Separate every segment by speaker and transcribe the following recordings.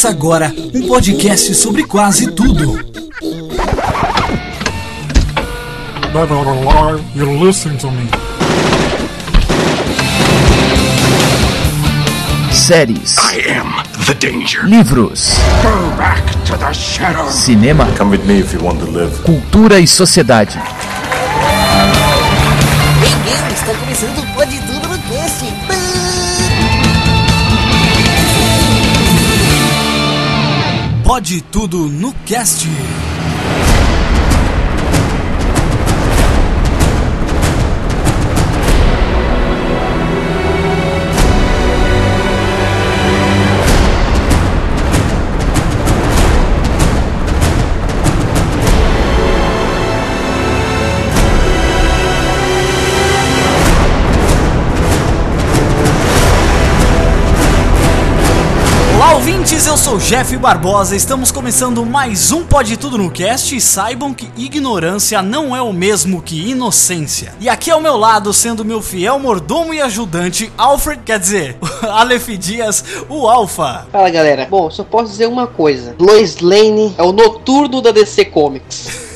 Speaker 1: Começa agora um podcast sobre quase tudo.
Speaker 2: You're listening to me.
Speaker 3: Séries.
Speaker 4: I am the danger.
Speaker 3: Livros.
Speaker 4: Go back to the shadow.
Speaker 3: Cinema.
Speaker 4: Come with me if you want to live.
Speaker 3: Cultura e sociedade.
Speaker 5: Bem-vindo, está começando o Pode Tudo no Cast.
Speaker 1: Pode Tudo no Cast. Olá, ouvintes, eu sou Jeff Barbosa, estamos começando mais um Pode Tudo no Cast e saibam que ignorância não é o mesmo que inocência. E aqui ao meu lado, sendo meu fiel mordomo e ajudante, Alfred, quer dizer, Aleph Dias, o Alpha.
Speaker 6: Fala galera, bom, só posso dizer uma coisa: Lois Lane é o noturno da DC Comics.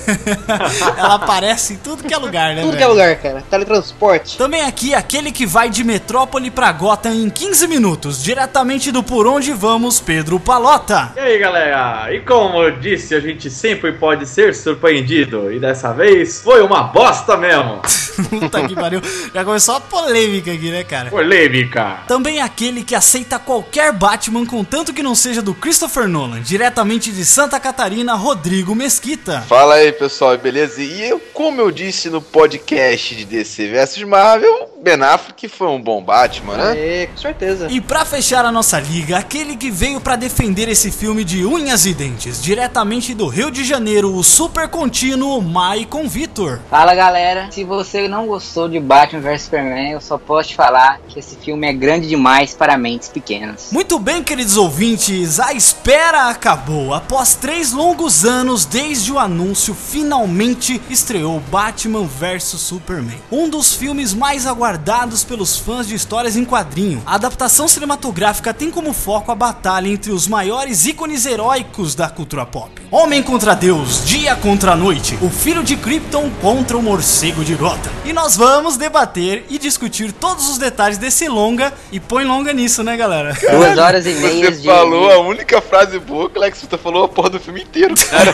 Speaker 1: Ela aparece em tudo que é lugar, né?
Speaker 6: Tudo que é lugar, cara. Teletransporte.
Speaker 1: Também aqui, aquele que vai de Metrópole pra Gotham em 15 minutos, diretamente do Por Onde Vamos, Pedro Palota.
Speaker 7: E aí galera, e como eu disse, a gente sempre pode ser surpreendido, e dessa vez foi uma bosta mesmo.
Speaker 1: Puta que pariu, já começou a polêmica aqui, né, cara?
Speaker 7: Polêmica.
Speaker 1: Também aquele que aceita qualquer Batman, contanto que não seja do Christopher Nolan, diretamente de Santa Catarina, Rodrigo Mesquita.
Speaker 8: Fala aí pessoal, beleza? E como eu disse no podcast de DC vs Marvel, Ben Affleck foi um bom Batman, né?
Speaker 6: É, com certeza.
Speaker 1: E pra fechar a nossa liga, aquele que veio pra defender esse filme de unhas e dentes, diretamente do Rio de Janeiro, o super contínuo Maicon Vitor.
Speaker 9: Fala galera, se você não gostou de Batman vs Superman, eu só posso te falar que esse filme é grande demais para mentes pequenas.
Speaker 1: Muito bem, queridos ouvintes, a espera acabou. Após 3 longos anos desde o anúncio, finalmente estreou Batman vs Superman, um dos filmes mais aguardados pelos fãs de histórias em quadrinho. A adaptação cinematográfica tem como foco a batalha entre os maiores ícones heróicos da cultura pop: Homem contra Deus, Dia contra a Noite, o Filho de Krypton contra o Morcego de Gotham. E nós vamos debater e discutir todos os detalhes desse longa, e põe longa nisso, né galera?
Speaker 9: 2 horas e meia
Speaker 8: Você falou a única frase boa que o Lex Luthor falou a porra do filme inteiro, cara.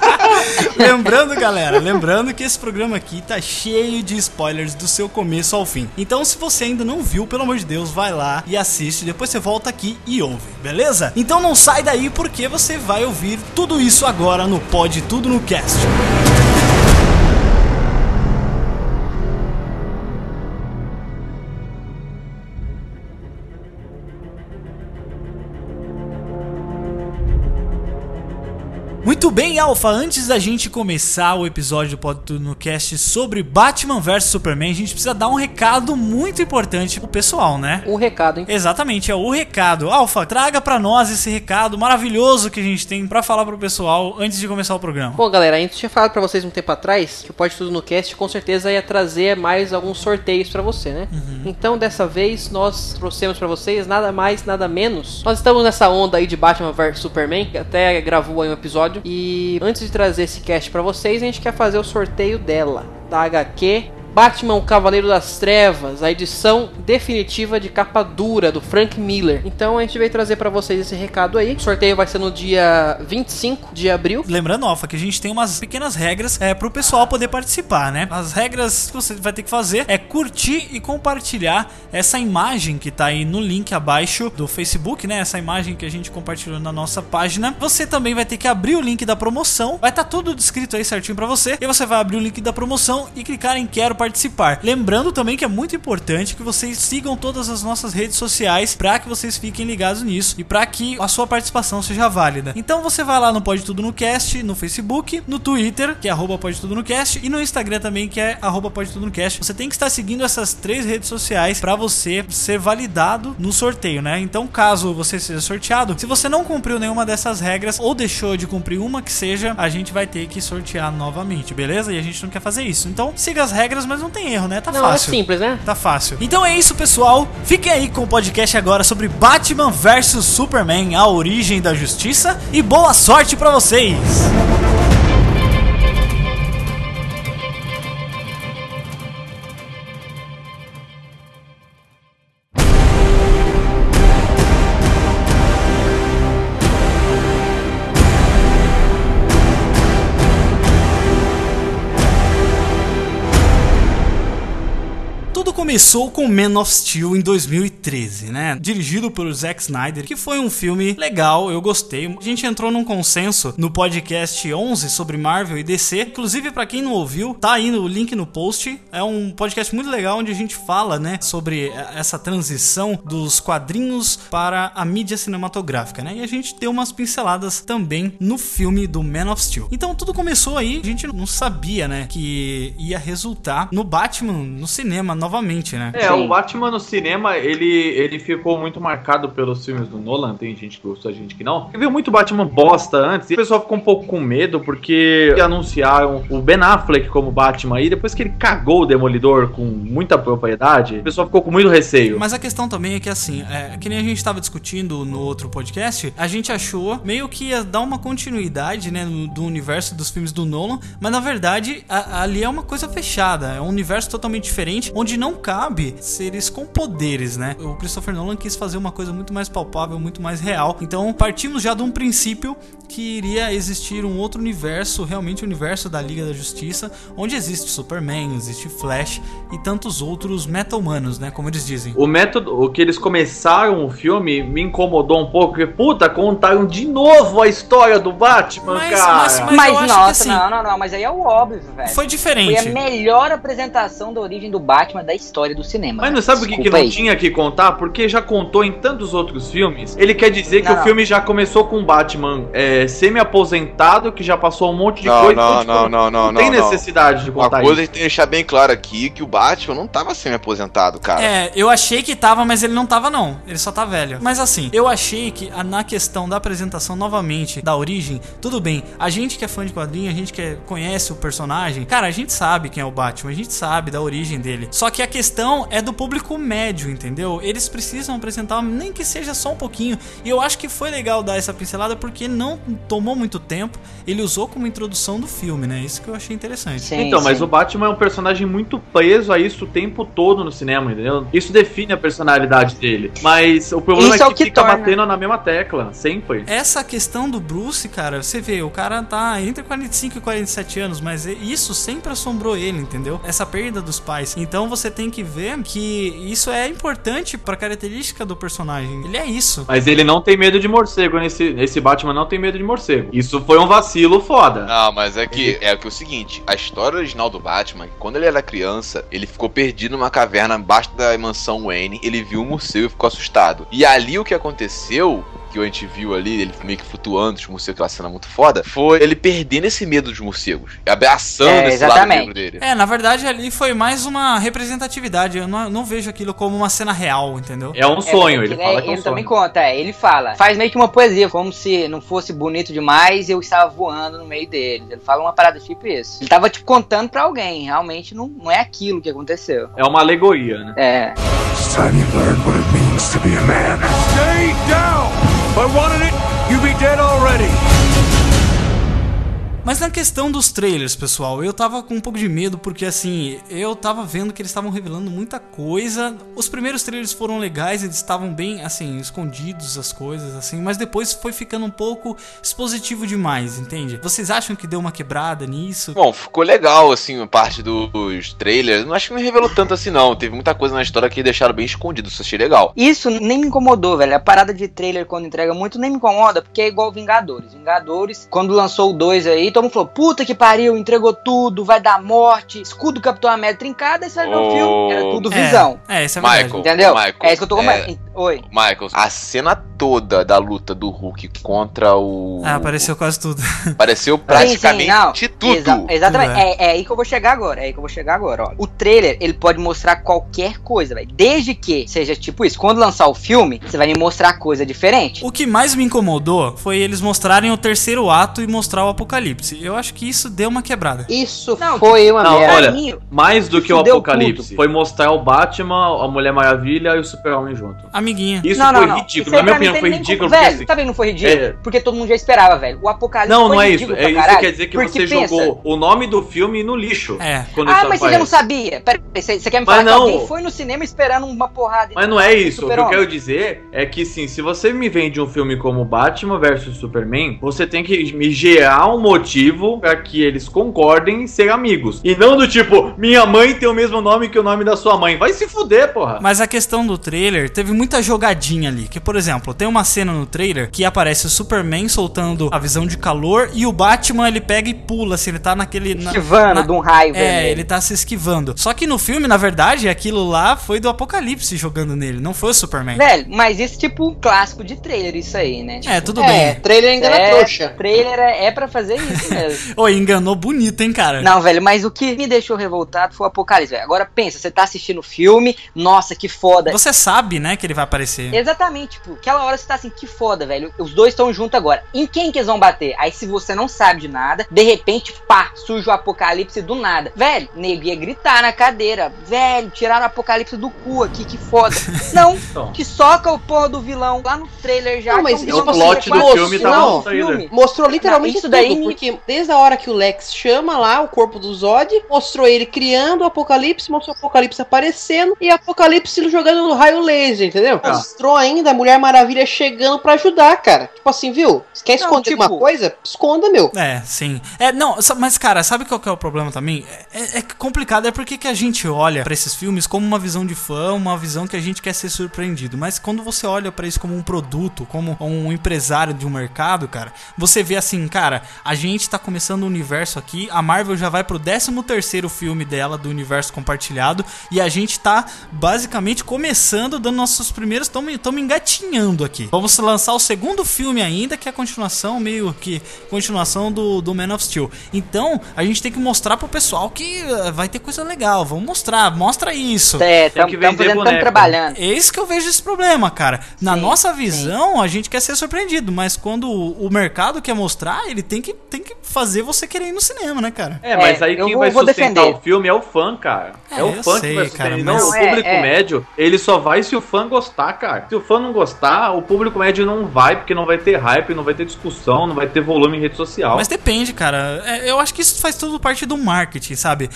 Speaker 1: Lembrando, galera, que esse programa aqui tá cheio de spoilers do seu começo ao fim. Então, se você ainda não viu, pelo amor de Deus, vai lá e assiste. Depois você volta aqui e ouve, beleza? Então não sai daí porque você vai ouvir tudo isso agora no Pode Tudo no Cast. Muito bem, Alpha, antes da gente começar o episódio do Pode Tudo no Cast sobre Batman vs Superman, a gente precisa dar um recado muito importante pro pessoal, né?
Speaker 6: Um recado, hein?
Speaker 1: Exatamente, é o recado. Alpha, traga pra nós esse recado maravilhoso que a gente tem pra falar pro pessoal antes de começar o programa.
Speaker 6: Bom, galera, a gente tinha falado pra vocês um tempo atrás que o Pode Tudo no Cast com certeza ia trazer mais alguns sorteios pra você, né? Então, dessa vez, nós trouxemos pra vocês nada mais, nada menos. Nós estamos nessa onda aí de Batman vs Superman, que até gravou aí um episódio. E antes de trazer esse cast pra vocês, a gente quer fazer o sorteio dela, da HQ Batman, o Cavaleiro das Trevas, a edição definitiva de capa dura do Frank Miller. Então a gente veio trazer pra vocês esse recado aí. O sorteio vai ser no dia 25 de abril.
Speaker 1: Lembrando, Alpha, que a gente tem umas pequenas regras pro pessoal poder participar, né? As regras que você vai ter que fazer é curtir e compartilhar essa imagem que tá aí no link abaixo do Facebook, né? Essa imagem que a gente compartilhou na nossa página. Você também vai ter que abrir o link da promoção. Vai estar tudo descrito aí certinho pra você. E você vai abrir o link da promoção e clicar em Quero Participar. Lembrando também que é muito importante que vocês sigam todas as nossas redes sociais para que vocês fiquem ligados nisso e para que a sua participação seja válida. Então você vai lá no Pode Tudo no Cast, no Facebook, no Twitter, que é @Pode Tudo no Cast, e no Instagram também, que é @Pode Tudo no Cast. Você tem que estar seguindo essas 3 redes sociais para você ser validado no sorteio, né? Então, caso você seja sorteado, se você não cumpriu nenhuma dessas regras ou deixou de cumprir uma que seja, a gente vai ter que sortear novamente, beleza? E a gente não quer fazer isso. Então, siga as regras, mas não tem erro, né? Tá
Speaker 6: Não,
Speaker 1: fácil.
Speaker 6: é simples, né?
Speaker 1: Tá fácil. Então é isso, pessoal. Fiquem aí com o podcast agora sobre Batman vs Superman, a origem da justiça. E boa sorte pra vocês! Tudo começou com Man of Steel em 2013, né? Dirigido pelo Zack Snyder, que foi um filme legal, eu gostei. A gente entrou num consenso no podcast 11 sobre Marvel e DC. Inclusive, pra quem não ouviu, tá aí no link no post. É um podcast muito legal onde a gente fala, né, sobre essa transição dos quadrinhos para a mídia cinematográfica, né? E a gente deu umas pinceladas também no filme do Man of Steel. Então tudo começou aí, a gente não sabia, né, que ia resultar no Batman no cinema novamente, né?
Speaker 7: O Batman no cinema, ele ficou muito marcado pelos filmes do Nolan. Tem gente que gostou, gente que não. Eu vi muito Batman bosta antes, e o pessoal ficou um pouco com medo, porque anunciaram o Ben Affleck como Batman, e depois que ele cagou o Demolidor com muita propriedade, o pessoal ficou com muito receio.
Speaker 1: Mas a questão também é que, assim, que nem a gente tava discutindo no outro podcast, a gente achou meio que ia dar uma continuidade, né, do universo dos filmes do Nolan, mas na verdade, ali é uma coisa fechada, é um universo totalmente diferente, onde não cabe seres com poderes, né? O Christopher Nolan quis fazer uma coisa muito mais palpável, muito mais real. Então partimos já de um princípio que iria existir um outro universo, realmente o universo da Liga da Justiça, onde existe Superman, existe Flash e tantos outros meta-humanos, né? Como eles dizem.
Speaker 7: O método, o que eles começaram o filme me incomodou um pouco, porque, puta, contaram de novo a história do Batman, cara.
Speaker 9: Mas
Speaker 1: eu acho
Speaker 9: nossa,
Speaker 1: que, assim,
Speaker 9: não, mas aí é o óbvio, velho.
Speaker 1: Foi diferente.
Speaker 9: Foi a melhor apresentação da origem do Batma da história do cinema.
Speaker 7: Mas não sabe o que não tinha que contar? Porque já contou em tantos outros filmes. Ele quer dizer que o filme já começou com o Batman semi-aposentado, que já passou um monte de coisa. Não tem necessidade de contar isso.
Speaker 8: Uma coisa que tem que deixar bem claro aqui, que o Batman não tava semi-aposentado, cara.
Speaker 1: Eu achei que tava, mas ele não tava não. Ele só tá velho. Mas assim, eu achei que na questão da apresentação novamente, da origem, tudo bem. A gente que é fã de quadrinho, a gente que conhece o personagem, cara, a gente sabe quem é o Batman, a gente sabe da origem dele. Só que a questão é do público médio, entendeu? Eles precisam apresentar, nem que seja só um pouquinho. E eu acho que foi legal dar essa pincelada, porque não tomou muito tempo. Ele usou como introdução do filme, né? Isso que eu achei interessante.
Speaker 7: Sim, mas o Batman é um personagem muito preso a isso o tempo todo no cinema, entendeu? Isso define a personalidade dele. Mas o problema é que fica batendo na mesma tecla, sempre.
Speaker 1: Essa questão do Bruce, cara, você vê, o cara tá entre 45 e 47 anos, mas isso sempre assombrou ele, entendeu? Essa perda dos pais. Então você tem que ver que isso é importante pra característica do personagem. Ele é isso.
Speaker 7: Mas ele não tem medo de morcego nesse Batman, não tem medo de morcego. Isso foi um vacilo foda.
Speaker 8: Não, mas é o seguinte, a história original do Batman, quando ele era criança, ele ficou perdido numa caverna abaixo da mansão Wayne, ele viu um morcego e ficou assustado. E ali o que aconteceu, que a gente viu ali, ele meio que flutuando, os morcegos, aquela cena muito foda, foi ele perdendo esse medo dos morcegos, abraçando esse lado negro dele.
Speaker 1: Na verdade ali foi mais uma representatividade, eu não vejo aquilo como uma cena real, entendeu?
Speaker 7: É um sonho, ele fala que é um
Speaker 9: ele
Speaker 7: sonho.
Speaker 9: também conta, ele fala, faz meio que uma poesia, como se não fosse bonito demais, eu estava voando no meio deles. Ele fala uma parada tipo isso. Ele tava tipo contando pra alguém, realmente não é aquilo que aconteceu.
Speaker 7: É uma alegoria, né?
Speaker 4: It's time you learn what it means to be a man. Stay down! If I wanted it, you'd be dead already.
Speaker 1: Mas na questão dos trailers, pessoal, eu tava com um pouco de medo, porque assim, eu tava vendo que eles estavam revelando muita coisa. Os primeiros trailers foram legais, eles estavam bem, assim, escondidos as coisas, assim, mas depois foi ficando um pouco expositivo demais, entende? Vocês acham que deu uma quebrada nisso?
Speaker 8: Bom, ficou legal, assim, a parte dos trailers. Não acho que não revelou tanto assim, não. Teve muita coisa na história que deixaram bem escondido, isso achei legal.
Speaker 9: Isso nem me incomodou, velho. A parada de trailer, quando entrega muito, nem me incomoda, porque é igual Vingadores. Vingadores, quando lançou o 2 aí, todo mundo falou, puta que pariu, entregou tudo, vai dar morte, escudo do Capitão América trincado, aí você vai ver o filme, era tudo visão.
Speaker 1: Isso é verdade.
Speaker 8: Michael,
Speaker 9: entendeu?
Speaker 8: Michael,
Speaker 9: É isso que eu tô comentando. Oi.
Speaker 8: Michael, a cena toda da luta do Hulk contra o...
Speaker 1: apareceu quase tudo.
Speaker 8: Apareceu praticamente tudo.
Speaker 9: Exatamente. É aí que eu vou chegar agora. Ó. O trailer, ele pode mostrar qualquer coisa, velho. Desde que seja tipo isso. Quando lançar o filme, você vai me mostrar coisa diferente.
Speaker 1: O que mais me incomodou foi eles mostrarem o terceiro ato e mostrar o Apocalipse. Apocalipse, eu acho que isso deu uma quebrada.
Speaker 6: Isso
Speaker 9: Não,
Speaker 6: foi uma
Speaker 7: Não,
Speaker 6: merda.
Speaker 7: olha,
Speaker 9: mim,
Speaker 7: mais do que o
Speaker 9: fudeu
Speaker 7: Apocalipse,
Speaker 9: tudo.
Speaker 7: foi mostrar o Batman, a Mulher Maravilha e o Super-Homem junto.
Speaker 1: Amiguinha.
Speaker 7: Isso
Speaker 9: não,
Speaker 7: foi
Speaker 9: não.
Speaker 7: ridículo,
Speaker 9: Isso
Speaker 7: na
Speaker 9: aí
Speaker 7: minha
Speaker 9: pra mim
Speaker 7: opinião
Speaker 9: tem
Speaker 7: foi
Speaker 9: nem
Speaker 7: ridículo.
Speaker 9: como-
Speaker 7: Porque,
Speaker 9: Velho,
Speaker 7: assim,
Speaker 9: tá vendo? Não foi ridículo?
Speaker 7: É.
Speaker 9: Porque todo mundo já esperava, velho. O Apocalipse
Speaker 7: Não,
Speaker 9: foi
Speaker 7: não é isso.
Speaker 9: ridículo
Speaker 7: É
Speaker 9: pra
Speaker 7: isso
Speaker 9: caralho,
Speaker 7: quer dizer que
Speaker 9: porque
Speaker 7: você
Speaker 9: pensa,
Speaker 7: jogou o nome do filme no lixo.
Speaker 1: É.
Speaker 7: Quando
Speaker 9: Ah,
Speaker 7: isso
Speaker 9: mas você já não
Speaker 7: aparece.
Speaker 9: sabia. Pera aí, você quer me
Speaker 7: Mas
Speaker 9: falar
Speaker 7: não.
Speaker 9: que alguém foi no cinema esperando uma porrada?
Speaker 7: Mas não é isso. O que eu
Speaker 9: Super-Homem?
Speaker 7: quero dizer é que, sim, se você me vende um filme como Batman vs Superman, você tem que me gerar um motivo pra que eles concordem em ser amigos. E não do tipo, minha mãe tem o mesmo nome que o nome da sua mãe. Vai se fuder, porra.
Speaker 1: Mas a questão do trailer teve muita jogadinha ali. Que, por exemplo, tem uma cena no trailer que aparece o Superman soltando a visão de calor e o Batman ele pega e pula, assim, ele tá naquele.
Speaker 9: Esquivando de um raio vermelho.
Speaker 1: ele tá se esquivando. Só que no filme, na verdade, aquilo lá foi do Apocalipse jogando nele, não foi o Superman.
Speaker 9: Velho, mas isso tipo clássico de trailer, isso aí, né? Tipo,
Speaker 1: É, tudo bem.
Speaker 6: Trailer engana trouxa.
Speaker 9: Trailer é pra fazer isso mesmo.
Speaker 1: Oi, enganou bonito, hein, cara?
Speaker 9: Não, velho, mas o que me deixou revoltado foi o Apocalipse, velho. Agora pensa, você tá assistindo o filme, nossa, que foda.
Speaker 1: Você sabe, né, que ele vai aparecer.
Speaker 9: Exatamente, tipo, aquela hora você tá assim, que foda, velho. Os dois estão juntos agora. Em quem que eles vão bater? Aí se você não sabe de nada, de repente, pá, surge o Apocalipse do nada. Velho, nego ia gritar na cadeira. Velho, tiraram o Apocalipse do cu aqui, que foda. Não,
Speaker 7: Então.
Speaker 9: que soca o porra do vilão lá no trailer já.
Speaker 6: Não, mas
Speaker 9: que é
Speaker 6: isso
Speaker 9: um vilão
Speaker 7: o plot
Speaker 9: que
Speaker 7: do
Speaker 9: você
Speaker 7: filme
Speaker 9: quase
Speaker 7: tava
Speaker 9: não,
Speaker 7: no trailer.
Speaker 9: filme.
Speaker 6: Mostrou literalmente
Speaker 9: Isso
Speaker 6: tudo,
Speaker 9: daí-
Speaker 6: porque desde a hora que o Lex chama lá o corpo do Zod, mostrou ele criando o Apocalipse, mostrou o Apocalipse aparecendo e o Apocalipse jogando no raio laser, entendeu?
Speaker 7: Ah.
Speaker 6: Mostrou ainda a Mulher Maravilha chegando pra ajudar, cara. Tipo assim, viu? Você quer esconder
Speaker 9: tipo-
Speaker 6: alguma coisa? Esconda, meu.
Speaker 1: É, sim. É, não, mas cara, sabe qual que é o problema também? É complicado, é porque que a gente olha pra esses filmes como uma visão de fã, uma visão que a gente quer ser surpreendido. Mas quando você olha pra isso como um produto, como um empresário de um mercado, cara, você vê assim, cara, a gente tá começando o universo aqui, a Marvel já vai pro 13º filme dela do universo compartilhado e a gente tá basicamente começando, dando nossos primeiros, estamos engatinhando aqui. Vamos lançar o segundo filme ainda, que é a continuação, meio que continuação do Man of Steel. Então, a gente tem que mostrar pro pessoal que vai ter coisa legal. Vamos mostrar, mostra isso.
Speaker 9: É,
Speaker 7: Tem que vender
Speaker 9: estamos
Speaker 7: boneco.
Speaker 9: trabalhando.
Speaker 1: É isso que eu vejo esse problema, cara. Na
Speaker 9: Sim,
Speaker 1: nossa visão, a gente quer ser surpreendido, mas quando o mercado quer mostrar, ele tem que fazer você querer ir no cinema, né, cara?
Speaker 7: É, mas aí
Speaker 9: eu
Speaker 7: quem
Speaker 9: vou-
Speaker 7: vai
Speaker 9: vou
Speaker 7: sustentar
Speaker 9: defender.
Speaker 7: o filme é o fã, cara. É o
Speaker 1: eu
Speaker 7: fã
Speaker 1: sei,
Speaker 7: que vai
Speaker 1: cara,
Speaker 7: sustentar.
Speaker 1: mas-
Speaker 7: Não, o
Speaker 9: Não,
Speaker 7: público médio, ele só vai se o fã gostar, cara. Se o fã não gostar, o público médio não vai, porque não vai ter hype, não vai ter discussão, não vai ter volume em rede social.
Speaker 1: Mas depende, cara. Eu acho que isso faz tudo parte do marketing, sabe?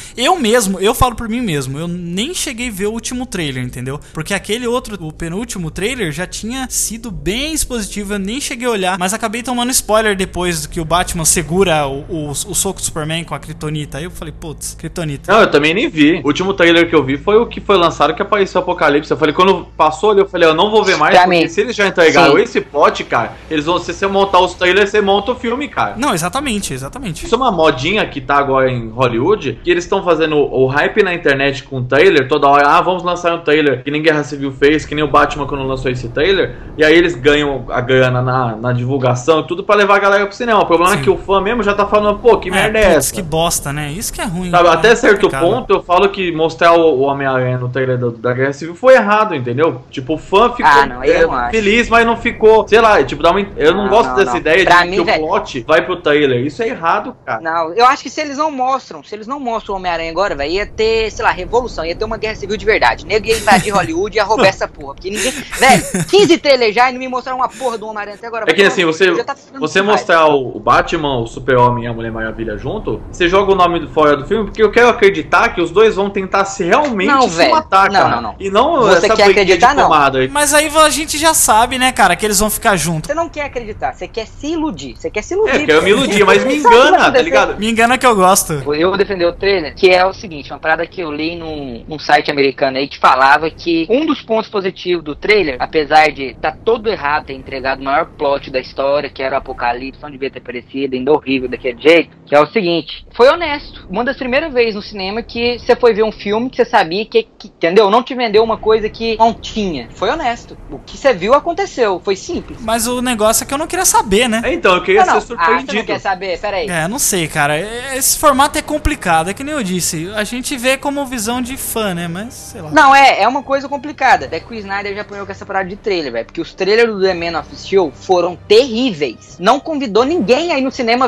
Speaker 1: Eu falo por mim mesmo, eu nem cheguei a ver o último trailer, entendeu? Porque aquele outro, o penúltimo trailer, já tinha sido bem expositivo, eu nem cheguei a olhar, mas acabei tomando spoiler depois que o Batman segura o soco do Superman com a Kryptonita. Aí eu falei, putz, Kryptonita.
Speaker 7: Não, eu também nem vi. O último trailer que eu vi foi o que foi lançado que apareceu o Apocalipse. Eu falei, quando passou ali, eu falei, eu não vou ver mais,
Speaker 9: Pra
Speaker 7: porque
Speaker 9: mim.
Speaker 7: se eles já entregaram
Speaker 9: Sim.
Speaker 7: esse pote, cara, eles vão, se você montar os trailers, você monta o filme, cara.
Speaker 1: Não, exatamente, exatamente.
Speaker 7: Isso é uma modinha que tá agora em Hollywood, que eles estão fazendo o hype na internet com trailer, toda hora, vamos lançar um trailer que nem Guerra Civil fez, que nem o Batman quando lançou esse trailer, e aí eles ganham a grana na divulgação e tudo pra levar a galera pro cinema. O problema
Speaker 1: Sim.
Speaker 7: é que o fã mesmo já tá falando, pô, que merda é
Speaker 1: putz,
Speaker 7: essa?
Speaker 1: que bosta, né? Isso que é ruim.
Speaker 7: Sabe,
Speaker 1: né?
Speaker 7: até certo
Speaker 1: Complicado.
Speaker 7: ponto eu falo que mostrar o Homem-Aranha no trailer da Guerra Civil foi errado, entendeu? Tipo, o fã ficou
Speaker 9: não, eu não acho.
Speaker 7: feliz, mas não ficou, sei lá, tipo, eu não gosto dessa ideia
Speaker 9: Pra
Speaker 7: de
Speaker 9: mim,
Speaker 7: que o
Speaker 9: velho-
Speaker 7: plot vai pro trailer. Isso é errado, cara.
Speaker 9: Não, eu acho que se eles não mostram o Homem-Aranha agora, velho, ia ter, sei lá, revolução, ia ter uma guerra civil de verdade. Nego ia invadir Hollywood e ia roubar essa porra. Porque ninguém. Velho, 15 trailers já e não me mostraram uma porra do Homem-Aranha até agora.
Speaker 7: É que assim, você
Speaker 9: Já tá ficando
Speaker 7: você
Speaker 9: com raiva.
Speaker 7: mostrar o Batman, o Super-Homem e a Mulher Maravilha junto, você joga o nome fora do filme, porque eu quero acreditar que os dois vão tentar realmente
Speaker 9: Não,
Speaker 7: se
Speaker 9: velho.
Speaker 7: matar,
Speaker 9: Não,
Speaker 7: cara.
Speaker 9: não.
Speaker 7: E não
Speaker 9: Você quer
Speaker 7: briguinha
Speaker 9: acreditar,
Speaker 7: de
Speaker 9: não.
Speaker 7: pomada.
Speaker 1: Mas aí a gente já sabe, né, cara, que eles vão ficar juntos.
Speaker 9: Você não quer acreditar, você quer se iludir. Você quer se iludir.
Speaker 7: É, eu quero me iludir, mas me
Speaker 9: Você sabe o que vai
Speaker 7: engana, tá
Speaker 9: acontecer.
Speaker 7: ligado?
Speaker 1: Me engana que eu gosto.
Speaker 9: Eu vou defender o trailer, que é o seguinte, uma parada que eu li num site americano aí que falava que um dos pontos positivos do trailer, apesar de tá todo errado, ter entregado o maior plot da história, que era o Apocalipse, não devia ter aparecido, ainda horrível daquele jeito, que é o seguinte, foi honesto. Uma das primeiras vezes no cinema que você foi ver um filme que você sabia que entendeu? Não te vendeu uma coisa que não tinha. Foi honesto. O que você viu aconteceu, foi simples.
Speaker 1: Mas o negócio é que eu não queria saber, né?
Speaker 7: Então, eu queria
Speaker 9: Não,
Speaker 7: ser
Speaker 9: você não
Speaker 7: surpreendido.
Speaker 9: quer saber? Pera aí.
Speaker 1: É, não sei, cara. Esse formato é complicado, é que nem eu disse. A gente vê como visão de fã, né? Mas, sei lá.
Speaker 9: Não, é uma coisa complicada. Até que o Snyder já apanhou com essa parada de trailer, velho. Porque os trailers do The Man of Steel foram terríveis. Não convidou ninguém aí no cinema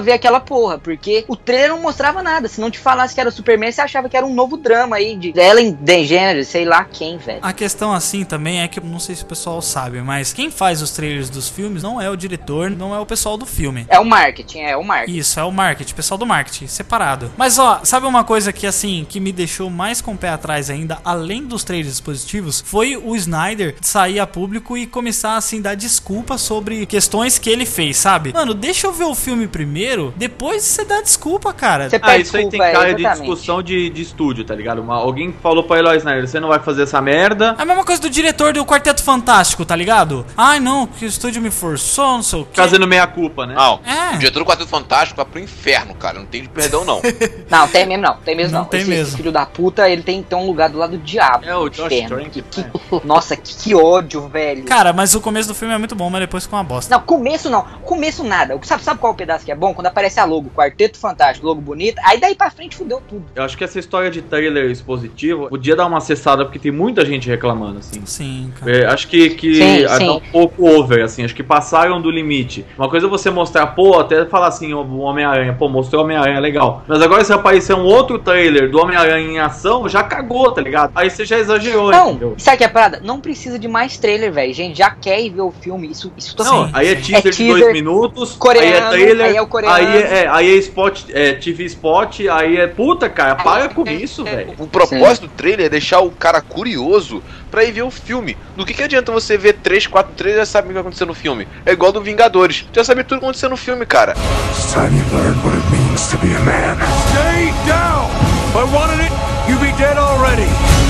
Speaker 9: ver aquela porra, porque o trailer não mostrava nada. Se não te falasse que era o Superman, você achava que era um novo drama aí de Ellen DeGeneres, sei lá quem, velho.
Speaker 1: A questão assim também é que, não sei se o pessoal sabe, mas quem faz os trailers dos filmes não é o diretor, não é o pessoal do filme.
Speaker 9: É o marketing, é o marketing.
Speaker 1: Isso, é o marketing, o pessoal do marketing, separado. Mas ó, sabe uma coisa que assim, que me deixou mais com o pé atrás ainda, além dos trailers positivos, foi o Snyder sair a público e começar assim, dar desculpa sobre questões que ele fez, sabe? Mano, deixa eu ver o filme primeiro, depois você dá desculpa, cara.
Speaker 9: Você pede
Speaker 7: isso aí tem
Speaker 9: desculpa,
Speaker 7: cara de discussão de estúdio, tá ligado? Alguém falou pra ele, ó, Snyder, você não vai fazer essa merda.
Speaker 1: É a mesma coisa do diretor do Quarteto Fantástico, tá ligado? Ai não, que o estúdio me forçou, não sei o quê.
Speaker 7: Fazendo meia culpa, né?
Speaker 8: Não,
Speaker 1: É.
Speaker 8: o diretor do Quarteto Fantástico vai pro inferno, cara. Não tem de perdão, não.
Speaker 9: Não, tem mesmo não. Tem mesmo
Speaker 1: Não
Speaker 9: não.
Speaker 1: tem
Speaker 9: Esse
Speaker 1: mesmo.
Speaker 9: filho da puta, ele tem um lugar do lado do diabo.
Speaker 7: É o Josh
Speaker 9: inferno.
Speaker 7: Trank.
Speaker 9: Nossa, que ódio, velho.
Speaker 1: Cara, mas o começo do filme é muito bom, mas depois ficou uma bosta.
Speaker 9: Não, começo não. Começo nada. Sabe qual o pedaço que é bom? Quando aparece a logo, Quarteto Fantástico, logo bonita. Aí daí pra frente fudeu tudo.
Speaker 7: Eu acho que essa história de trailer expositivo podia dar uma acessada, porque tem muita gente reclamando, assim.
Speaker 1: Sim, cara.
Speaker 7: É, acho que
Speaker 9: Sim,
Speaker 7: tá
Speaker 9: sim.
Speaker 7: um pouco over, assim, acho que passaram do limite. Uma coisa é você mostrar, pô, até falar assim, o Homem-Aranha, pô, mostrou o Homem-Aranha, legal. Mas agora se aparecer um outro trailer do Homem-Aranha em ação, já cagou, tá ligado? Aí você já exagerou,
Speaker 9: Não,
Speaker 7: entendeu?
Speaker 9: sabe o que é a parada? Não precisa de mais trailer, velho. Gente já quer ir ver o filme. Isso tá
Speaker 7: Não,
Speaker 1: Sim,
Speaker 7: aí é
Speaker 1: sim.
Speaker 7: teaser de 2 minutos,
Speaker 9: coreano,
Speaker 7: aí é trailer,
Speaker 9: aí é o coreano.
Speaker 7: aí é spot, TV spot, aí é puta, cara, para com isso, velho.
Speaker 8: O propósito do trailer é deixar o cara curioso pra ir ver o filme. Do que adianta você ver 3, 4 trailers e saber o que vai acontecer no filme? É igual do Vingadores. Tu já sabe tudo que vai acontecer no filme, cara.
Speaker 4: It's time you learn what it means to be a man. Stay down! If I wanted it, you'd be dead already.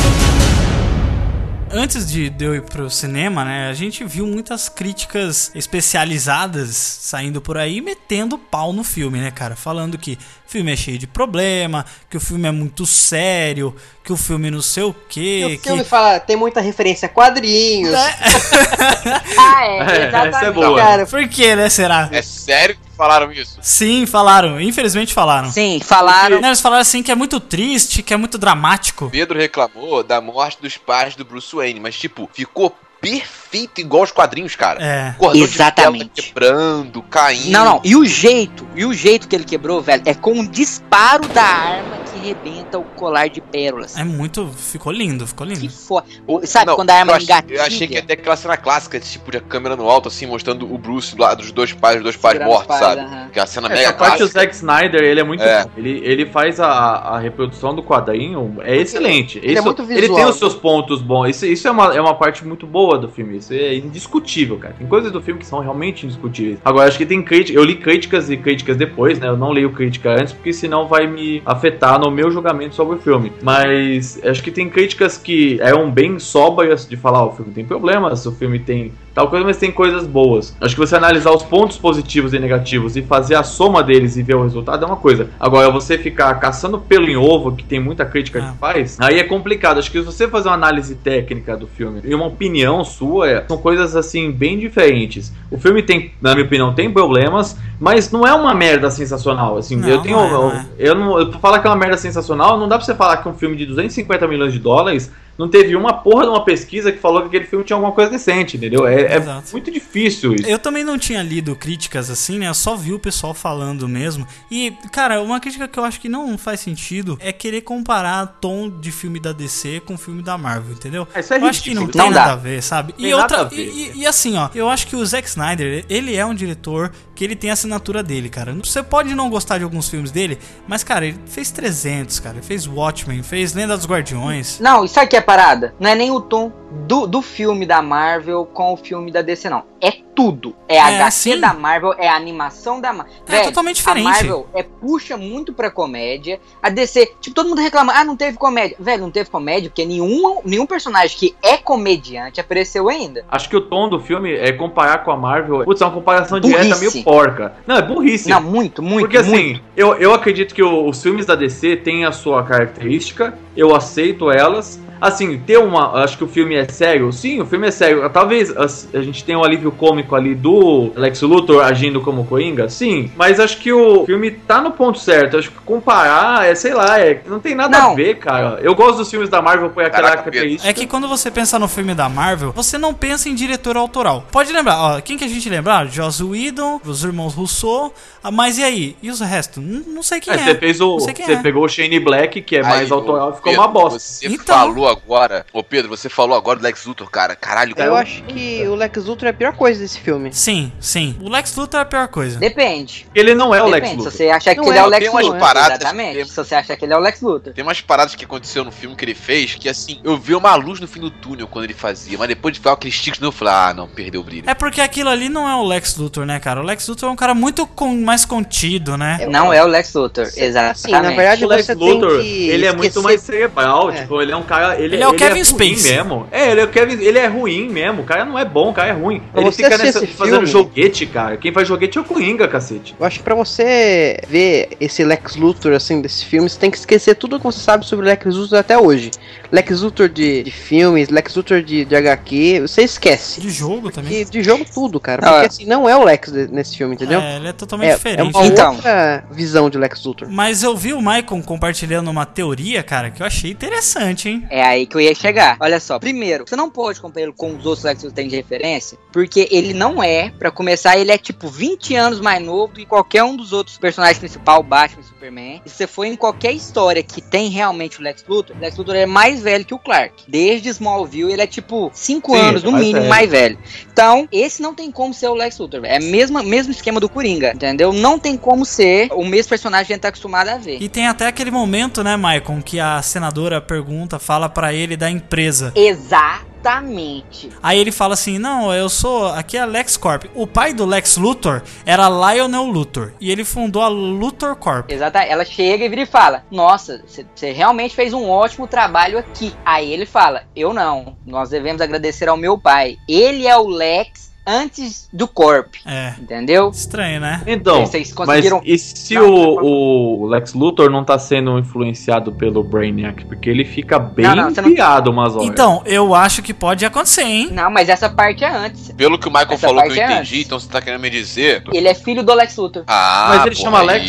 Speaker 1: Antes de eu ir pro cinema, né, a gente viu muitas críticas especializadas saindo por aí metendo pau no filme, né, cara? Falando que o filme é cheio de problema, que o filme é muito sério, que o filme não sei o quê.
Speaker 6: O filme fala, tem muita referência a quadrinhos.
Speaker 9: Exatamente.
Speaker 7: essa é boa.
Speaker 6: Cara,
Speaker 1: Por que, né, será?
Speaker 8: É sério que falaram isso?
Speaker 1: Sim, falaram. Infelizmente falaram.
Speaker 9: Sim, falaram.
Speaker 1: Não, eles falaram assim que é muito triste, que é muito dramático.
Speaker 8: Pedro reclamou da morte dos pais do Bruce Wayne, mas tipo, ficou perfeito igual os quadrinhos, cara.
Speaker 1: É.
Speaker 8: Cordão
Speaker 9: Exatamente.
Speaker 8: de tela quebrando, caindo.
Speaker 9: Não. E o jeito que ele quebrou, velho, é com um disparo da arma que rebenta o colar de pérolas.
Speaker 1: É muito... Ficou lindo, ficou lindo.
Speaker 9: Que foda. Sabe
Speaker 8: Não,
Speaker 9: quando a arma
Speaker 8: eu
Speaker 9: engatilha?
Speaker 8: achei que até aquela cena clássica, tipo, de câmera no alto, assim, mostrando o Bruce lá dos dois pais
Speaker 9: Segurando
Speaker 8: mortos,
Speaker 9: os pais,
Speaker 8: sabe?
Speaker 9: aham.
Speaker 8: Que é a cena
Speaker 7: Essa
Speaker 8: mega
Speaker 7: parte do
Speaker 8: clássica.
Speaker 7: Zack Snyder, ele é muito
Speaker 8: É.
Speaker 7: bom. Ele faz a reprodução do quadrinho, é excelente.
Speaker 6: ele é muito
Speaker 7: Ele
Speaker 6: visual,
Speaker 7: tem os
Speaker 6: né?
Speaker 7: seus pontos bons. Isso é uma parte muito boa do filme. Isso é indiscutível, cara. Tem coisas do filme que são realmente indiscutíveis. Agora, acho que tem críticas. Eu li críticas e críticas depois, né? Eu não leio crítica antes, porque senão vai me afetar no meu julgamento sobre o filme. Mas acho que tem críticas que eram bem sóbrias de falar, o filme tem problemas, o filme tem tal coisa, mas tem coisas boas. Acho que você analisar os pontos positivos e negativos e fazer a soma deles e ver o resultado é uma coisa. Agora, você ficar caçando pelo em ovo, que tem muita crítica que faz, aí é complicado. Acho que se você fazer uma análise técnica do filme e uma opinião sua, são coisas assim bem diferentes. O filme tem, na minha opinião, tem problemas, mas não é uma merda sensacional. Assim,
Speaker 1: Não,
Speaker 7: eu tenho.
Speaker 1: não é.
Speaker 7: Eu falar que é uma merda sensacional, não dá pra você falar que um filme de 250 milhões de dólares não teve uma porra de uma pesquisa que falou que aquele filme tinha alguma coisa decente, entendeu? É
Speaker 1: Exato.
Speaker 7: muito difícil isso.
Speaker 1: Eu também não tinha lido críticas assim, né? Eu só vi o pessoal falando mesmo. E, cara, uma crítica que eu acho que não faz sentido é querer comparar tom de filme da DC com filme da Marvel, entendeu?
Speaker 7: Isso é
Speaker 1: eu acho que não
Speaker 7: ridículo.
Speaker 1: tem
Speaker 9: Não
Speaker 1: nada
Speaker 9: dá.
Speaker 1: a ver, sabe?
Speaker 7: Tem nada a ver,
Speaker 1: E assim, ó, eu acho que o Zack Snyder, ele é um diretor que ele tem a assinatura dele, cara. Você pode não gostar de alguns filmes dele, mas, cara, ele fez 300, cara. Ele fez Watchmen, fez Lenda dos Guardiões.
Speaker 9: Não, isso aqui é parada. Não é nem o tom do filme da Marvel com o filme da DC, não. É tudo. É a HQ
Speaker 1: sim.
Speaker 9: da Marvel, é a animação da Marvel.
Speaker 1: É totalmente diferente.
Speaker 9: A Marvel puxa muito pra comédia. A DC, tipo, todo mundo reclama, não teve comédia. Velho, não teve comédia porque nenhum personagem que é comediante apareceu ainda.
Speaker 7: Acho que o tom do filme é comparar com a Marvel. Putz, é uma comparação direta meio porca. Não, é burrice.
Speaker 9: Não, muito.
Speaker 7: Porque assim, eu acredito que os filmes da DC têm a sua característica, eu aceito elas. assim, acho que o filme é sério. Sim, o filme é sério. Talvez a gente tenha um alívio cômico ali do Lex Luthor agindo como Coringa, sim. Mas acho que o filme tá no ponto certo. Acho que comparar, sei lá, não tem nada a ver, cara. Eu gosto dos filmes da Marvel por aquela característica.
Speaker 1: É que quando você pensa no filme da Marvel, você não pensa em diretor autoral. Pode lembrar, ó, quem que a gente lembra? Joss Whedon, os irmãos Russo, mas e aí? E os restos? Não sei quem é.
Speaker 7: Você pegou o Shane Black, que é mais autoral, e ficou
Speaker 8: Pedro,
Speaker 7: uma bosta.
Speaker 8: Você falou agora, Pedro, você falou agora do Lex Luthor, cara. Caralho,
Speaker 6: eu acho que o Lex Luthor é a pior coisa desse filme.
Speaker 1: Sim. O Lex Luthor é a pior coisa.
Speaker 9: Depende.
Speaker 7: Ele não é o Lex Luthor.
Speaker 9: Se você acha que ele é o Lex Luthor.
Speaker 8: Exatamente.
Speaker 9: Se você acha que ele é o Lex Luthor.
Speaker 8: Tem umas paradas que aconteceu no filme que ele fez que, assim, eu vi uma luz no fim do túnel quando ele fazia, mas depois de ver aqueles tiques, eu falei, não, perdeu o brilho.
Speaker 1: É porque aquilo ali não é o Lex Luthor, né, cara? O Lex Luthor é um cara muito mais contido, né?
Speaker 9: Não é o Lex Luthor, exatamente.
Speaker 6: Sim, na verdade,
Speaker 7: o Lex Luthor, ele é muito mais cerebral, tipo, ele é um cara... Ele
Speaker 1: é o Kevin Spacey
Speaker 7: mesmo. Ele é ruim mesmo, o cara não é bom, o cara é ruim. Ele
Speaker 6: você
Speaker 7: fica
Speaker 6: filme,
Speaker 7: fazendo joguete, cara. Quem faz joguete é o Coringa, cacete.
Speaker 6: Eu acho que pra você ver esse Lex Luthor, assim, desse filme, você tem que esquecer tudo que você sabe sobre Lex Luthor até hoje. Lex Luthor de filmes, Lex Luthor de HQ, você esquece.
Speaker 1: De jogo também.
Speaker 6: De jogo tudo, cara. Porque assim, não é o Lex nesse filme, entendeu?
Speaker 1: Ele é totalmente diferente.
Speaker 6: É uma outra visão de Lex Luthor.
Speaker 1: Mas eu vi o Maicon compartilhando uma teoria, cara, que eu achei interessante, hein?
Speaker 9: É aí que eu ia chegar. Olha só, primeiro, você não pode comparar ele com os outros Lex Luthor que tem de referência, porque ele não é, pra começar, ele é tipo 20 anos mais novo do que qualquer um dos outros personagens principais, Batman e Superman. E se você for em qualquer história que tem realmente o Lex Luthor é mais velho que o Clark. Desde Smallville, ele é tipo 5 anos, no mínimo, mais velho. Então, esse não tem como ser o Lex Luthor. É o mesmo esquema do Coringa, entendeu? Não tem como ser o mesmo personagem que a gente tá acostumado a ver.
Speaker 1: E tem até aquele momento, né, Maicon, que a senadora fala pra ele da empresa.
Speaker 9: Exatamente.
Speaker 1: Aí ele fala assim, não, aqui é a LexCorp. O pai do Lex Luthor era Lionel Luthor, e ele fundou a Luthor Corp.
Speaker 9: Exatamente. Ela chega e vira e fala, nossa, você realmente fez um ótimo trabalho aqui. Aí ele fala, eu não, nós devemos agradecer ao meu pai. Ele é o Lex antes do Corp. Entendeu?
Speaker 1: Estranho, né?
Speaker 7: Então, mas e se o Lex Luthor não tá sendo influenciado pelo Brainiac? Porque ele fica bem piado umas horas.
Speaker 1: Então, eu acho que pode acontecer, hein?
Speaker 9: Não, mas essa parte é antes.
Speaker 8: Pelo que o Michael falou que eu entendi, então você tá querendo me dizer...
Speaker 9: Ele é filho do Lex Luthor.
Speaker 7: Mas ele chama Lex?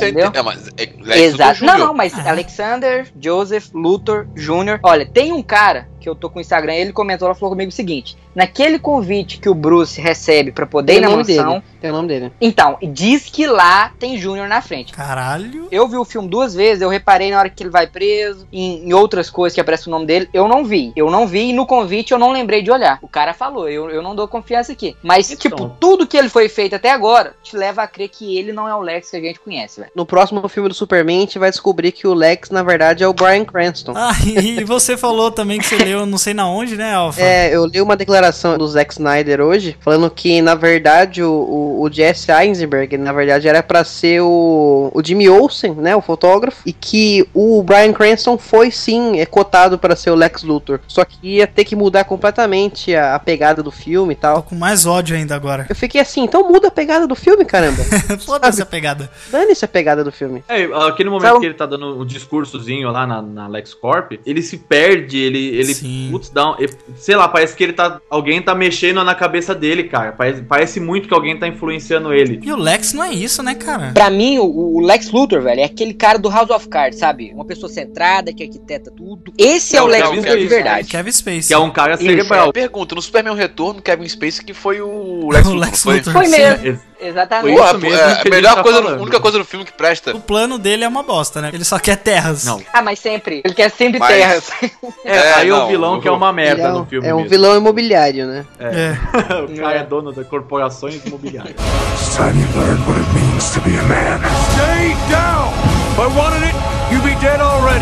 Speaker 9: Exato. Não, mas Alexander Joseph Luthor Jr. Olha, tem um cara que eu tô com o Instagram, ele comentou, ela falou comigo o seguinte, naquele convite que o Bruce recebe pra poder ir na mansão...
Speaker 6: Tem o nome dele.
Speaker 9: Então, diz que lá tem Júnior na frente.
Speaker 1: Caralho.
Speaker 9: Eu vi o filme 2 vezes, eu reparei na hora que ele vai preso, em outras coisas que aparece o nome dele, eu não vi e no convite eu não lembrei de olhar. O cara falou, eu não dou confiança aqui. Mas, tipo, tudo que ele foi feito até agora, te leva a crer que ele não é o Lex que a gente conhece, velho.
Speaker 6: No próximo filme do Superman, a gente vai descobrir que o Lex, na verdade, é o Bryan Cranston.
Speaker 1: E você falou também que você leu, não sei na onde, né, Alpha?
Speaker 6: Eu li uma declaração do Zack Snyder hoje, falando que, na verdade, o Jesse Eisenberg, na verdade, era pra ser o Jimmy Olsen, né, o fotógrafo, e que o Bryan Cranston foi, sim, cotado pra ser o Lex Luthor. Só que ia ter que mudar completamente a pegada do filme e tal.
Speaker 1: Tô com mais ódio ainda agora.
Speaker 6: Eu fiquei assim, então muda a pegada do filme, caramba.
Speaker 1: Foda-se a pegada.
Speaker 6: Dane-se a pegada do filme.
Speaker 7: Aquele momento que ele tá dando um discursozinho lá na LexCorp, ele se perde, ele putz, sei lá, parece que alguém tá mexendo na cabeça dele, cara. Parece muito que alguém tá influenciando ele.
Speaker 1: E o Lex não é isso, né, cara?
Speaker 9: Pra mim, o Lex Luthor, velho, é aquele cara do House of Cards, sabe? Uma pessoa centrada, que arquiteta tudo. Esse é o Lex Luthor de verdade.
Speaker 1: Kevin Spacey.
Speaker 7: Que é um cara cerebral.
Speaker 8: Pergunta, no Superman Retorno, Kevin Spacey que foi o Lex Luthor.
Speaker 9: Foi mesmo. Exatamente.
Speaker 8: Foi isso mesmo a única coisa do filme que presta.
Speaker 1: O plano dele é uma bosta, né? Ele só quer terras.
Speaker 7: Não.
Speaker 9: Mas sempre. Ele quer sempre terras.
Speaker 7: Aí o vilão que é uma merda no filme.
Speaker 6: É um vilão imobiliário, né?
Speaker 7: O cara é dono das corporações imobiliárias.
Speaker 4: It's time you learn what it means to be a man. Stay down! If I wanted it, you'd be dead already.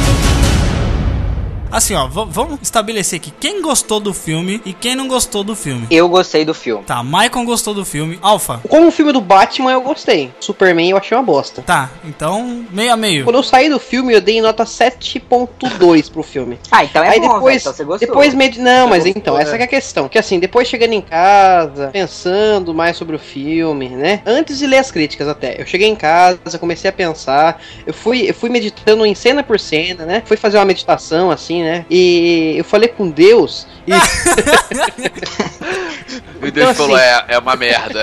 Speaker 1: Assim, ó, vamos estabelecer aqui quem gostou do filme e quem não gostou do filme.
Speaker 9: Eu gostei do filme.
Speaker 1: Tá, Maicon gostou do filme. Alpha?
Speaker 6: Como o filme do Batman, eu gostei. Superman, eu achei uma bosta.
Speaker 1: Tá, então, meio a meio.
Speaker 6: Quando eu saí do filme, eu dei nota 7.2 pro filme.
Speaker 9: Então é
Speaker 6: aí
Speaker 9: bom,
Speaker 6: depois,
Speaker 9: então você gostou.
Speaker 6: Depois não, mas gostou, então, essa que é a questão. Que assim, depois chegando em casa, pensando mais sobre o filme, né? Antes de ler as críticas até. Eu cheguei em casa, comecei a pensar. Eu fui meditando em cena por cena, né? Fui fazer uma meditação, assim, assim, né? E eu falei com Deus e...
Speaker 8: E Deus falou, é uma merda.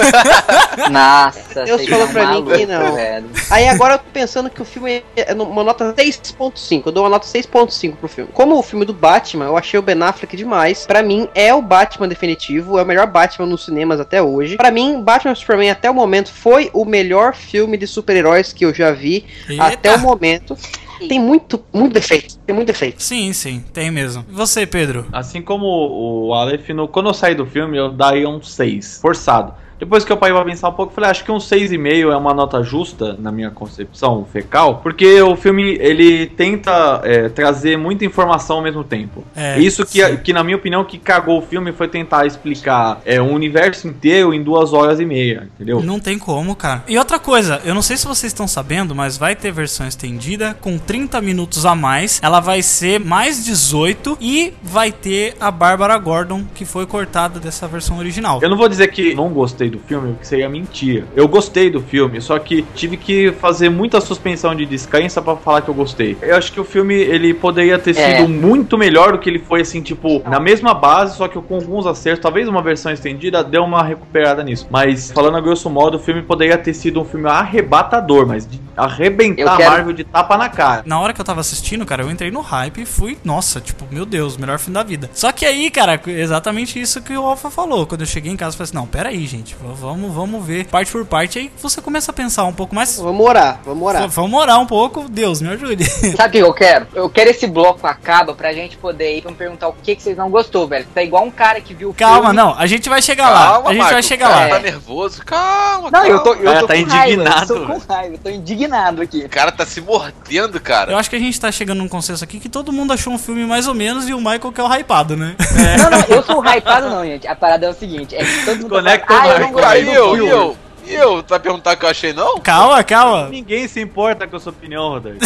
Speaker 9: Nossa,
Speaker 6: Deus
Speaker 9: vocês
Speaker 6: falou
Speaker 9: são
Speaker 6: pra mim que
Speaker 9: malucos,
Speaker 6: não.
Speaker 9: velho.
Speaker 6: Aí agora eu tô pensando que o filme é uma nota 6.5. Eu dou uma nota 6.5 pro filme. Como o filme do Batman, eu achei o Ben Affleck demais. Pra mim, é o Batman definitivo. É o melhor Batman nos cinemas até hoje. Pra mim, Batman Superman até o momento foi o melhor filme de super-heróis que eu já vi.
Speaker 1: Eita.
Speaker 6: Até o momento. Tem muito defeito. Tem muito defeito.
Speaker 1: Sim, tem mesmo. E você, Pedro?
Speaker 7: Assim como o Aleph, quando eu saí do filme, eu daria um 6, forçado. Depois que eu parei pra pensar um pouco, eu falei, acho que um 6,5 é uma nota justa, na minha concepção fecal, porque o filme, ele tenta trazer muita informação ao mesmo tempo. Isso que, na minha opinião, que cagou o filme foi tentar explicar o universo inteiro em 2h30, entendeu?
Speaker 1: Não tem como, cara. E outra coisa, eu não sei se vocês estão sabendo, mas vai ter versão estendida com 30 minutos a mais. Ela vai ser mais 18 e vai ter a Bárbara Gordon, que foi cortada dessa versão original.
Speaker 7: Eu não vou dizer que não gostei do filme, que seria mentira. Eu gostei do filme, só que tive que fazer muita suspensão de descrença pra falar que eu gostei. Eu acho que o filme, ele poderia ter sido muito melhor do que ele foi, assim, tipo, na mesma base, só que com alguns acertos. Talvez uma versão estendida deu uma recuperada nisso. Mas, falando a grosso modo, o filme poderia ter sido um filme arrebatador, mas de arrebentar a Marvel de tapa na cara.
Speaker 1: Na hora que eu tava assistindo, cara, eu entrei no hype e fui, nossa, tipo, meu Deus, melhor filme da vida. Só que aí, cara, exatamente isso que o Alpha falou. Quando eu cheguei em casa, eu falei assim, não, pera aí, gente, vamos ver parte por parte. Aí você começa a pensar um pouco mais.
Speaker 6: Vamos orar.
Speaker 1: Vamos orar um pouco, Deus, me ajude.
Speaker 9: Sabe o que eu quero? Eu quero esse bloco acaba pra gente poder ir pra me perguntar o que vocês não gostou, velho. Tá igual um cara que viu o filme.
Speaker 1: Calma, não, a gente vai chegar lá. A gente vai chegar lá.
Speaker 8: Tá nervoso? Calma,
Speaker 9: Não, eu tô
Speaker 7: tá indignado.
Speaker 9: Eu tô com raiva, eu tô indignado aqui.
Speaker 8: O cara tá se mordendo, cara.
Speaker 1: Eu acho que a gente tá chegando num consenso aqui que todo mundo achou um filme mais ou menos e o Michael que é o hypado, né?
Speaker 9: Não, eu sou hypado não, gente. A parada é o seguinte, é que todo mundo
Speaker 7: Conecta
Speaker 9: fala,
Speaker 7: o
Speaker 9: eu não
Speaker 7: Michael.
Speaker 9: gostei do filme.
Speaker 8: E eu? Tu vai perguntar o que eu achei, não?
Speaker 1: Calma.
Speaker 7: Ninguém se importa com a sua opinião, Rodrigo.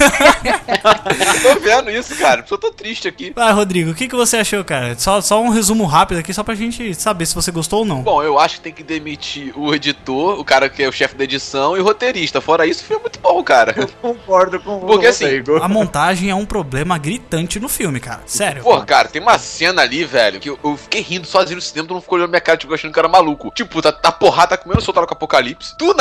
Speaker 8: Eu tô vendo isso, cara. Eu tô triste aqui.
Speaker 1: Vai, Rodrigo, o que você achou, cara? Só um resumo rápido aqui, só pra gente saber se você gostou ou não.
Speaker 8: Bom, eu acho que tem que demitir o editor, o cara que é o chefe da edição e o roteirista. Fora isso, o filme é muito bom, cara.
Speaker 7: Eu concordo com
Speaker 8: Porque assim,
Speaker 1: a montagem é um problema gritante no filme, cara. Sério.
Speaker 8: Pô, cara, tem uma cena ali, velho, que eu fiquei rindo sozinho no cinema, tu não ficou olhando minha cara, tipo, achando que eu era maluco. Tipo, tá porrada, tá comendo soltado com o Apocalipse. Do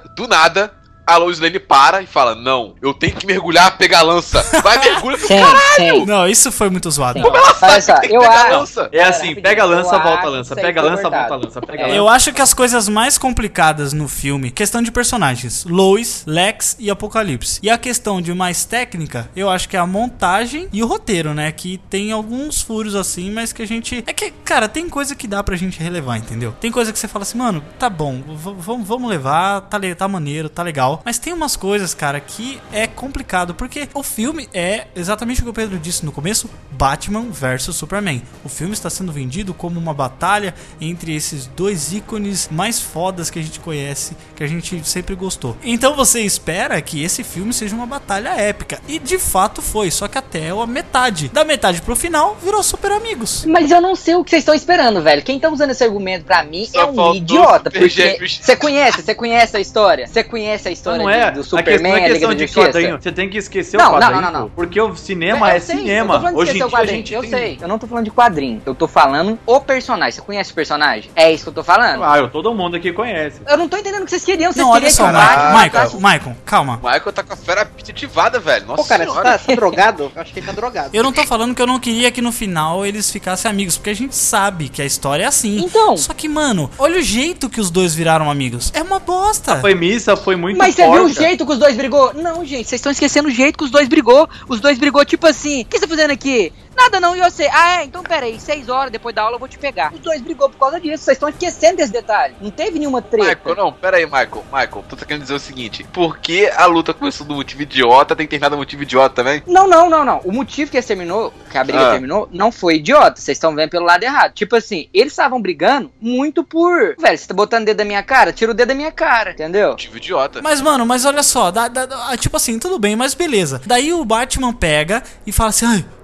Speaker 8: nada, a Lois Lane para e fala, não, eu tenho que mergulhar, pegar a lança. Vai, mergulha pro caralho!
Speaker 1: Não, isso foi muito zoado.
Speaker 8: Como ela sabe que tem que pegar a lança?
Speaker 7: É assim, pega a lança,
Speaker 9: eu
Speaker 7: volta a
Speaker 9: acho
Speaker 7: lança,
Speaker 9: que
Speaker 7: pega a
Speaker 9: isso aí
Speaker 7: lança,
Speaker 9: foi
Speaker 7: volta a
Speaker 9: verdade.
Speaker 7: lança, pega a lança.
Speaker 1: Eu acho que as coisas mais complicadas no filme, questão de personagens, Lois, Lex e Apocalipse. E a questão de mais técnica, eu acho que é a montagem e o roteiro, né? Que tem alguns furos assim, mas que a gente... É que, cara, tem coisa que dá pra gente relevar, entendeu? Tem coisa que você fala assim, mano, tá bom, vamos levar, tá maneiro, tá legal. Mas tem umas coisas, cara, que é complicado, porque o filme é exatamente o que o Pedro disse no começo, Batman versus Superman. O filme está sendo vendido como uma batalha entre esses dois ícones mais fodas que a gente conhece, que a gente sempre gostou. Então você espera que esse filme seja uma batalha épica, e de fato foi, só que até a metade. Da metade pro final, virou Super Amigos.
Speaker 9: Mas eu não sei o que vocês estão esperando, velho. Quem tá usando esse argumento pra mim
Speaker 8: Só
Speaker 9: é um
Speaker 8: faltou
Speaker 9: idiota.
Speaker 8: Super
Speaker 9: Porque
Speaker 8: Gêmeos.
Speaker 9: você conhece a história? Você conhece a história
Speaker 7: Não é,
Speaker 9: do
Speaker 7: a
Speaker 9: Superman,
Speaker 7: questão é
Speaker 9: a Liga
Speaker 7: questão
Speaker 9: da
Speaker 7: de
Speaker 9: Justiça?
Speaker 7: quadrinho. Você tem que esquecer
Speaker 9: Não,
Speaker 7: o quadrinho.
Speaker 9: não.
Speaker 7: Porque o cinema é
Speaker 9: sei,
Speaker 7: cinema.
Speaker 9: Eu tô falando de
Speaker 7: Hoje em
Speaker 9: esquecer o
Speaker 7: dia a
Speaker 9: quadrinho.
Speaker 7: gente
Speaker 9: Eu
Speaker 7: tem...
Speaker 9: sei, eu não tô falando de quadrinho. Eu tô falando o personagem. Você conhece o personagem? É isso que eu tô falando?
Speaker 7: Ah, todo mundo aqui conhece.
Speaker 9: Eu não tô entendendo o que vocês queriam. Vocês
Speaker 1: Não, olha
Speaker 9: queriam
Speaker 1: só,
Speaker 9: que o Batman
Speaker 1: Michael, calma.
Speaker 8: O Michael tá com a fera ativada, velho. Nossa
Speaker 6: Pô, cara, você
Speaker 8: senhora.
Speaker 6: tá drogado? Eu acho que ele tá drogado.
Speaker 1: Eu não tô falando que eu não queria que no final eles ficassem amigos, porque a gente sabe que a história é assim.
Speaker 9: Então.
Speaker 1: Só que, mano, olha o jeito que os dois viraram amigos. É uma bosta.
Speaker 7: A premissa foi muito
Speaker 9: Mas você
Speaker 7: porca.
Speaker 9: viu o jeito que os dois brigou? Não, gente, vocês estão esquecendo o jeito que os dois brigou. Os dois brigou tipo assim, o que você tá fazendo aqui? Nada não, e você? Ah, é? Então peraí, 6 horas depois da aula eu vou te pegar. Os dois brigou por causa disso, vocês estão esquecendo desse detalhe. Não teve nenhuma treta.
Speaker 8: Michael, não, pera aí, Michael, tu tá querendo dizer o seguinte, por que a luta começou do motivo idiota, tem que terminar do motivo idiota também?
Speaker 9: Não. O motivo que eles terminou, que a briga terminou, não foi idiota. Vocês estão vendo pelo lado errado. Tipo assim, eles estavam brigando muito por... Velho, você tá botando o dedo da minha cara? Tira o dedo da minha cara, entendeu?
Speaker 8: Motivo idiota.
Speaker 1: Mas, mano, olha só, tipo assim, tudo bem, mas beleza. Daí o Batman pega e fala assim, ai,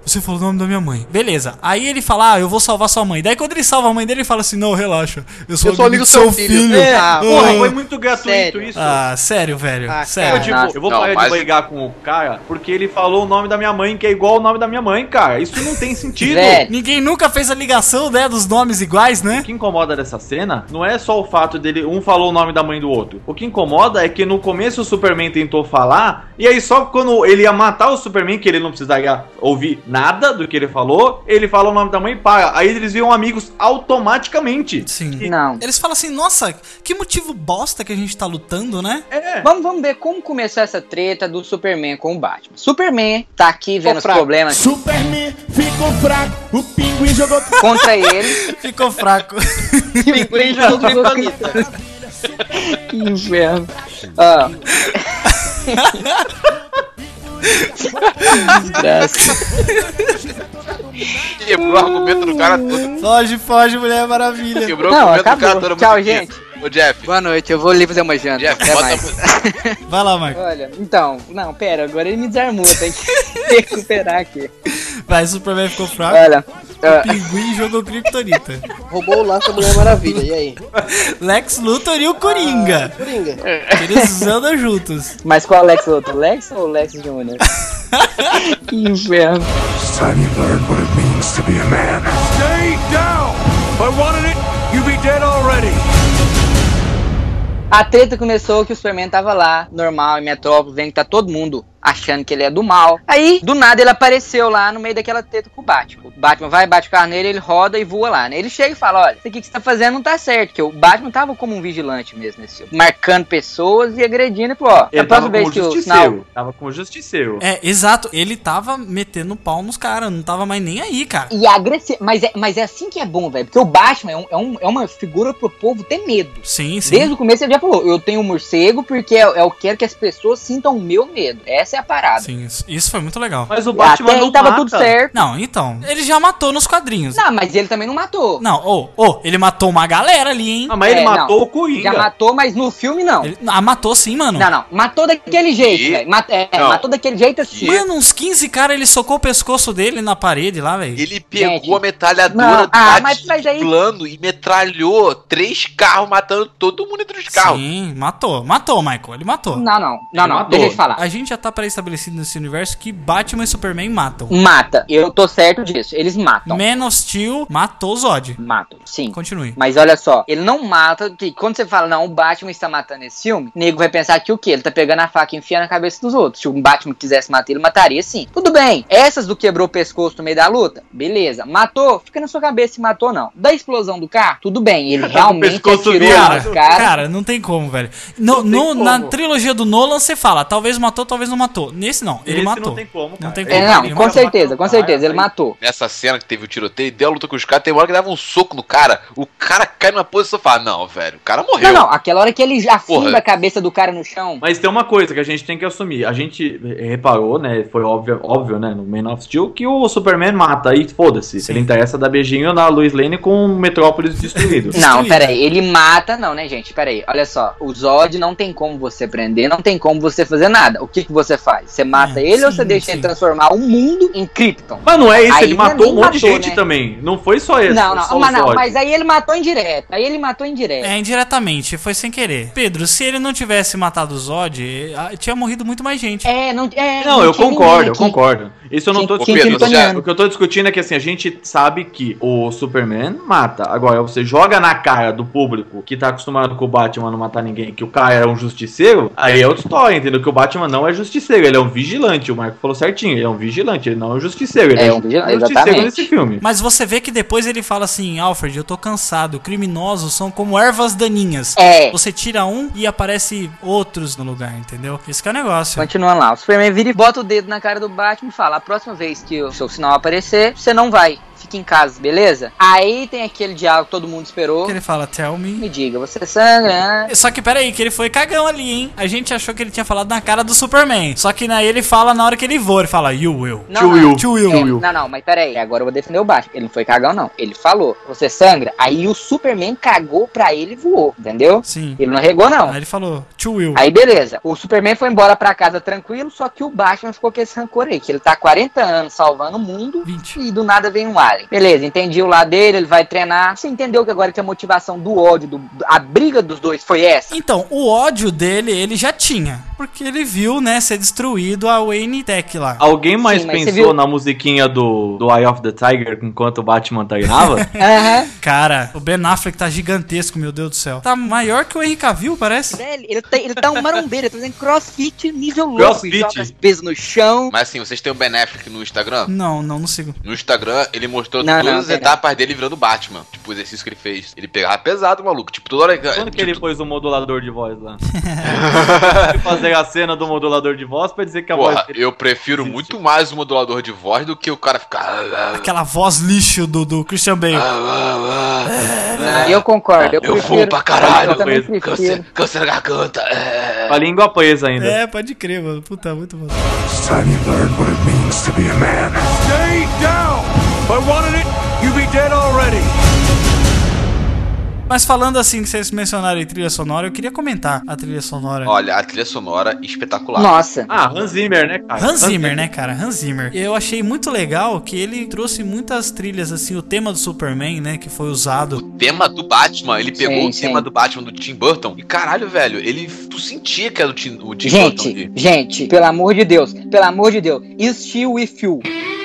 Speaker 1: você falou o nome da minha mãe. Beleza. Aí ele fala, eu vou salvar sua mãe. Daí quando ele salva a mãe dele, ele fala assim, não, relaxa. Eu sou amigo do seu filho.
Speaker 7: Porra, foi muito gratuito isso.
Speaker 1: Sério, velho. Sério.
Speaker 7: Eu vou parar de brigar com o cara porque ele falou o nome da minha mãe, que é igual o nome da minha mãe, cara. Isso não tem sentido.
Speaker 1: Ninguém nunca fez a ligação, né, dos nomes iguais, né?
Speaker 7: O que incomoda dessa cena não é só o fato dele, um falou o nome da mãe do outro. O que incomoda é que no começo o Superman tentou falar, e aí só quando ele ia matar o Superman, que ele não precisaria ouvir nada do que ele falou, ele fala o nome da mãe e para. Aí eles viram amigos automaticamente.
Speaker 1: Sim.
Speaker 9: Não.
Speaker 1: Eles falam assim, nossa, que motivo bosta que a gente tá lutando, né?
Speaker 9: Vamos ver como começou essa treta do Superman com o Batman. Superman tá aqui vendo os problemas.
Speaker 2: Superman ficou fraco, o Pinguim jogou
Speaker 9: contra ele.
Speaker 1: Ficou fraco.
Speaker 6: Pinguim jogou Kryptonita.
Speaker 9: Que inferno. Desgraça.
Speaker 8: Quebrou o argumento do cara todo.
Speaker 1: Foge, Mulher Maravilha.
Speaker 8: Quebrou o argumento do cara todo.
Speaker 9: Tchau, gente.
Speaker 8: Ô, Jeff.
Speaker 9: Boa noite, eu vou ali fazer uma janta.
Speaker 8: Jeff,
Speaker 9: até mais.
Speaker 1: Vai lá, Marco.
Speaker 9: Olha, então, não, pera, agora ele me desarmou, tem que recuperar aqui.
Speaker 1: Vai, o Superman ficou fraco.
Speaker 9: Olha,
Speaker 1: o Pinguim jogou Kryptonita.
Speaker 6: Roubou o laço da Mulher Maravilha, e aí?
Speaker 1: Lex Luthor e o Coringa.
Speaker 6: Coringa.
Speaker 1: Eles andam juntos.
Speaker 9: Mas qual Lex Luthor? Lex ou Lex Jr.? Que inferno.
Speaker 4: It's time you learn what it means to be a man. Stay down! If I wanted it, you'd be dead already.
Speaker 9: A treta começou que o Superman tava lá, normal, em Metrópolis, vendo que tá todo mundo achando que ele é do mal. Aí, do nada, ele apareceu lá no meio daquela treta com o Batman. O Batman vai, bate o carro nele, ele roda e voa lá, né? Ele chega e fala, olha, isso aqui que você tá fazendo não tá certo, porque o Batman tava como um vigilante mesmo nesse filme, marcando pessoas e agredindo, e falou, ó,
Speaker 7: ele
Speaker 9: a próxima vez que o
Speaker 7: sinal... Tava com o justiceiro.
Speaker 1: Exato. Ele tava metendo pau nos caras, não tava mais nem aí, cara.
Speaker 9: E agressivo, mas é assim que é bom, velho, porque o Batman é uma figura pro povo ter medo.
Speaker 1: Sim.
Speaker 9: Desde o começo ele já falou, eu tenho um morcego porque eu quero que as pessoas sintam o meu medo. Essa é a parada.
Speaker 1: Sim, isso foi muito legal.
Speaker 7: Mas o Batman
Speaker 9: até
Speaker 7: não
Speaker 9: aí tava
Speaker 7: mata.
Speaker 9: tudo certo.
Speaker 1: Não, então, ele já matou nos quadrinhos.
Speaker 9: Não, mas ele também não matou.
Speaker 1: Não, ele matou uma galera ali, hein?
Speaker 7: Mas ele matou o Coringa.
Speaker 9: Já matou, mas no filme não.
Speaker 1: Matou sim, mano.
Speaker 9: Não, matou daquele jeito, velho. Matou daquele jeito assim.
Speaker 1: Mano, uns 15 caras, ele socou o pescoço dele na parede lá, velho.
Speaker 8: Ele pegou a metralhadora
Speaker 9: mas aí...
Speaker 8: plano e metralhou 3 carros, matando todo mundo entre os carros.
Speaker 1: Sim, matou, Michael, ele matou.
Speaker 9: Não, deixa eu te falar.
Speaker 1: A gente já tá pré-estabelecido nesse universo que Batman e Superman matam.
Speaker 9: Mata, eu tô certo disso, eles matam.
Speaker 1: Man of Steel matou o Zod.
Speaker 9: Matam, sim.
Speaker 1: Continue.
Speaker 9: Mas olha só, ele não mata, porque quando você fala, não, o Batman está matando esse filme, o nego vai pensar que o quê? Ele tá pegando a faca e enfiando na cabeça dos outros. Se o Batman quisesse matar, ele mataria sim. Tudo bem, essas do quebrou o pescoço no meio da luta, beleza. Matou, fica na sua cabeça se matou ou não. Da explosão do carro, tudo bem, ele realmente atirou nos caras.
Speaker 1: Cara, não tem como, velho. Na trilogia do Nolan, você fala, talvez matou, talvez não matou. Nesse não, ele matou.
Speaker 7: Não tem como, cara.
Speaker 1: Não tem como.
Speaker 9: Com certeza, ele matou.
Speaker 8: Nessa cena que teve o tiroteio, deu a luta com os caras, tem uma hora que dava um soco no cara, o cara cai numa posição e fala, não, velho, o cara morreu.
Speaker 9: Não, aquela hora que ele já afunda a cabeça do cara no chão.
Speaker 7: Mas tem uma coisa que a gente tem que assumir, a gente reparou, né, foi óbvio, né, no Man of Steel, que o Superman mata, aí foda-se, ele interessa dar beijinho na Lois Lane com o Metrópolis destruído.
Speaker 9: Não, peraí, ele mata, não, né, gente, peraí, olha só, o Zod não tem como você prender, não tem como você fazer nada, o que você faz? Você mata ele ou você deixa ele transformar o mundo em Krypton?
Speaker 7: Mas não é isso,
Speaker 9: aí
Speaker 7: ele matou um monte de gente,
Speaker 9: né?
Speaker 7: Também, não foi só ele.
Speaker 9: Mas aí ele matou indireto,
Speaker 1: indiretamente, foi sem querer. Pedro, se ele não tivesse matado o Zod, tinha morrido muito mais gente.
Speaker 7: Não, eu concordo. Isso eu não tô discutindo. O que eu tô discutindo é que assim, a gente sabe que o Superman mata. Agora, você joga na cara do público que tá acostumado com o Batman não matar ninguém, que o cara é um justiceiro, aí é outra história, entendeu? Que o Batman não é justiceiro, ele é um vigilante. O Marco falou certinho, ele é um vigilante, ele não é um justiceiro. Ele é um justiceiro nesse filme.
Speaker 1: Mas você vê que depois ele fala assim, Alfred, eu tô cansado, criminosos são como ervas daninhas. Você tira um e aparece outros no lugar, entendeu? Esse que é o negócio.
Speaker 9: Continuando lá, o Superman vira e bota o dedo na cara do Batman e fala, a próxima vez que o seu sinal aparecer, você não vai fica em casa, beleza? Aí tem aquele diálogo que todo mundo esperou.
Speaker 1: Que ele fala, tell me.
Speaker 9: Me diga, você sangra, né?
Speaker 1: Só que peraí, que ele foi cagão ali, hein? A gente achou que ele tinha falado na cara do Superman. Só que aí ele fala na hora que ele voa, ele fala, you will.
Speaker 9: To will. Não, mas peraí. Agora eu vou defender o Batman. Ele não foi cagão, não. Ele falou, você sangra. Aí o Superman cagou pra ele e voou, entendeu?
Speaker 1: Sim.
Speaker 9: Ele não regou, não.
Speaker 1: Aí ele falou, to will.
Speaker 9: Aí beleza. O Superman foi embora pra casa tranquilo, só que o Batman ficou com esse rancor aí, que ele tá há 40 anos salvando o mundo
Speaker 1: 20.
Speaker 9: E do nada vem um alien. Beleza, entendi o lado dele, ele vai treinar. Você entendeu que agora que a motivação do ódio, a briga dos dois foi essa?
Speaker 1: Então, o ódio dele, ele já tinha. Porque ele viu, né, ser destruído a Wayne Tech lá.
Speaker 7: Alguém mais
Speaker 9: Sim, mas
Speaker 7: pensou na musiquinha do Eye of the Tiger enquanto o Batman treinava?
Speaker 9: Aham.
Speaker 1: Cara, o Ben Affleck tá gigantesco, meu Deus do céu. Tá maior que o Henry Cavill, parece.
Speaker 9: Velho, ele tá um marombeiro, ele tá fazendo crossfit nível louco.
Speaker 7: Crossfit?
Speaker 9: Joga as pesos no chão.
Speaker 8: Mas assim, vocês têm o Ben Affleck no Instagram?
Speaker 1: Não sigo.
Speaker 8: No Instagram, ele mostrou
Speaker 9: Não,
Speaker 8: todas as
Speaker 9: tem
Speaker 8: etapas dele virando Batman. Tipo, o exercício que ele fez. Ele pegava pesado, maluco. Tipo, toda hora...
Speaker 7: Quando que ele pôs o modulador de voz lá? Fazer a cena do modulador de voz pra dizer que a voz
Speaker 8: Porra,
Speaker 7: dele...
Speaker 8: eu prefiro muito mais o modulador de voz do que o cara ficar...
Speaker 1: Aquela voz lixo do Christian Bale.
Speaker 9: Eu concordo.
Speaker 8: Eu vou pra caralho.
Speaker 9: Eu também prefiro.
Speaker 8: Câncer na garganta.
Speaker 7: Com a língua presa ainda.
Speaker 1: É, pode crer, mano. Puta, muito bom.
Speaker 4: It's time you learn what it means to be a man.
Speaker 2: Stay down! If I wanted it, you'd be dead already.
Speaker 1: Mas falando assim, que vocês mencionaram em trilha sonora, eu queria comentar a trilha sonora.
Speaker 8: Olha, a trilha sonora espetacular.
Speaker 9: Nossa.
Speaker 7: Ah, Hans Zimmer, né, cara?
Speaker 1: Hans Zimmer, né, cara? Hans Zimmer. Eu achei muito legal que ele trouxe muitas trilhas, assim, o tema do Superman, né, que foi usado.
Speaker 8: O tema do Batman, ele pegou
Speaker 9: Sim,
Speaker 8: o tema
Speaker 9: sim.
Speaker 8: do Batman do Tim Burton e caralho, velho, tu sentia que era o Tim Burton. ali.
Speaker 9: Gente, pelo amor de Deus, Still With You.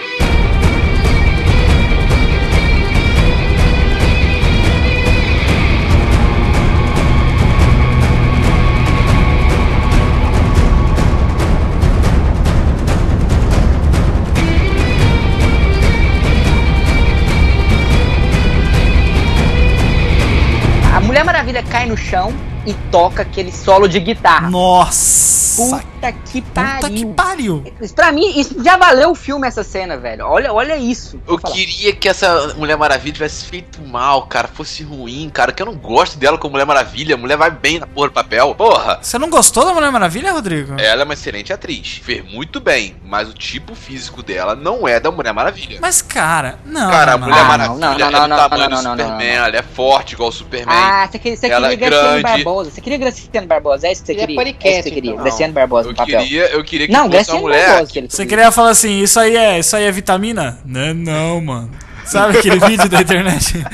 Speaker 9: A Mulher Maravilha cai no chão e toca aquele solo de guitarra.
Speaker 1: Nossa!
Speaker 9: Puta que pariu.
Speaker 1: Puta que pariu!
Speaker 9: Pra mim, isso já valeu o filme, essa cena, velho. Olha isso.
Speaker 8: Eu queria que essa Mulher Maravilha tivesse feito mal, cara, fosse ruim, cara, que eu não gosto dela como Mulher Maravilha. A mulher vai bem na porra do papel. Porra!
Speaker 1: Você não gostou da Mulher Maravilha, Rodrigo?
Speaker 8: Ela é uma excelente atriz, fez muito bem, mas o tipo físico dela não é da Mulher Maravilha.
Speaker 1: Mas, cara, não.
Speaker 8: Cara, a
Speaker 1: não.
Speaker 8: Mulher Maravilha é do tamanho do
Speaker 9: não,
Speaker 8: Superman, ela é forte igual o Superman.
Speaker 9: Ah, você queria
Speaker 8: Ela é
Speaker 9: Graciano
Speaker 8: grande.
Speaker 9: Barbosa. Você queria Graciano Barbosa, é isso que você
Speaker 6: Ele é
Speaker 9: queria?
Speaker 6: podcast,
Speaker 9: É isso que você queria.
Speaker 6: então.
Speaker 9: Graciano Barbosa no papel.
Speaker 8: Eu queria que
Speaker 9: Não,
Speaker 8: fosse uma
Speaker 9: Graciano
Speaker 8: mulher.
Speaker 9: Barbosa que ele
Speaker 1: Você queria falar assim, isso aí é vitamina? Não, mano. Sabe aquele vídeo da internet?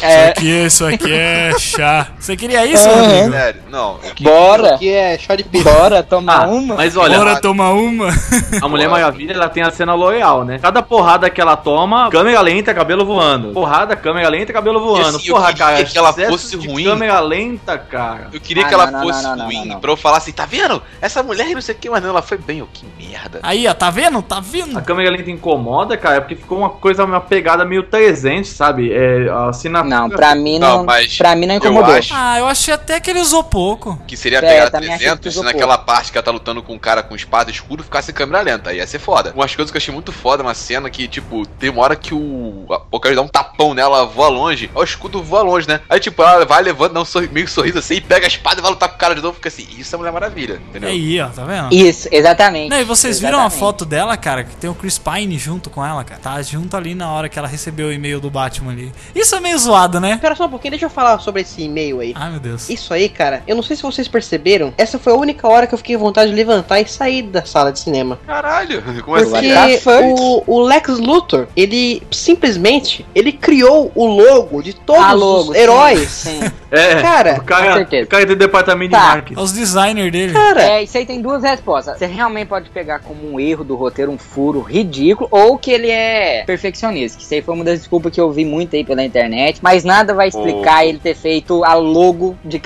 Speaker 1: Isso aqui é chá. Você queria isso, Rodrigo?
Speaker 8: Sério, não. eu queria-
Speaker 9: Bora!
Speaker 6: Que é chá de pizza.
Speaker 9: Bora tomar uma.
Speaker 7: Mas olha,
Speaker 1: Bora tomar uma.
Speaker 7: a Mulher Maravilha, ela tem a cena L'Oreal, né? Cada porrada que ela toma, câmera lenta, cabelo voando. Porrada, câmera lenta, cabelo voando.
Speaker 8: assim, eu
Speaker 7: Porra,
Speaker 8: queria
Speaker 7: cara,
Speaker 8: que ela
Speaker 7: excesso
Speaker 8: fosse
Speaker 7: de
Speaker 8: ruim.
Speaker 7: câmera lenta, cara.
Speaker 8: Eu queria
Speaker 9: Ah,
Speaker 8: que ela
Speaker 9: não,
Speaker 8: fosse
Speaker 9: não,
Speaker 8: ruim
Speaker 9: não.
Speaker 8: pra eu falar assim, tá vendo? Essa mulher não sei o que, mas não, ela foi bem, que merda.
Speaker 1: Aí, ó, tá vendo? Tá vendo?
Speaker 7: A câmera lenta incomoda, cara, porque ficou uma pegada meio 300, sabe? A assinatura...
Speaker 9: Não, pra mim
Speaker 8: Não,
Speaker 9: não,
Speaker 8: mas
Speaker 9: pra mim não
Speaker 8: eu
Speaker 9: incomodou.
Speaker 8: acho-
Speaker 1: Eu achei até que ele usou pouco.
Speaker 8: Que seria
Speaker 9: É,
Speaker 8: pegar
Speaker 9: também achei
Speaker 8: 300
Speaker 9: que
Speaker 8: se
Speaker 9: usou
Speaker 8: naquela parte que ela tá lutando com um cara com espada escuro ficasse em câmera lenta. Aí ia ser foda. Umas coisas que eu achei muito foda na cena que, tipo, tem uma hora que o cara dá um tapão nela, voa longe. Aí o escudo voa longe, né? Aí, tipo, ela vai levando, dá meio sorriso assim, e pega a espada e vai lutar com o cara de novo. Fica assim, isso é Mulher Maravilha, entendeu?
Speaker 1: Aí, ó, tá vendo?
Speaker 9: Isso, exatamente.
Speaker 1: Não, e vocês viram a
Speaker 9: Exatamente.
Speaker 1: foto dela, cara, que tem o Chris Pine junto com ela, cara. Tá junto ali na hora que ela recebeu o e-mail do Batman ali. Isso é meio zoado, né?
Speaker 6: Espera só um pouquinho, deixa eu falar sobre esse e-mail aí.
Speaker 1: Ai, meu Deus.
Speaker 6: Isso aí, cara, eu não sei se vocês perceberam, essa foi a única hora que eu fiquei com vontade de levantar e sair da sala de cinema.
Speaker 8: Caralho, como assim?
Speaker 6: Porque o Lex Luthor, ele simplesmente, ele criou o logo de todos os heróis.
Speaker 9: Sim.
Speaker 7: É,
Speaker 6: Cara,
Speaker 7: o cara,
Speaker 9: com certeza.
Speaker 7: o cara tem departamento
Speaker 9: Tá.
Speaker 7: de marketing.
Speaker 1: Os designers dele.
Speaker 6: Cara,
Speaker 9: Isso aí tem duas respostas. Você realmente pode pegar como um erro do roteiro, um furo ridículo, ou que ele é perfeccionista. Que isso aí foi uma das desculpas que eu vi muito aí pela internet. Mas nada vai explicar ele ter feito a logo de cada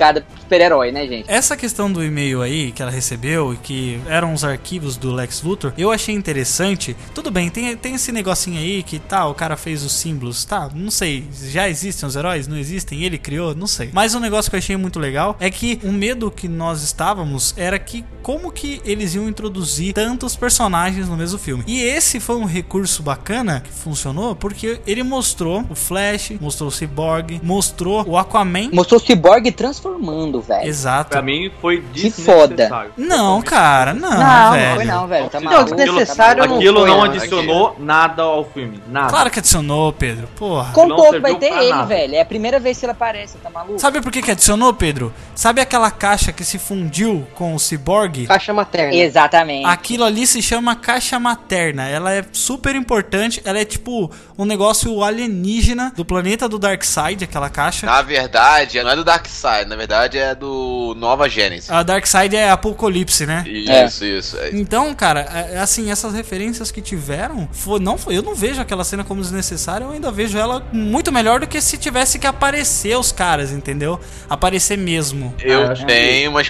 Speaker 9: super-herói, né, gente?
Speaker 1: Essa questão do e-mail aí que ela recebeu e que eram os arquivos do Lex Luthor, eu achei interessante. Tudo bem, tem esse negocinho aí que tá, o cara fez os símbolos, tá, não sei, já existem os heróis, não existem, ele criou, não sei. Mas um negócio que eu achei muito legal é que o medo que nós estávamos era que como que eles iam introduzir tantos personagens no mesmo filme. E esse foi um recurso bacana que funcionou porque ele mostrou o Flash, mostrou o Cyborg, mostrou o Aquaman.
Speaker 9: Mostrou o Cyborg transformando, velho.
Speaker 1: Exato.
Speaker 7: Pra mim foi
Speaker 9: Que foda.
Speaker 1: Não, cara, não, velho.
Speaker 9: Não foi não, velho. Tá
Speaker 6: Não,
Speaker 9: maluco.
Speaker 6: desnecessário não
Speaker 7: Aquilo
Speaker 6: foi,
Speaker 7: não
Speaker 6: não.
Speaker 7: adicionou nada ao filme. Nada.
Speaker 1: Claro que adicionou, Pedro. Porra.
Speaker 9: Contou que
Speaker 7: serviu
Speaker 9: vai ter
Speaker 7: pra
Speaker 9: ele,
Speaker 7: nada.
Speaker 9: velho. É a primeira vez que ele aparece, tá maluco?
Speaker 1: Sabe por que adicionou, Pedro? Sabe aquela caixa que se fundiu com o Cyborg?
Speaker 6: Caixa materna.
Speaker 9: Exatamente.
Speaker 1: Aquilo ali se chama caixa materna. Ela é super importante. Ela é tipo um negócio alienígena do planeta do Darkseid, aquela caixa.
Speaker 8: Na verdade, não é do Darkseid, na verdade é do Nova Gênesis.
Speaker 1: A Darkseid é Apocalipse, né?
Speaker 8: Isso.
Speaker 1: Então, cara, assim, essas referências que tiveram, eu não vejo aquela cena como desnecessária, eu ainda vejo ela muito melhor do que se tivesse que aparecer os caras, entendeu? Aparecer mesmo.
Speaker 8: Eu tenho uma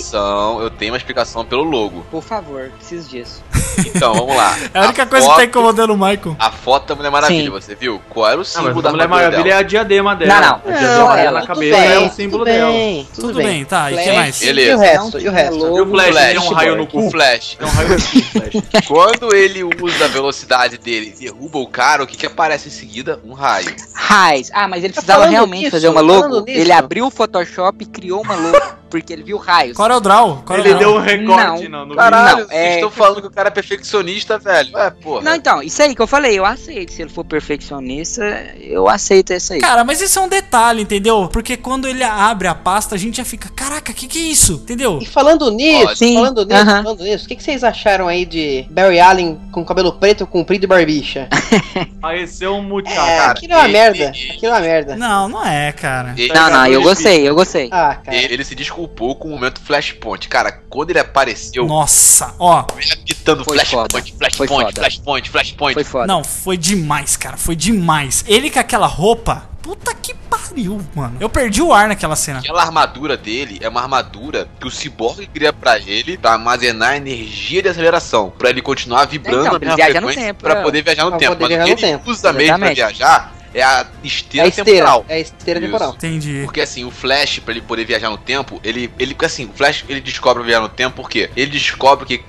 Speaker 8: explicação pelo logo.
Speaker 9: Por favor, preciso disso.
Speaker 8: Então, vamos lá.
Speaker 1: É a única coisa que tá incomodando o Michael.
Speaker 8: A foto da Mulher Maravilha,
Speaker 9: Sim.
Speaker 8: você viu? Qual era o
Speaker 7: Não,
Speaker 8: símbolo
Speaker 7: mas
Speaker 8: da
Speaker 7: a Mulher
Speaker 8: armadura
Speaker 7: Maravilha é
Speaker 8: dela?
Speaker 7: a diadema dela.
Speaker 9: Não.
Speaker 7: A diadema dela na
Speaker 6: tudo
Speaker 7: cabeça
Speaker 6: bem,
Speaker 7: é o
Speaker 6: tudo
Speaker 7: símbolo
Speaker 6: bem,
Speaker 7: dela.
Speaker 1: Tudo bem, tá. E o que
Speaker 9: Flash.
Speaker 1: mais?
Speaker 8: Beleza.
Speaker 6: E o resto? E o resto?
Speaker 7: E o Flash
Speaker 8: Flash,
Speaker 7: tem um raio no cu.
Speaker 8: O Flash.
Speaker 7: Tem um raio no cu, Flash.
Speaker 8: Quando ele usa a velocidade dele e derruba o cara, o que aparece em seguida? Um raio.
Speaker 9: Raiz. Ah, mas ele precisava
Speaker 6: falando
Speaker 9: realmente
Speaker 6: nisso,
Speaker 9: fazer uma
Speaker 6: falando
Speaker 9: logo.
Speaker 6: nisso.
Speaker 9: Ele abriu o Photoshop e criou uma logo. Porque ele viu raios.
Speaker 1: Corel Draw.
Speaker 7: Ele deu um recorte no
Speaker 8: Caralho,
Speaker 9: Não,
Speaker 8: vocês estão falando que o cara é perfeccionista, velho. Porra.
Speaker 9: Não, então, isso aí que eu falei, eu aceito. Se ele for perfeccionista, eu aceito isso aí.
Speaker 1: Cara, mas isso é um detalhe, entendeu? Porque quando ele abre a pasta, a gente já fica, caraca, que é isso? Entendeu?
Speaker 6: E falando nisso,
Speaker 9: Sim,
Speaker 6: falando
Speaker 9: aham.
Speaker 6: nisso, o que vocês acharam aí de Barry Allen com cabelo preto, comprido e barbicha?
Speaker 7: Pareceu um muchacho.
Speaker 8: cara,
Speaker 6: Aquilo é uma merda. Aquilo é uma merda.
Speaker 1: Não é, cara.
Speaker 9: Não, eu gostei.
Speaker 6: Ah, cara.
Speaker 8: Ele se desculpou com o momento Flashpoint. Cara, quando ele apareceu,
Speaker 1: Nossa, ó.
Speaker 8: ele apitando
Speaker 9: Foi foda. Foi foda.
Speaker 8: Flashpoint.
Speaker 9: Foi foda.
Speaker 1: Não, foi demais, cara. Foi demais. Ele com aquela roupa. Puta que pariu, mano. Eu perdi o ar naquela cena.
Speaker 8: Aquela armadura dele é uma armadura que o Cyborg cria pra ele pra armazenar energia de aceleração. Pra ele continuar vibrando
Speaker 9: Então,
Speaker 8: na mesma
Speaker 9: viajar no
Speaker 8: frequência
Speaker 9: tempo,
Speaker 8: pra
Speaker 9: é.
Speaker 8: poder viajar no
Speaker 6: Pra
Speaker 8: tempo.
Speaker 6: poder
Speaker 8: Mas o
Speaker 6: viajar
Speaker 8: que
Speaker 6: no
Speaker 8: ele
Speaker 6: tempo.
Speaker 8: usa mesmo pra
Speaker 9: Exatamente.
Speaker 8: viajar é a esteira,
Speaker 6: É esteira.
Speaker 8: temporal.
Speaker 6: É esteira
Speaker 8: Isso.
Speaker 6: temporal.
Speaker 1: Entendi.
Speaker 8: Porque assim, o Flash, pra ele poder viajar no tempo, o Flash, ele descobre viajar no tempo porque ele descobre que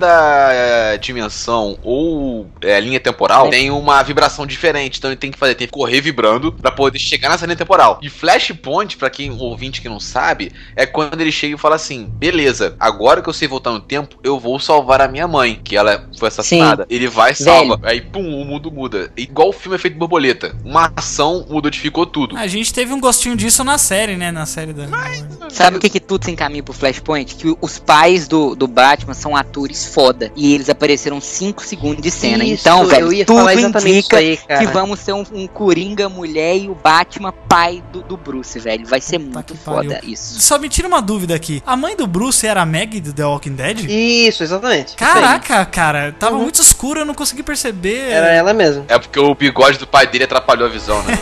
Speaker 8: cada dimensão ou linha temporal tem uma vibração diferente. Então ele tem que correr vibrando pra poder chegar nessa linha temporal. E Flashpoint, pra quem ouvinte que não sabe, é quando ele chega e fala assim: beleza, agora que eu sei voltar no tempo, eu vou salvar a minha mãe, que ela foi assassinada.
Speaker 9: Sim.
Speaker 8: Ele vai e salva. Aí, pum, o mundo muda. Igual o filme Efeito Borboleta. Uma ação modificou tudo.
Speaker 1: A gente teve um gostinho disso na série, né? Na série da.
Speaker 9: Sabe o que tudo se encaminha pro Flashpoint? Que os pais do Batman são atores foda. E eles apareceram 5 segundos de cena.
Speaker 6: Isso,
Speaker 9: Então,
Speaker 6: eu
Speaker 9: velho,
Speaker 6: ia
Speaker 9: tudo
Speaker 6: falar exatamente
Speaker 9: indica
Speaker 6: isso aí, cara.
Speaker 9: que vamos ser um Coringa mulher e o Batman pai do Bruce, velho. Vai ser muito
Speaker 1: que pariu.
Speaker 9: foda isso.
Speaker 1: Só me tira uma dúvida aqui. A mãe do Bruce era a Maggie do The Walking Dead?
Speaker 6: Isso, exatamente.
Speaker 1: Caraca, cara. Tava muito escuro, eu não consegui perceber.
Speaker 6: Era ela mesmo.
Speaker 8: É porque o bigode do pai dele atrapalhou a visão, né?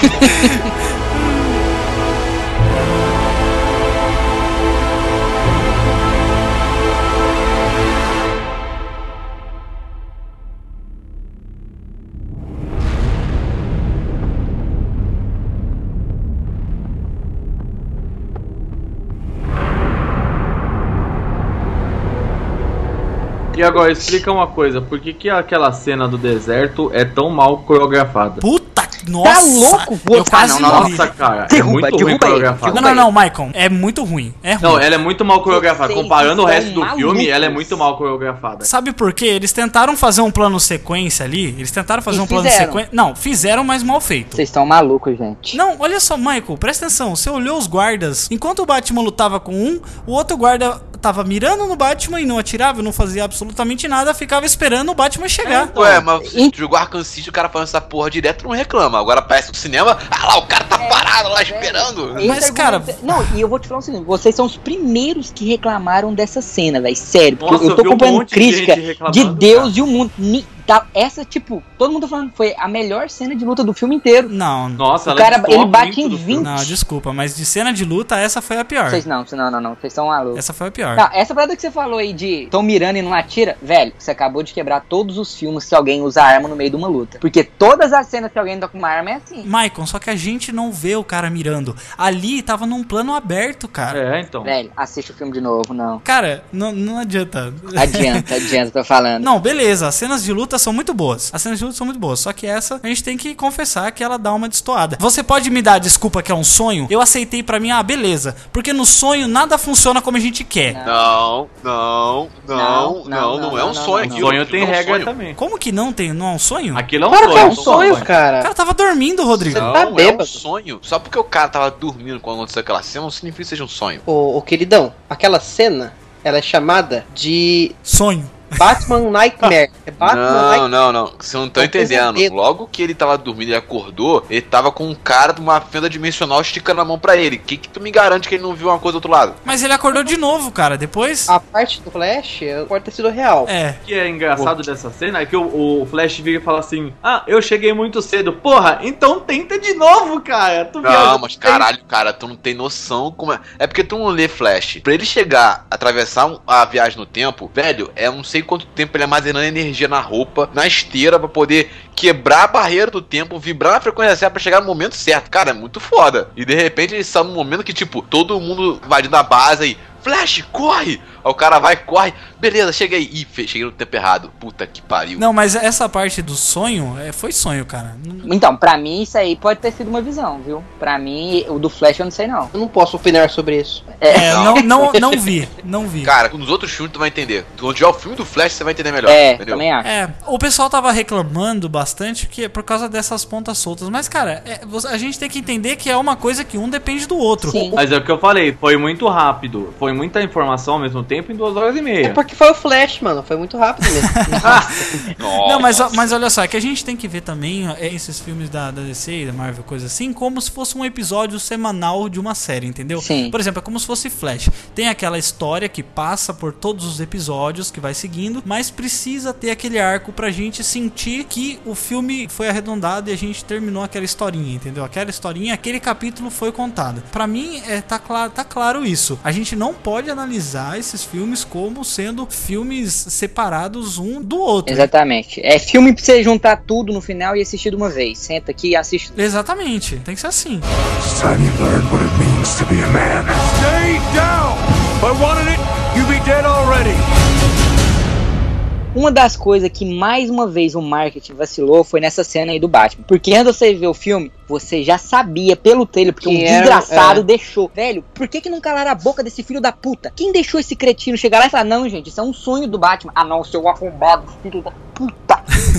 Speaker 7: E agora, explica uma coisa, por que aquela cena do deserto é tão mal coreografada?
Speaker 1: Puta, nossa.
Speaker 9: Tá louco?
Speaker 1: Eu quase
Speaker 9: não,
Speaker 1: morri.
Speaker 7: Nossa, cara,
Speaker 9: Derruba,
Speaker 7: é muito ruim
Speaker 9: derruba ele.
Speaker 7: coreografada.
Speaker 1: Não, Michael. É muito ruim. É ruim.
Speaker 7: Não, ela é muito mal coreografada.
Speaker 9: Vocês
Speaker 7: Comparando o
Speaker 9: estão
Speaker 7: resto do filme,
Speaker 9: malucos.
Speaker 7: ela é muito mal coreografada.
Speaker 1: Sabe por quê? Eles tentaram fazer um plano sequência ali. Eles tentaram fazer
Speaker 9: E
Speaker 1: um plano de
Speaker 9: fizeram.
Speaker 1: sequência. Não, fizeram, mas mal feito.
Speaker 9: Vocês estão malucos, gente.
Speaker 1: Não, olha só, Michael, presta atenção. Você olhou os guardas. Enquanto o Batman lutava com um, o outro guarda tava mirando no Batman e não atirava, não fazia absolutamente nada, ficava esperando o Batman chegar.
Speaker 8: Ué, mas se jogar Arkham City, o cara fazendo essa porra direto não reclama. Agora parece no cinema, lá, o cara tá parado lá esperando.
Speaker 1: Mas,
Speaker 9: Esse
Speaker 1: cara-
Speaker 9: argumento- Não, e eu vou te falar o seguinte: vocês são os primeiros que reclamaram dessa cena, velho. Sério, porque
Speaker 7: Nossa,
Speaker 9: eu tô
Speaker 7: eu vi um
Speaker 9: acompanhando
Speaker 7: monte de gente
Speaker 9: crítica
Speaker 7: reclamando,
Speaker 9: de Deus
Speaker 7: cara.
Speaker 9: e o mundo. essa, tipo, todo mundo falando, foi a melhor cena de luta do filme inteiro.
Speaker 1: Não.
Speaker 7: Nossa,
Speaker 9: O cara, ele bate em
Speaker 7: muito do
Speaker 9: 20.
Speaker 7: filme.
Speaker 1: Não, desculpa, mas de cena de luta, essa foi a pior.
Speaker 9: Vocês não, vocês são malucos.
Speaker 1: Essa foi a pior.
Speaker 9: Tá, essa parada que você falou aí de tão mirando e não atira, velho, você acabou de quebrar todos os filmes que alguém usa arma no meio de uma luta. Porque todas as cenas que alguém tá com uma arma é assim.
Speaker 1: Maicon, só que a gente não vê o cara mirando. Ali tava num plano aberto, cara.
Speaker 7: Então.
Speaker 9: Velho, assiste o filme de novo, não.
Speaker 1: Cara, não adianta.
Speaker 9: Adianta, tô falando.
Speaker 1: Não, beleza, as cenas de luta são muito boas. As cenas de luta são muito boas. Só que essa, a gente tem que confessar que ela dá uma destoada. Você pode me dar a desculpa que é um sonho? Eu aceitei pra mim, beleza. Porque no sonho nada funciona como a gente quer.
Speaker 8: Não é um sonho.
Speaker 7: O sonho tem regra
Speaker 8: sonho.
Speaker 7: também.
Speaker 1: Como que não tem? Não é um sonho?
Speaker 7: Aquilo é um
Speaker 6: Claro
Speaker 7: sonho.
Speaker 6: que é um
Speaker 7: não
Speaker 6: sonho,
Speaker 1: O
Speaker 6: cara.
Speaker 1: cara tava dormindo, Rodrigo.
Speaker 6: Você
Speaker 8: Não,
Speaker 6: tá
Speaker 8: é um
Speaker 6: bêbado.
Speaker 8: sonho. Só porque o cara tava dormindo quando aconteceu aquela cena, não significa que seja um sonho.
Speaker 6: Ô, queridão, aquela cena, ela é chamada de
Speaker 1: Sonho.
Speaker 6: Batman Nightmare. É Batman
Speaker 8: Não. Você não tá entendendo. Logo que ele tava dormindo e acordou, ele tava com um cara de uma fenda dimensional esticando a mão pra ele. Que tu me garante que ele não viu uma coisa do outro lado?
Speaker 1: Mas ele acordou de novo, cara. Depois...
Speaker 6: A parte do Flash pode ter sido real.
Speaker 1: É.
Speaker 7: O que é engraçado dessa cena é que o Flash vira e fala assim: eu cheguei muito cedo. Porra, então tenta de novo, cara.
Speaker 8: Não, mas caralho, cara, tu não tem noção como é. É porque tu não lê Flash. Pra ele chegar, atravessar a viagem no tempo, velho, é não sei quanto tempo ele armazenando energia na roupa, na esteira, pra poder quebrar a barreira do tempo, vibrar na frequência certa pra chegar no momento certo. Cara, é muito foda. E de repente ele está num momento que, tipo, todo mundo invadindo a base aí. Flash, corre! Aí o cara vai, corre. Beleza, cheguei. Ih, cheguei no tempo errado. Puta que pariu.
Speaker 1: Não, mas essa parte do sonho, foi sonho, cara.
Speaker 9: Então, pra mim, isso aí pode ter sido uma visão, viu? Pra mim, o do Flash eu não sei não.
Speaker 6: Eu não posso opinar sobre isso.
Speaker 1: Não vi.
Speaker 8: Cara, nos outros filmes tu vai entender. Quando tiver o filme do Flash, você vai entender melhor. Entendeu?
Speaker 9: Também acho.
Speaker 1: O pessoal tava reclamando bastante que é por causa dessas pontas soltas. Mas, cara, a gente tem que entender que é uma coisa que um depende do outro.
Speaker 9: Sim.
Speaker 7: Mas é o que eu falei, foi muito rápido. Foi muita informação ao mesmo tempo em 2h30.
Speaker 6: É porque foi o Flash, mano. Foi muito rápido mesmo.
Speaker 1: Não, mas olha só, é que a gente tem que ver também esses filmes da DC e da Marvel, coisa assim, como se fosse um episódio semanal de uma série, entendeu?
Speaker 9: Sim.
Speaker 1: Por exemplo, é como se fosse Flash. Tem aquela história que passa por todos os episódios, que vai seguindo, mas precisa ter aquele arco pra gente sentir que o filme foi arredondado e a gente terminou aquela historinha, entendeu? Aquela historinha, aquele capítulo foi contado. Pra mim, tá claro isso. A gente não pode analisar esses filmes como sendo filmes separados um do outro.
Speaker 9: Exatamente. É filme pra você juntar tudo no final e assistir de uma vez. Senta aqui e assiste.
Speaker 1: Exatamente, tem que ser assim.
Speaker 4: It's time you learn what it means to be a man.
Speaker 2: Stay down! If I wanted it, you'd be dead already.
Speaker 9: Uma das coisas que mais uma vez o marketing vacilou foi nessa cena aí do Batman. Porque antes de você ver o filme, você já sabia pelo trailer, porque
Speaker 6: Que
Speaker 9: um desgraçado deixou. Velho, por que não calaram a boca desse filho da puta? Quem deixou esse cretino chegar lá e falar, não, gente, isso é um sonho do Batman. Ah não, seu arrombado, filho da puta.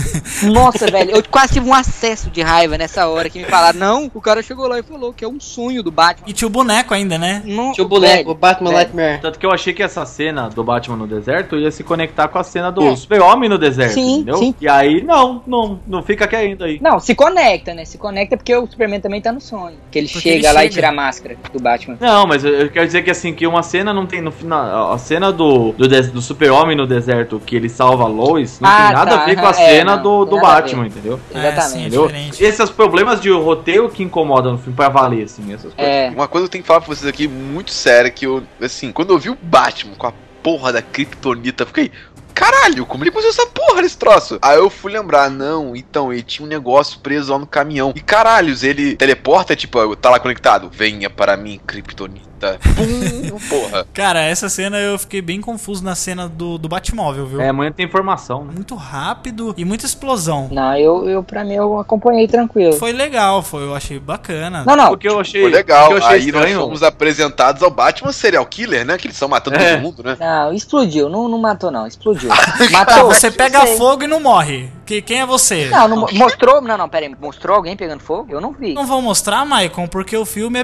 Speaker 9: Nossa, velho, eu quase tive um acesso de raiva nessa hora que me falaram, não, o cara chegou lá e falou que é um sonho do Batman.
Speaker 1: E tinha o boneco ainda, né?
Speaker 9: Não,
Speaker 6: Tinha o boneco,
Speaker 9: velho,
Speaker 6: o Batman
Speaker 9: velho.
Speaker 6: Nightmare.
Speaker 7: Tanto que eu achei que essa cena do Batman no deserto ia se conectar com a cena do Super-Homem no deserto,
Speaker 9: Sim,
Speaker 7: entendeu?
Speaker 9: sim.
Speaker 7: E aí, não fica querendo aí.
Speaker 9: Não, se conecta, né? Se conecta porque o Superman também tá no sonho. Que ele
Speaker 1: Porque
Speaker 9: chega
Speaker 1: ele
Speaker 9: lá
Speaker 1: chega.
Speaker 9: e tira a máscara do Batman.
Speaker 7: Não, mas eu quero dizer que assim, que uma cena não tem no final. A cena do Super-Homem no deserto, que ele salva a Lois, não tem nada a ver com a cena do
Speaker 9: tem nada a
Speaker 7: Batman,
Speaker 9: ver.
Speaker 7: entendeu?
Speaker 9: Exatamente.
Speaker 1: Sim, é
Speaker 7: Entendeu?
Speaker 1: diferente.
Speaker 7: Esses são os problemas de roteiro que incomodam no filme pra valer, assim, essas coisas.
Speaker 9: É.
Speaker 8: Uma coisa que eu tenho que falar pra vocês aqui muito séria, que eu, assim, quando eu vi o Batman com a porra da Kryptonita, eu fiquei, caralho, como ele conseguiu essa porra nesse troço? Aí eu fui lembrar, não, então, ele tinha um negócio preso lá no caminhão. E caralhos, ele teleporta, tipo, tá lá conectado. Venha para mim, Kryptonita. Pum, porra.
Speaker 1: Cara, essa cena eu fiquei bem confuso na cena do Batmóvel, viu?
Speaker 7: É, muita informação, né?
Speaker 1: Muito rápido e muita explosão.
Speaker 9: Não, pra mim, eu acompanhei tranquilo.
Speaker 1: Foi legal, eu achei bacana.
Speaker 9: Não.
Speaker 7: Porque eu achei,
Speaker 8: Foi legal.
Speaker 7: o que eu achei
Speaker 8: Aí nós
Speaker 7: estranho.
Speaker 8: fomos apresentados ao Batman Serial Killer, né? Que eles estão matando todo mundo, né?
Speaker 9: Não, explodiu. Não matou, não. Explodiu.
Speaker 1: Ah,
Speaker 9: Matou.
Speaker 1: você pega
Speaker 9: Não sei.
Speaker 1: fogo e não morre. Quem é você?
Speaker 9: Não mostrou. Não, pera aí. Mostrou alguém pegando fogo? Eu não vi.
Speaker 1: Não vão mostrar, Maicon, porque o filme é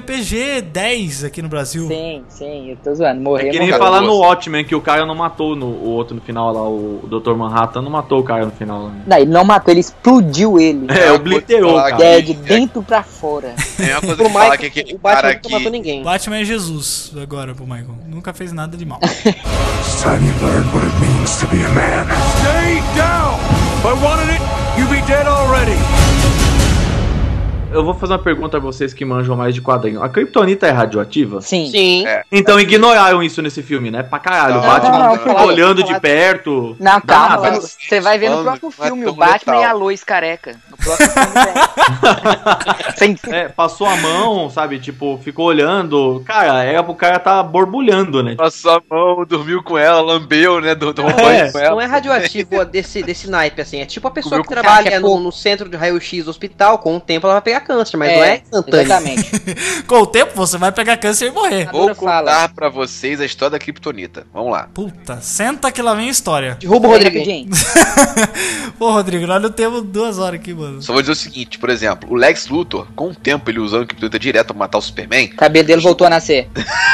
Speaker 1: PG-10 aqui no Brasil.
Speaker 9: Sim, eu tô zoando. Morreu.
Speaker 7: É que nem
Speaker 8: cara,
Speaker 7: falar
Speaker 8: eu
Speaker 7: no
Speaker 8: gosto.
Speaker 7: Watchmen que o cara não matou o outro no final lá, o Dr. Manhattan não matou o cara no final. Né?
Speaker 9: Não, ele não matou, ele explodiu ele.
Speaker 7: Obliterou,
Speaker 8: falar
Speaker 7: cara.
Speaker 9: É, de dentro pra fora.
Speaker 8: Tem uma coisa
Speaker 6: Pro
Speaker 8: que falar
Speaker 6: Michael,
Speaker 8: que aquele
Speaker 6: o Batman
Speaker 8: cara
Speaker 6: nunca matou
Speaker 8: aqui...
Speaker 6: ninguém.
Speaker 1: Batman é Jesus agora pro Maicon. Nunca fez nada de mal.
Speaker 4: It's time you learn what it means to be a man.
Speaker 2: Stay down! If I wanted it, you'd be dead already.
Speaker 7: Eu vou fazer uma pergunta a vocês que manjam mais de quadrinho. A Kryptonita é radioativa?
Speaker 9: Sim.
Speaker 6: Sim.
Speaker 7: Então ignoraram isso nesse filme, né? Pra caralho. O
Speaker 8: Não,
Speaker 7: Batman
Speaker 9: não,
Speaker 7: olhando de perto.
Speaker 9: Não, calma,
Speaker 7: nada.
Speaker 9: você vai ver no próprio
Speaker 8: Não é
Speaker 9: filme
Speaker 8: tão
Speaker 9: o Batman
Speaker 8: letal.
Speaker 9: e a Lois careca. No próximo filme tem. Sem-
Speaker 7: Passou a mão, sabe? Tipo, ficou olhando. Cara, era pro cara tá borbulhando, né?
Speaker 8: Passou a mão, dormiu com ela, lambeu, né? Do banho com ela.
Speaker 6: Não é radioativo desse naipe, assim. É tipo a pessoa
Speaker 8: Comigo
Speaker 6: que
Speaker 8: com
Speaker 6: trabalha
Speaker 9: café,
Speaker 6: no centro de raio-x do hospital, com o tempo ela vai pegar câncer, mas não é instantâneo.
Speaker 9: exatamente.
Speaker 1: Com o tempo você vai pegar câncer e morrer.
Speaker 8: Vou
Speaker 9: Dura fala.
Speaker 8: contar pra vocês a história da Kryptonita. Vamos lá.
Speaker 1: Puta, senta que lá vem a história.
Speaker 6: Derruba o
Speaker 9: Bem
Speaker 6: Rodrigo.
Speaker 9: rapidinho.
Speaker 1: Pô, Rodrigo, nós não temos 2 horas aqui, mano.
Speaker 8: Só vou dizer o seguinte, por exemplo, o Lex Luthor, com o tempo ele usando Kryptonita direto pra matar o Superman,
Speaker 9: O cabelo dele voltou a nascer.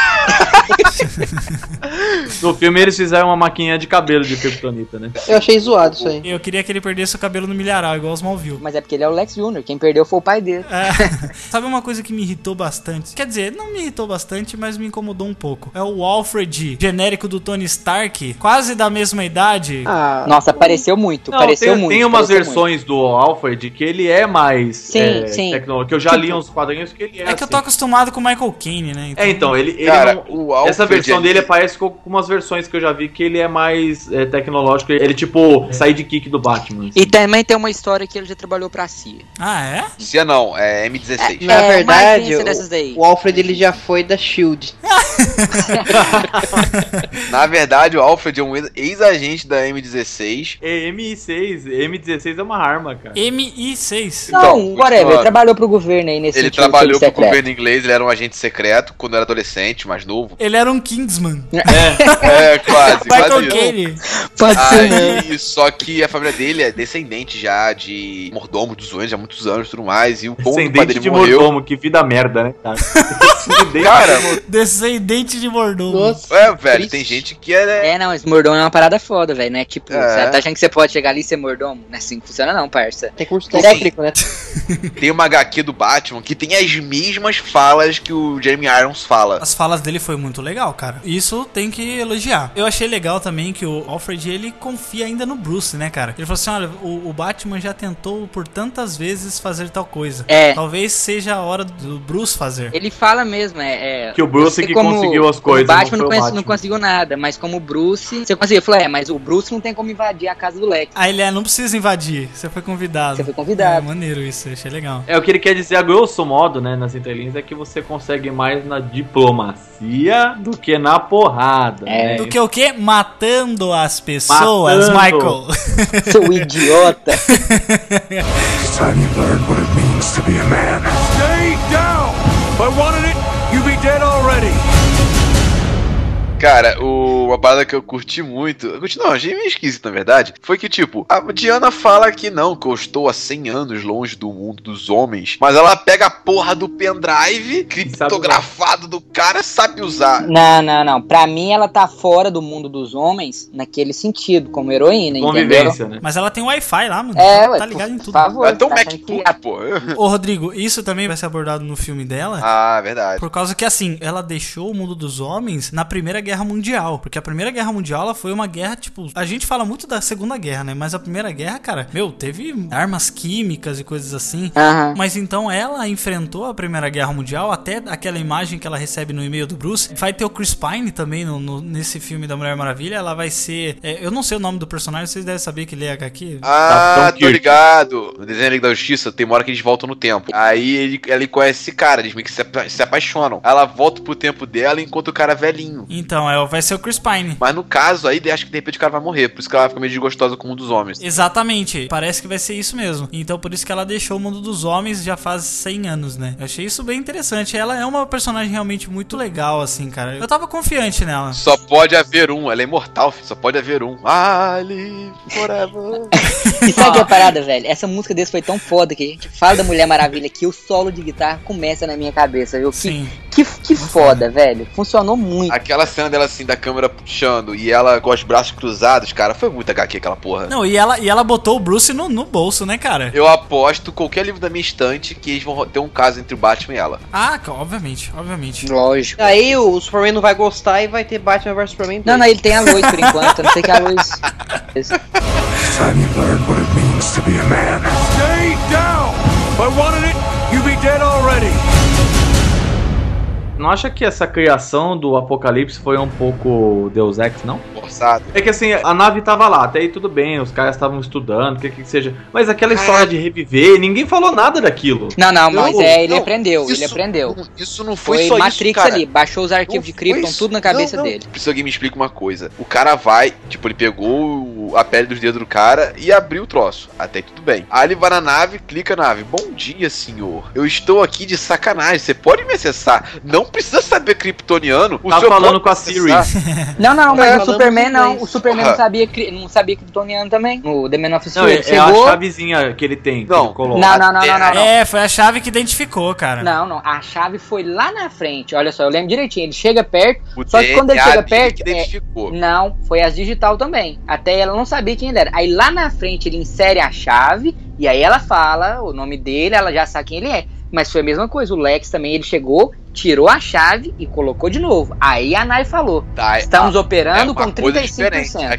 Speaker 7: No filme eles fizeram uma maquininha de cabelo de Kryptonita, né?
Speaker 6: Eu achei zoado isso aí.
Speaker 1: Eu queria que ele perdesse o cabelo no milharal, igual os Smallville.
Speaker 9: Mas é porque ele é o Lex Jr., quem perdeu foi o pai dele.
Speaker 1: É. Sabe uma coisa que me irritou bastante? Quer dizer, não me irritou bastante, mas me incomodou um pouco. É o Alfred, genérico do Tony Stark, quase da mesma idade.
Speaker 6: Ah,
Speaker 9: Nossa, pareceu muito,
Speaker 7: Não,
Speaker 9: pareceu
Speaker 7: tem,
Speaker 9: muito.
Speaker 7: tem umas
Speaker 9: pareceu
Speaker 7: versões do Alfred que ele é mais
Speaker 9: Sim, sim.
Speaker 7: tecnológico. Que eu já li uns quadrinhos que ele é.
Speaker 1: É que eu tô acostumado com o Michael Caine, né?
Speaker 7: Então, ele
Speaker 8: Cara,
Speaker 7: não-
Speaker 8: o Alfred
Speaker 7: essa versão
Speaker 8: ali-
Speaker 7: dele parece com umas versões que eu já vi que ele é mais tecnológico. Ele tipo sidekick do Batman.
Speaker 9: E também tem uma história que ele já trabalhou pra CIA.
Speaker 1: Ah, é?
Speaker 8: Cia não, é M16.
Speaker 6: na
Speaker 9: É,
Speaker 6: verdade,
Speaker 9: mais ciência dessas daí.
Speaker 6: o Alfred ele já foi da SHIELD.
Speaker 8: Na verdade, o Alfred é um ex-agente da M16.
Speaker 7: É M6, M16 é uma arma, cara.
Speaker 1: MI6.
Speaker 9: Não,
Speaker 8: Então,
Speaker 9: whatever, ele
Speaker 8: continuando.
Speaker 9: trabalhou pro governo aí nesse
Speaker 8: Ele
Speaker 9: sentido,
Speaker 8: trabalhou pro
Speaker 9: secreto.
Speaker 8: governo inglês, ele era um agente secreto quando era adolescente, mais novo.
Speaker 1: Ele era um Kingsman.
Speaker 8: É, quase,
Speaker 1: Michael
Speaker 8: quase isso.
Speaker 1: Caine.
Speaker 9: Pode ser, né?
Speaker 8: Aí, só que a família dele é descendente já de mordomo dos Wayne, já há muitos anos e tudo mais. E o como o pai
Speaker 7: Descendente
Speaker 8: dele
Speaker 7: de
Speaker 8: morreu.
Speaker 7: mordomo, que vida merda, né, cara? Descendente
Speaker 8: Cara,
Speaker 7: de mordomo.
Speaker 1: Descendente de mordomo.
Speaker 6: Nossa,
Speaker 8: velho,
Speaker 6: triste.
Speaker 8: tem gente que é.
Speaker 9: É, não, esse mordomo é uma parada foda, velho, né? Tipo,
Speaker 8: É.
Speaker 9: você tá achando que você pode chegar ali e ser mordomo? Não é assim que funciona não, parça.
Speaker 6: Tem curso
Speaker 8: Sim.
Speaker 6: técnico, né?
Speaker 8: Tem uma HQ do Batman que tem as mesmas falas que o Jeremy Irons fala.
Speaker 1: As falas dele foi muito legal, cara. Isso tem que elogiar. Eu achei legal também que o Alfred, ele confia ainda no Bruce, né, cara? Ele falou assim, olha, o Batman já tentou por tantas vezes fazer tal coisa.
Speaker 9: É.
Speaker 1: Talvez seja a hora do Bruce fazer.
Speaker 9: Ele fala mesmo,
Speaker 7: Que o Bruce
Speaker 9: eu sei
Speaker 7: que conseguiu as coisas,
Speaker 9: O Batman
Speaker 7: não
Speaker 9: não,
Speaker 7: foi o Batman.
Speaker 9: não conseguiu nada, mas como o Bruce, você conseguiu. Eu falei, mas o Bruce não tem como invadir a casa do Lex.
Speaker 1: Aí ele não precisa invadir, você foi convidado.
Speaker 9: Você foi convidado.
Speaker 1: É, maneiro isso, eu achei legal.
Speaker 7: O que ele quer dizer a grosso modo, né, nas entrelinhas, é que você consegue mais na diplomacia do que na porrada.
Speaker 9: É.
Speaker 7: né?
Speaker 1: Do que o quê? Matando as pessoas,
Speaker 7: Matando.
Speaker 1: Michael.
Speaker 9: Seu idiota.
Speaker 4: It's time you learn what it means to be a man.
Speaker 2: Stay down! If I wanted it, you'd be dead already.
Speaker 8: Cara, uma parada que eu curti muito. Não, achei meio esquisito, na verdade. Foi que, tipo, a Diana fala que não, que eu estou há 100 anos longe do mundo dos homens. Mas ela pega a porra do pendrive, criptografado do cara, sabe usar.
Speaker 9: Não. Pra mim, ela tá fora do mundo dos homens naquele sentido, como heroína, entendeu?
Speaker 7: Convivência, né?
Speaker 1: Mas ela tem Wi-Fi lá, mano.
Speaker 9: É, ué,
Speaker 1: Tá ligado em
Speaker 9: por
Speaker 1: tudo.
Speaker 9: favor.
Speaker 8: Ela tem um
Speaker 9: tá achando que
Speaker 8: MacBook, pô.
Speaker 1: Ô, Rodrigo, isso também vai ser abordado no filme dela.
Speaker 8: Ah, verdade.
Speaker 1: Por causa que, assim, ela deixou o mundo dos homens na Primeira Guerra Mundial. Porque a Primeira Guerra Mundial, ela foi uma guerra, tipo... A gente fala muito da Segunda Guerra, né? Mas a Primeira Guerra, cara... Meu, teve armas químicas e coisas assim.
Speaker 9: Aham.
Speaker 1: Mas então ela enfrentou a Primeira Guerra Mundial. Até aquela imagem que ela recebe no e-mail do Bruce. Vai ter o Chris Pine também nesse filme da Mulher Maravilha. Ela vai ser... eu não sei o nome do personagem. Vocês devem saber que ele é HQ.
Speaker 8: Ah,
Speaker 7: Capitão
Speaker 8: tô
Speaker 7: Kirk.
Speaker 8: ligado. No desenho da Liga da Justiça, tem uma hora que eles voltam no tempo. Aí ele conhece esse cara, eles meio que se apaixonam. Ela volta pro tempo dela e encontra o cara velhinho.
Speaker 1: Então, vai ser o Chris Pine.
Speaker 8: Mas no caso aí, acho que de repente o cara vai morrer. Por isso que ela fica meio desgostosa com um dos homens.
Speaker 1: Exatamente, parece que vai ser isso mesmo. Então por isso que ela deixou o mundo dos homens já faz 100 anos, né? Eu achei isso bem interessante. Ela é uma personagem realmente muito legal, assim, cara. Eu tava confiante nela.
Speaker 8: Só pode haver um, ela é imortal, filho. Só pode haver um. Ali, forever.
Speaker 9: E sabe que é a parada, velho? Essa música desse foi tão foda que a gente fala da Mulher Maravilha que o solo de guitarra começa na minha cabeça, viu?
Speaker 1: Sim.
Speaker 9: Que foda, velho. Funcionou muito.
Speaker 8: Aquela cena dela assim, da câmera puxando e ela com os braços cruzados, cara, foi muito HQ aquela porra.
Speaker 1: Não, e ela botou o Bruce no bolso, né, cara?
Speaker 8: Eu aposto qualquer livro da minha estante que eles vão ter um caso entre o Batman e ela.
Speaker 1: Ah, obviamente.
Speaker 9: Lógico.
Speaker 6: Aí o Superman não vai gostar e vai ter Batman vs Superman 2.
Speaker 9: Não, ele tem a Lois por enquanto. Eu não sei que é a Lois.
Speaker 4: time you learn what it means to be a man.
Speaker 2: Stay down! If I wanted it, you'd be dead already.
Speaker 7: Não acha que essa criação do Apocalipse foi um pouco Deus Ex, não?
Speaker 8: Forçado.
Speaker 7: É que assim, a nave tava lá, até aí tudo bem, os caras estavam estudando, o que seja. Mas aquela história de reviver, ninguém falou nada daquilo.
Speaker 9: Não, mas ele
Speaker 8: não,
Speaker 9: aprendeu,
Speaker 8: isso,
Speaker 9: ele aprendeu.
Speaker 8: Isso não foi
Speaker 9: Foi
Speaker 8: só
Speaker 9: Matrix
Speaker 8: isso, cara.
Speaker 9: ali, baixou os arquivos de Krypton, tudo na cabeça dele.
Speaker 8: Preciso que alguém me explique uma coisa. O cara vai, tipo, ele pegou a pele dos dedos do cara e abriu o troço. Até aí tudo bem. Aí ele vai na nave, clica na nave. Bom dia, senhor. Eu estou aqui de sacanagem. Você pode me acessar. Não precisa saber kryptoniano.
Speaker 7: Tá falando com a Siri.
Speaker 9: Não, mas o Superman não.
Speaker 6: inglês.
Speaker 9: O Superman não sabia kryptoniano também. No The Man of Steel
Speaker 7: Não,
Speaker 9: ele
Speaker 7: é
Speaker 9: chegou...
Speaker 7: a chavezinha que ele tem. que
Speaker 8: Não.
Speaker 7: ele coloca.
Speaker 9: Não.
Speaker 1: É, foi a chave que identificou, cara.
Speaker 9: Não, a chave foi lá na frente. Olha só, eu lembro direitinho. Ele chega perto,
Speaker 8: O
Speaker 9: só que quando ele
Speaker 8: DNA
Speaker 9: chega
Speaker 8: dele
Speaker 9: perto.
Speaker 8: que identificou.
Speaker 9: Não, foi as digital também. Até ela não sabia quem ele era. Aí lá na frente ele insere a chave e aí ela fala o nome dele, ela já sabe quem ele é. Mas foi a mesma coisa. O Lex também, ele chegou, tirou a chave e colocou de novo. Aí a nave falou: estamos operando com 35%.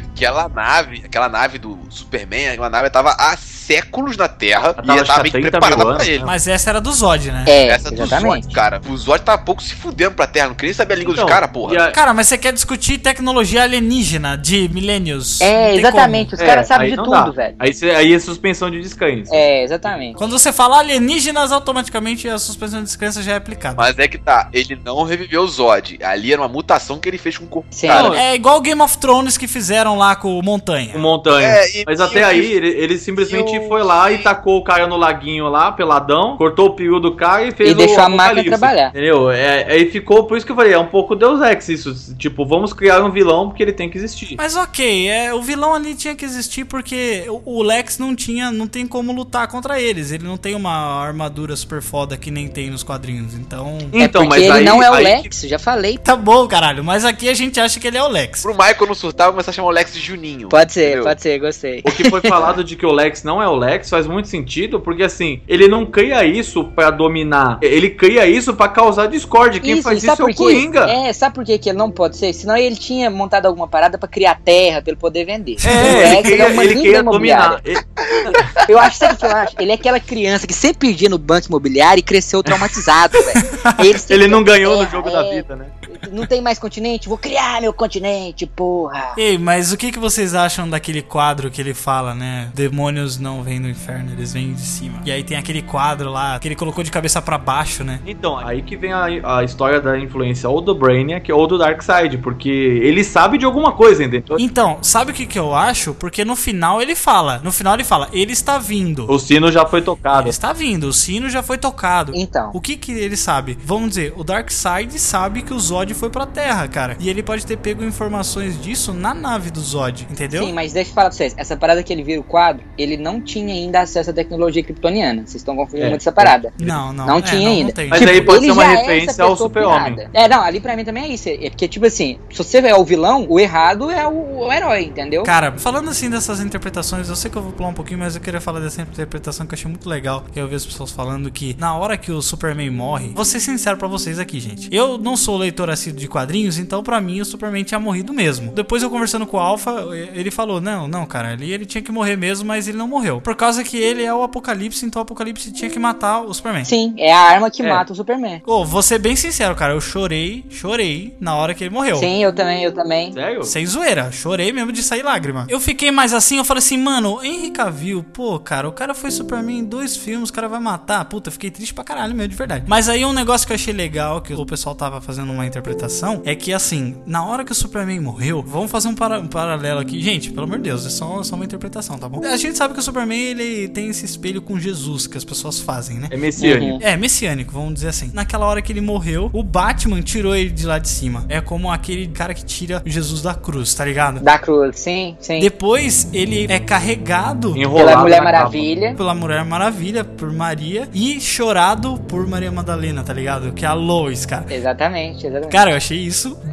Speaker 8: Aquela nave do Superman, aquela nave tava há séculos na Terra e
Speaker 7: tava
Speaker 8: já tava bem
Speaker 7: 30
Speaker 8: preparada
Speaker 7: mil
Speaker 8: pra
Speaker 7: anos,
Speaker 8: ele.
Speaker 7: né?
Speaker 1: Mas essa era do Zod, né?
Speaker 8: Essa do Zod, cara. O Zod tava pouco se fudendo pra Terra, não queria nem saber a língua dos caras, porra.
Speaker 1: Cara, mas você quer discutir tecnologia alienígena de milênios?
Speaker 9: Exatamente. Os caras sabem de tudo, velho.
Speaker 7: Aí é suspensão de descrença.
Speaker 9: Exatamente.
Speaker 1: Quando você fala alienígenas, automaticamente a suspensão de descrença já é aplicada.
Speaker 8: Mas é que tá, ele não reviveu o Zod. Ali era uma mutação que ele fez com o corpo do
Speaker 9: Sim.
Speaker 8: cara.
Speaker 1: É igual o Game of Thrones que fizeram lá com o Montanha.
Speaker 7: O Montanha. Mas até aí, ele simplesmente foi lá e tacou o cara no laguinho lá, peladão, cortou o peru do cara e fez
Speaker 9: E deixou
Speaker 7: o
Speaker 9: a máquina trabalhar.
Speaker 7: Entendeu? Aí ficou, por isso que eu falei, é um pouco Deus Ex isso. Tipo, vamos criar um vilão porque ele tem que existir.
Speaker 1: Mas ok, o vilão ali tinha que existir porque o Lex não tem como lutar contra eles. Ele não tem uma armadura super foda que nem tem nos quadrinhos, então...
Speaker 9: Porque
Speaker 7: mas
Speaker 9: ele
Speaker 7: aí,
Speaker 9: não é o
Speaker 7: aí
Speaker 9: Lex, já falei.
Speaker 1: Tá bom, caralho, mas aqui a gente acha que ele é o Lex.
Speaker 8: Pro Michael não surtar, começar a chamar o Lex de Juninho.
Speaker 9: Pode ser, gostei.
Speaker 7: O que foi falado de que o Lex não é o Lex faz muito sentido, porque assim, ele não cria isso pra dominar, ele cria isso pra causar discórdia. Quem faz isso é o Coringa.
Speaker 9: Sabe por que ele não pode ser? Senão ele tinha montado alguma parada pra criar terra, pra ele poder vender.
Speaker 7: Ele queria dominar.
Speaker 9: Eu acho, sabe o que eu acho? Ele é aquela criança que sempre perdia no banco imobiliário e cresceu traumatizado, velho.
Speaker 7: Ele não ganhou no jogo da vida, né?
Speaker 9: Não tem mais continente? Vou criar meu continente, porra.
Speaker 1: Ei, mas o que vocês acham daquele quadro que ele fala, né? Demônios não vêm do inferno, eles vêm de cima. E aí tem aquele quadro lá que ele colocou de cabeça pra baixo, né?
Speaker 7: Então, aí que vem a história da influência ou do Brainiac ou do Darkseid, porque ele sabe de alguma coisa, entendeu?
Speaker 1: Então, sabe o que eu acho? Porque no final ele fala, ele está vindo.
Speaker 7: O sino já foi tocado.
Speaker 1: Ele está vindo, o sino já foi tocado.
Speaker 9: Então.
Speaker 1: O que ele sabe? Vamos dizer, o Darkseid sabe que o Zod foi pra Terra, cara. E ele pode ter pego informações disso na nave do Zod, entendeu?
Speaker 9: Sim, mas deixa eu falar pra vocês. Essa parada que ele vira o quadro, ele não tinha ainda acesso à tecnologia kryptoniana. Vocês estão confundindo muito essa parada.
Speaker 1: Não
Speaker 9: tinha ainda.
Speaker 1: Não tem.
Speaker 7: Mas aí pode ser uma referência ao Super-Homem.
Speaker 9: Não, ali pra mim também é isso. É porque, tipo assim, se você é o vilão, o errado é o herói, entendeu?
Speaker 1: Cara, falando assim dessas interpretações, eu sei que eu vou pular um pouquinho, mas eu queria falar dessa interpretação que eu achei muito legal. Que eu vi as pessoas falando que na hora que o Superman morre, vou ser sincero pra vocês aqui, gente. Eu não sou leitor assíduo de quadrinhos, então pra mim o Superman tinha morrido mesmo. Depois eu conversando com o Alpha, ele falou, não, cara, ali ele tinha que morrer mesmo, mas ele não morreu. Por causa que ele é o Apocalipse, então o Apocalipse tinha que matar o Superman.
Speaker 9: Sim, é a arma que mata o Superman.
Speaker 1: Vou ser bem sincero, cara, eu chorei na hora que ele morreu.
Speaker 9: Sim, eu também.
Speaker 7: Sério?
Speaker 1: Sem zoeira, chorei mesmo de sair lágrima. Eu fiquei mais assim, eu falei assim, mano, Henry Cavill, pô, cara, o cara foi Superman em 2 filmes, o cara vai matar. Puta, eu fiquei triste pra caralho mesmo, de verdade. Mas aí um negócio que eu achei legal, que o pessoal tava fazendo uma interpretação, é que assim, na hora que o Superman morreu, vamos fazer um paralelo aqui. Gente, pelo amor de Deus, é só uma interpretação, tá bom? A gente sabe que o Superman, ele tem esse espelho com Jesus, que as pessoas fazem, né?
Speaker 7: É messiânico.
Speaker 1: É, messiânico, vamos dizer assim. Naquela hora que ele morreu, o Batman tirou ele de lá de cima. É como aquele cara que tira Jesus da cruz, tá ligado?
Speaker 9: Da cruz, sim.
Speaker 1: Depois, ele é carregado
Speaker 9: pela Mulher Maravilha.
Speaker 1: Pela Mulher Maravilha, por Maria. E chorado por Maria Madalena, tá ligado? Que é a Lois, cara.
Speaker 9: Exatamente.
Speaker 1: Cara, eu achei isso do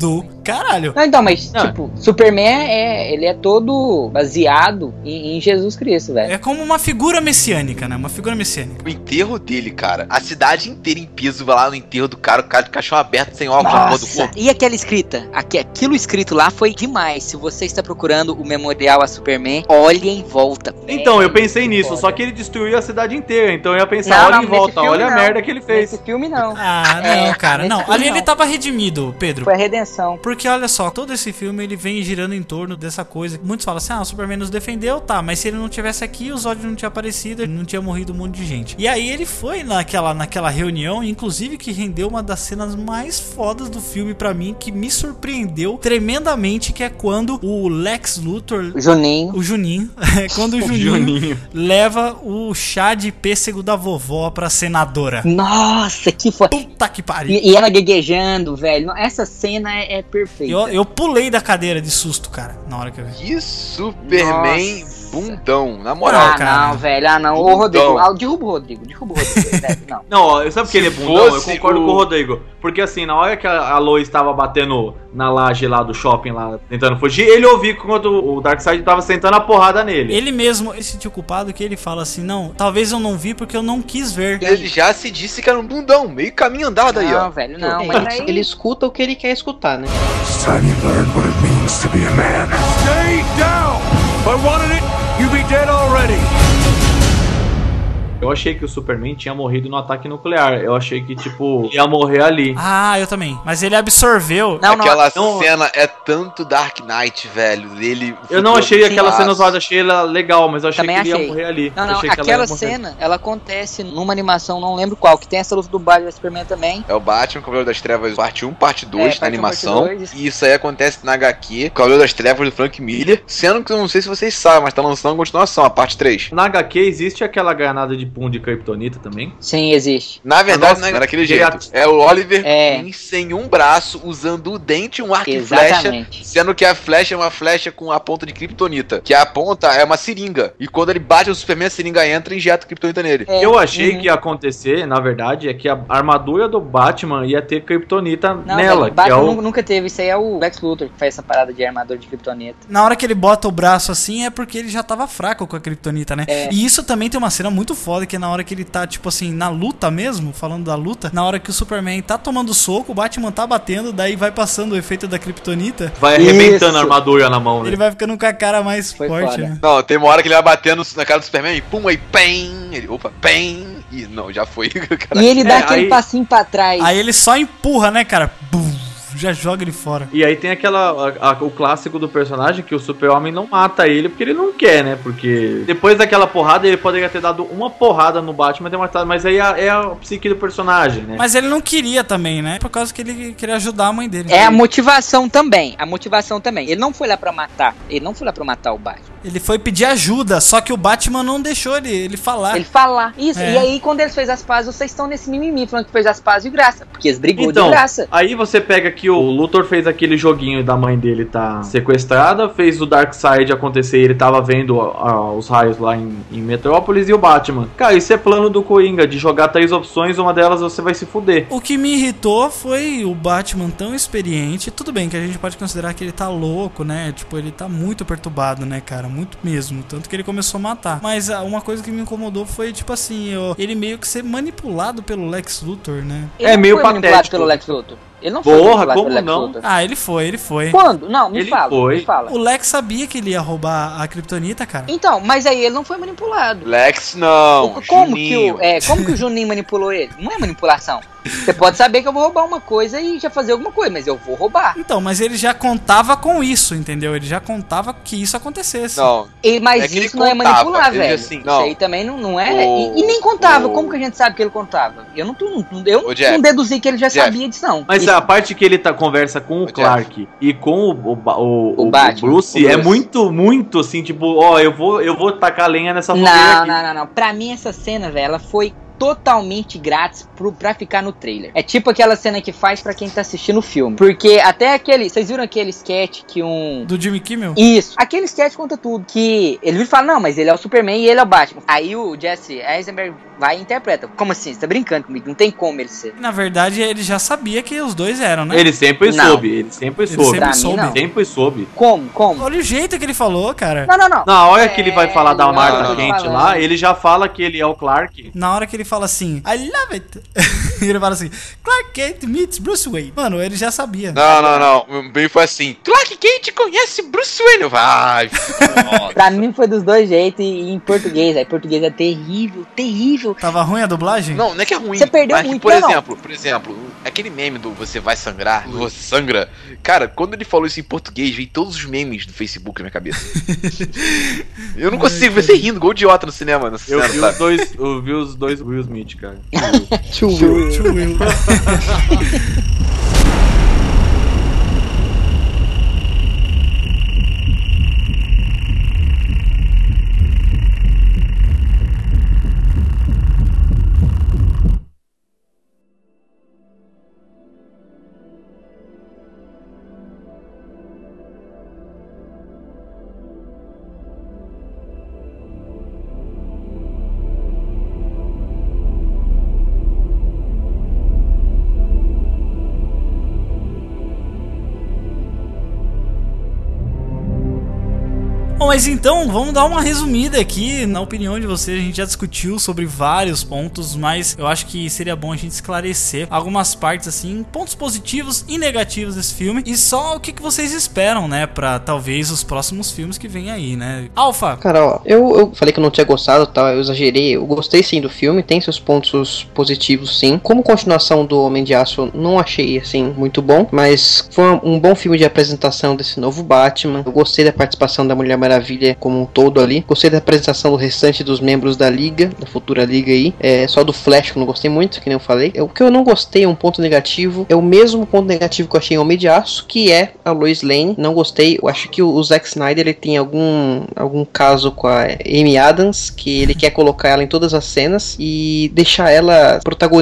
Speaker 1: caralho.
Speaker 9: Não, então, mas,
Speaker 7: Não.
Speaker 9: tipo, Superman ele é todo baseado em Jesus Cristo, velho.
Speaker 1: É como uma figura messiânica, né? Uma figura messiânica.
Speaker 8: O enterro dele, cara, a cidade inteira em peso vai lá no enterro do cara, o cara de caixão aberto, sem óculos na porra do
Speaker 9: Nossa,
Speaker 8: corpo.
Speaker 9: e aquela escrita? Aquilo escrito lá foi demais. Se você está procurando o memorial a Superman, olhe em volta.
Speaker 7: Então, eu pensei
Speaker 9: muito
Speaker 7: nisso,
Speaker 9: foda.
Speaker 7: só que ele destruiu a cidade inteira. Então eu ia pensar, olha em
Speaker 9: nesse
Speaker 7: volta,
Speaker 9: filme
Speaker 7: olha a
Speaker 9: não.
Speaker 7: merda que ele fez.
Speaker 9: Nesse filme não.
Speaker 1: Ah, não, cara,
Speaker 9: nesse
Speaker 1: não.
Speaker 9: filme
Speaker 1: Ali
Speaker 9: não.
Speaker 1: ele tava redimido, Pedro.
Speaker 9: Foi a redenção.
Speaker 1: Porque olha só, todo esse filme ele vem girando em torno dessa coisa. Muitos falam assim: ah, o Superman nos defendeu, tá, mas se ele não tivesse aqui, o Zod não tinha aparecido, ele não tinha morrido um monte de gente. E aí ele foi naquela reunião, inclusive que rendeu uma das cenas mais fodas do filme pra mim, que me surpreendeu tremendamente, que é quando o Lex Luthor,
Speaker 9: O Juninho.
Speaker 1: o Juninho, quando o Juninho leva o chá de pêssego da vovó pra senadora.
Speaker 9: Nossa, que foda.
Speaker 1: Puta que pariu.
Speaker 9: E ela gaguejando, velho. Essa cena é perfeita.
Speaker 1: Eu pulei da cadeira de susto, cara, na hora que eu vi.
Speaker 8: Que Superman
Speaker 9: Nossa.
Speaker 8: bundão, na moral.
Speaker 1: cara.
Speaker 9: Não, velho. Ah, não. Ô,
Speaker 8: Bundão.
Speaker 9: Rodrigo. Derruba o Rodrigo. velho. Não.
Speaker 7: Não, ó, sabe por que ele é
Speaker 8: Se
Speaker 7: bundão? Eu
Speaker 8: fosse
Speaker 7: concordo
Speaker 8: o-
Speaker 7: com o Rodrigo. Porque assim, na hora que a Lois estava batendo na laje lá do shopping, lá tentando fugir, ele ouvia quando o Darkseid tava sentando a porrada nele.
Speaker 1: Ele mesmo se sentiu culpado, que ele fala assim: não, talvez eu não vi porque eu não quis ver.
Speaker 8: Ele já se disse que era um bundão, meio caminho andado aí, ó.
Speaker 9: Não, velho. Não, mas aí...
Speaker 6: Ele escuta o que ele quer escutar, né?
Speaker 4: It's time you learn what it means to be a man.
Speaker 2: Stay down! If I wanted it, you'd be dead already.
Speaker 7: Eu achei que o Superman tinha morrido no ataque nuclear. Eu achei que, tipo, ia morrer ali.
Speaker 1: Ah, eu também. Mas ele absorveu.
Speaker 9: Não,
Speaker 8: Aquela
Speaker 7: não.
Speaker 8: cena é tanto Dark Knight, velho. Dele.
Speaker 7: Eu não achei aquela
Speaker 8: Sim.
Speaker 7: cena zoada, achei ela legal, mas eu achei
Speaker 9: Também
Speaker 7: que ele
Speaker 9: achei.
Speaker 7: ia morrer ali.
Speaker 9: Não,
Speaker 7: Eu achei que ela
Speaker 9: aquela
Speaker 7: ia morrer.
Speaker 9: cena, ela acontece numa animação, não lembro qual, que tem essa luta do Batman e Superman também.
Speaker 8: É o Batman, Cavaleiro das Trevas, parte 1, parte 2,
Speaker 9: É,
Speaker 8: na
Speaker 9: parte 1,
Speaker 8: animação.
Speaker 9: parte 2.
Speaker 8: E isso aí acontece na HQ, Cavaleiro das Trevas do Frank Miller. Sendo que eu não sei se vocês sabem, mas tá lançando a continuação, a parte 3.
Speaker 7: Na HQ existe aquela granada de pum de Kryptonita também.
Speaker 9: Sim, existe.
Speaker 8: Na verdade,
Speaker 7: Nossa,
Speaker 8: não é daquele
Speaker 7: ele
Speaker 8: jeito. É o Oliver
Speaker 9: É.
Speaker 8: Queen sem um braço, usando o dente e um arco e flecha.
Speaker 9: Exatamente.
Speaker 8: Sendo que a flecha é uma flecha com a ponta de Kryptonita. Que a ponta é uma seringa. E quando ele bate no Superman, a seringa entra e injeta Kryptonita nele.
Speaker 9: É,
Speaker 7: Eu achei
Speaker 9: uhum.
Speaker 7: que ia acontecer, na verdade, é que a armadura do Batman ia ter Kryptonita
Speaker 9: Não,
Speaker 7: nela.
Speaker 9: velho,
Speaker 7: Que é
Speaker 9: Batman
Speaker 7: o...
Speaker 9: nunca teve. Isso aí é o Lex Luthor que faz essa parada de armador de Kryptonita.
Speaker 1: Na hora que ele bota o braço assim, é porque ele já tava fraco com a Kryptonita, né?
Speaker 9: É.
Speaker 1: E isso também tem uma cena muito foda, que é na hora que ele tá, tipo assim, na luta mesmo, falando da luta, na hora que o Superman tá tomando soco, o Batman tá batendo, daí vai passando o efeito da Kryptonita,
Speaker 7: Vai arrebentando
Speaker 9: Isso.
Speaker 7: a armadura na mão, né?
Speaker 1: ele vai ficando com a cara mais
Speaker 9: Foi
Speaker 1: forte,
Speaker 9: foda.
Speaker 1: né?
Speaker 8: Não, tem uma hora que ele vai batendo na cara do Superman e pum, aí pem. Ele, opa, pem. E não, já foi. Cara.
Speaker 9: E ele dá
Speaker 7: É,
Speaker 9: aquele
Speaker 7: aí-
Speaker 9: passinho pra trás.
Speaker 1: Aí ele só empurra, né, cara? Bum, já joga ele fora.
Speaker 7: E aí tem o clássico do personagem que o Super-Homem não mata ele porque ele não quer, né? Porque depois daquela porrada ele poderia ter dado uma porrada no Batman e ter matado, mas aí é a psique do personagem, né?
Speaker 1: Mas ele não queria também, né? Por causa que ele queria ajudar a mãe dele.
Speaker 9: É a motivação também. A motivação também. Ele não foi lá pra matar. Ele não foi lá pra matar o Batman.
Speaker 1: Ele foi pedir ajuda, só que o Batman não deixou ele falar.
Speaker 9: Ele falar. Isso.
Speaker 1: É.
Speaker 9: E aí, quando eles fez as pazes, vocês estão nesse mimimi falando que fez as pazes de graça. Porque eles brigou
Speaker 7: Então,
Speaker 9: de graça.
Speaker 7: aí você pega que o Luthor fez aquele joguinho da mãe dele tá sequestrada, fez o Darkseid acontecer, ele tava vendo os raios lá em Metrópolis, e o Batman. Cara, isso é plano do Coringa, de jogar 3 opções, uma delas você vai se fuder.
Speaker 1: O que me irritou foi o Batman tão experiente. Tudo bem que a gente pode considerar que ele tá louco, né? Tipo, ele tá muito perturbado, né, cara? Muito mesmo. Tanto que ele começou a matar. Mas uma coisa que me incomodou foi, tipo assim, ele meio que ser manipulado pelo Lex Luthor, né?
Speaker 9: Ele
Speaker 7: é
Speaker 9: não
Speaker 7: meio
Speaker 9: foi manipulado
Speaker 7: patético.
Speaker 9: pelo Lex Luthor. Ele não foi
Speaker 7: Porra,
Speaker 9: manipulado
Speaker 7: como
Speaker 9: pelo Lex
Speaker 7: não?
Speaker 9: Luthor.
Speaker 1: Ah, ele foi.
Speaker 9: Quando? Não, me
Speaker 7: Ele
Speaker 9: fala.
Speaker 7: foi.
Speaker 9: Me fala.
Speaker 1: O Lex sabia que ele ia roubar a Kryptonita, cara.
Speaker 9: Então, mas aí ele não foi manipulado.
Speaker 8: Lex não.
Speaker 9: Como
Speaker 8: Juninho.
Speaker 9: como que o Juninho manipulou ele? Não é manipulação. Você pode saber que eu vou roubar uma coisa e já fazer alguma coisa, mas eu vou roubar.
Speaker 1: Então, mas ele já contava com isso, entendeu? Ele já contava que isso acontecesse.
Speaker 8: Não.
Speaker 9: Mas
Speaker 8: É que ele
Speaker 9: isso não é
Speaker 8: contava,
Speaker 9: manipular,
Speaker 8: ele
Speaker 9: velho.
Speaker 8: assim,
Speaker 9: Isso
Speaker 8: não.
Speaker 9: aí também não é. E nem contava. Como que a gente sabe que ele contava? Eu não
Speaker 8: Ô, Jeff,
Speaker 9: não deduzi que ele já
Speaker 8: Jeff.
Speaker 9: sabia disso, não.
Speaker 7: Mas
Speaker 9: Isso-
Speaker 7: a parte que ele conversa com o
Speaker 8: Jeff.
Speaker 7: Clark e com o
Speaker 9: Batman,
Speaker 7: Bruce,
Speaker 9: o
Speaker 7: é
Speaker 9: Bruce.
Speaker 7: muito assim, tipo, ó, eu vou tacar lenha nessa fogueira
Speaker 9: Não,
Speaker 7: aqui.
Speaker 9: não. Pra mim, essa cena, velho, ela foi totalmente grátis pra ficar no trailer. É tipo aquela cena que faz pra quem tá assistindo o filme. Porque até aquele... Vocês viram aquele sketch que
Speaker 1: Do Jimmy Kimmel?
Speaker 9: Isso. Aquele sketch conta tudo. Que ele fala, não, mas ele é o Superman e ele é o Batman. Aí o Jesse Eisenberg vai e interpreta. Como assim? Você tá brincando comigo? Não tem como ele ser.
Speaker 1: Na verdade, ele já sabia que os dois eram, né?
Speaker 7: Ele sempre
Speaker 9: Não.
Speaker 7: soube. Ele sempre soube.
Speaker 9: Pra mim,
Speaker 1: soube.
Speaker 9: não.
Speaker 7: Sempre soube.
Speaker 9: Como?
Speaker 1: Olha o jeito que ele falou, cara.
Speaker 9: Não.
Speaker 7: Na hora que ele vai falar da Martha
Speaker 8: não,
Speaker 7: Kent
Speaker 9: falando.
Speaker 7: lá, ele já fala que ele é o Clark.
Speaker 1: Na hora que ele fala assim, I love it. Ele fala assim, Clark Kent meets Bruce Wayne. Mano, ele já sabia.
Speaker 8: Não. Bem foi assim. Clark Kent conhece Bruce Wayne. Vai.
Speaker 9: Pra mim foi dos dois jeitos e em português. Aí português é terrível.
Speaker 1: Tava ruim a dublagem?
Speaker 8: Não é que é ruim.
Speaker 9: Você perdeu
Speaker 8: mas que,
Speaker 9: muito,
Speaker 8: por
Speaker 9: não.
Speaker 8: exemplo, aquele meme do você vai sangrar, você sangra. Cara, quando ele falou isso em português, veio todos os memes do Facebook na minha cabeça. Eu não consigo ver você rindo, igual idiota no cinema.
Speaker 7: Eu vi os dois Will Smith, cara.
Speaker 1: Too Will. Bom, mas então, vamos dar uma resumida aqui. Na opinião de vocês, a gente já discutiu sobre vários pontos, mas eu acho que seria bom a gente esclarecer algumas partes, assim, pontos positivos e negativos desse filme, e só o que vocês esperam, né, pra talvez os próximos filmes que vem aí, né? Alpha!
Speaker 6: Cara, ó, eu falei que eu não tinha gostado, tá? Eu exagerei. Eu gostei sim do filme, tem seus pontos positivos sim. Como continuação do Homem de Aço, não achei, assim, muito bom, mas foi um bom filme de apresentação desse novo Batman. Eu gostei da participação da Mulher Maravilha como um todo ali. Gostei da apresentação do restante dos membros da Liga, da futura Liga aí. Só do Flash que eu não gostei muito, que nem eu falei. O que eu não gostei, um ponto negativo, é o mesmo ponto negativo que eu achei em Homem de Aço, que é a Lois Lane. Não gostei. Eu acho que o Zack Snyder, ele tem algum caso com a Amy Adams, que ele quer colocar ela em todas as cenas e deixar ela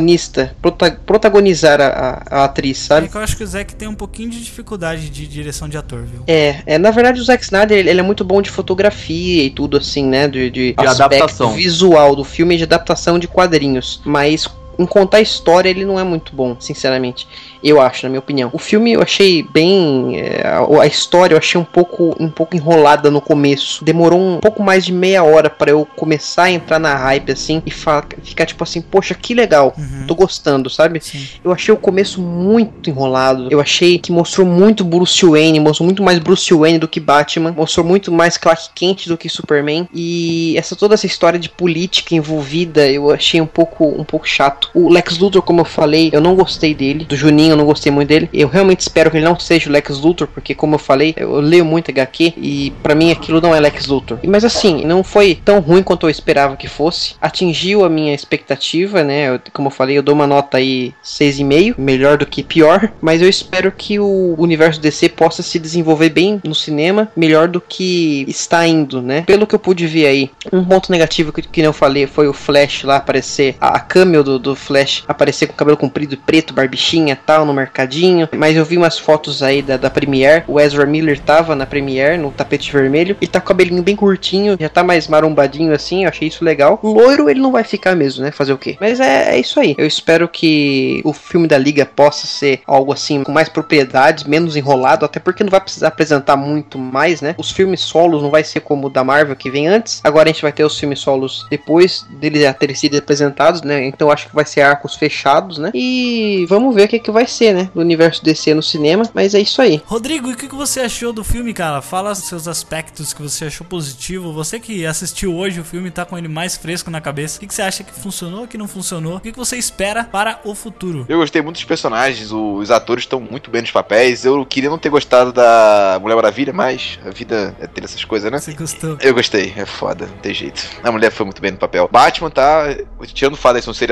Speaker 6: protagonizar a atriz, sabe?
Speaker 1: É que eu acho que o Zack tem um pouquinho de dificuldade de direção de ator, viu?
Speaker 6: Na verdade o Zack Snyder, ele é muito bom de fotografia e tudo assim, né? De
Speaker 7: adaptação
Speaker 6: visual do filme e de adaptação de quadrinhos. Mas em contar a história ele não é muito bom, sinceramente. Eu acho, na minha opinião. O filme eu achei bem... a história eu achei um pouco enrolada no começo. Demorou um pouco mais de meia hora pra eu começar a entrar na hype, assim, e ficar tipo assim, poxa, que legal. Tô gostando, sabe?
Speaker 1: Sim.
Speaker 6: Eu achei o começo muito enrolado. Eu achei que mostrou muito Bruce Wayne, mostrou muito mais Bruce Wayne do que Batman. Mostrou muito mais Clark Kent do que Superman. E toda essa história de política envolvida, eu achei um pouco chato. O Lex Luthor, como eu falei, eu não gostei dele. Do Juninho, eu não gostei muito dele. Eu realmente espero que ele não seja o Lex Luthor, porque como eu falei, eu leio muito HQ e pra mim aquilo não é Lex Luthor. Mas assim, não foi tão ruim quanto eu esperava que fosse. Atingiu a minha expectativa, né? Como eu falei, eu dou uma nota aí 6,5, melhor do que pior. Mas eu espero que o universo DC possa se desenvolver bem no cinema, melhor do que está indo, né? Pelo que eu pude ver aí, um ponto negativo que eu falei foi o Flash lá aparecer, a cameo do Flash aparecer com o cabelo comprido e preto, barbichinha e tal, no mercadinho. Mas eu vi umas fotos aí da Premiere. O Ezra Miller tava na Premiere, no tapete vermelho. Ele tá com o cabelinho bem curtinho, já tá mais marombadinho assim, eu achei isso legal. Loiro ele não vai ficar mesmo, né? Fazer o quê? Mas é isso aí. Eu espero que o filme da Liga possa ser algo assim, com mais propriedades, menos enrolado, até porque não vai precisar apresentar muito mais, né? Os filmes solos não vai ser como o da Marvel que vem antes. Agora a gente vai ter os filmes solos depois deles já terem sido apresentados, né? Então eu acho que vai ser arcos fechados, né? E vamos ver o que vai ser, né? Do universo DC no cinema, mas é isso aí.
Speaker 1: Rodrigo, e o que você achou do filme, cara? Fala os seus aspectos que você achou positivo. Você que assistiu hoje o filme, tá com ele mais fresco na cabeça. O que você acha que funcionou, que não funcionou? O que você espera para o futuro?
Speaker 8: Eu gostei muito dos personagens, os atores estão muito bem nos papéis. Eu queria não ter gostado da Mulher Maravilha, mas a vida é ter essas coisas, né?
Speaker 1: Você gostou?
Speaker 8: Eu gostei, é foda, não tem jeito. A mulher foi muito bem no papel. Batman tá, tirando o fato de ser um serial killer,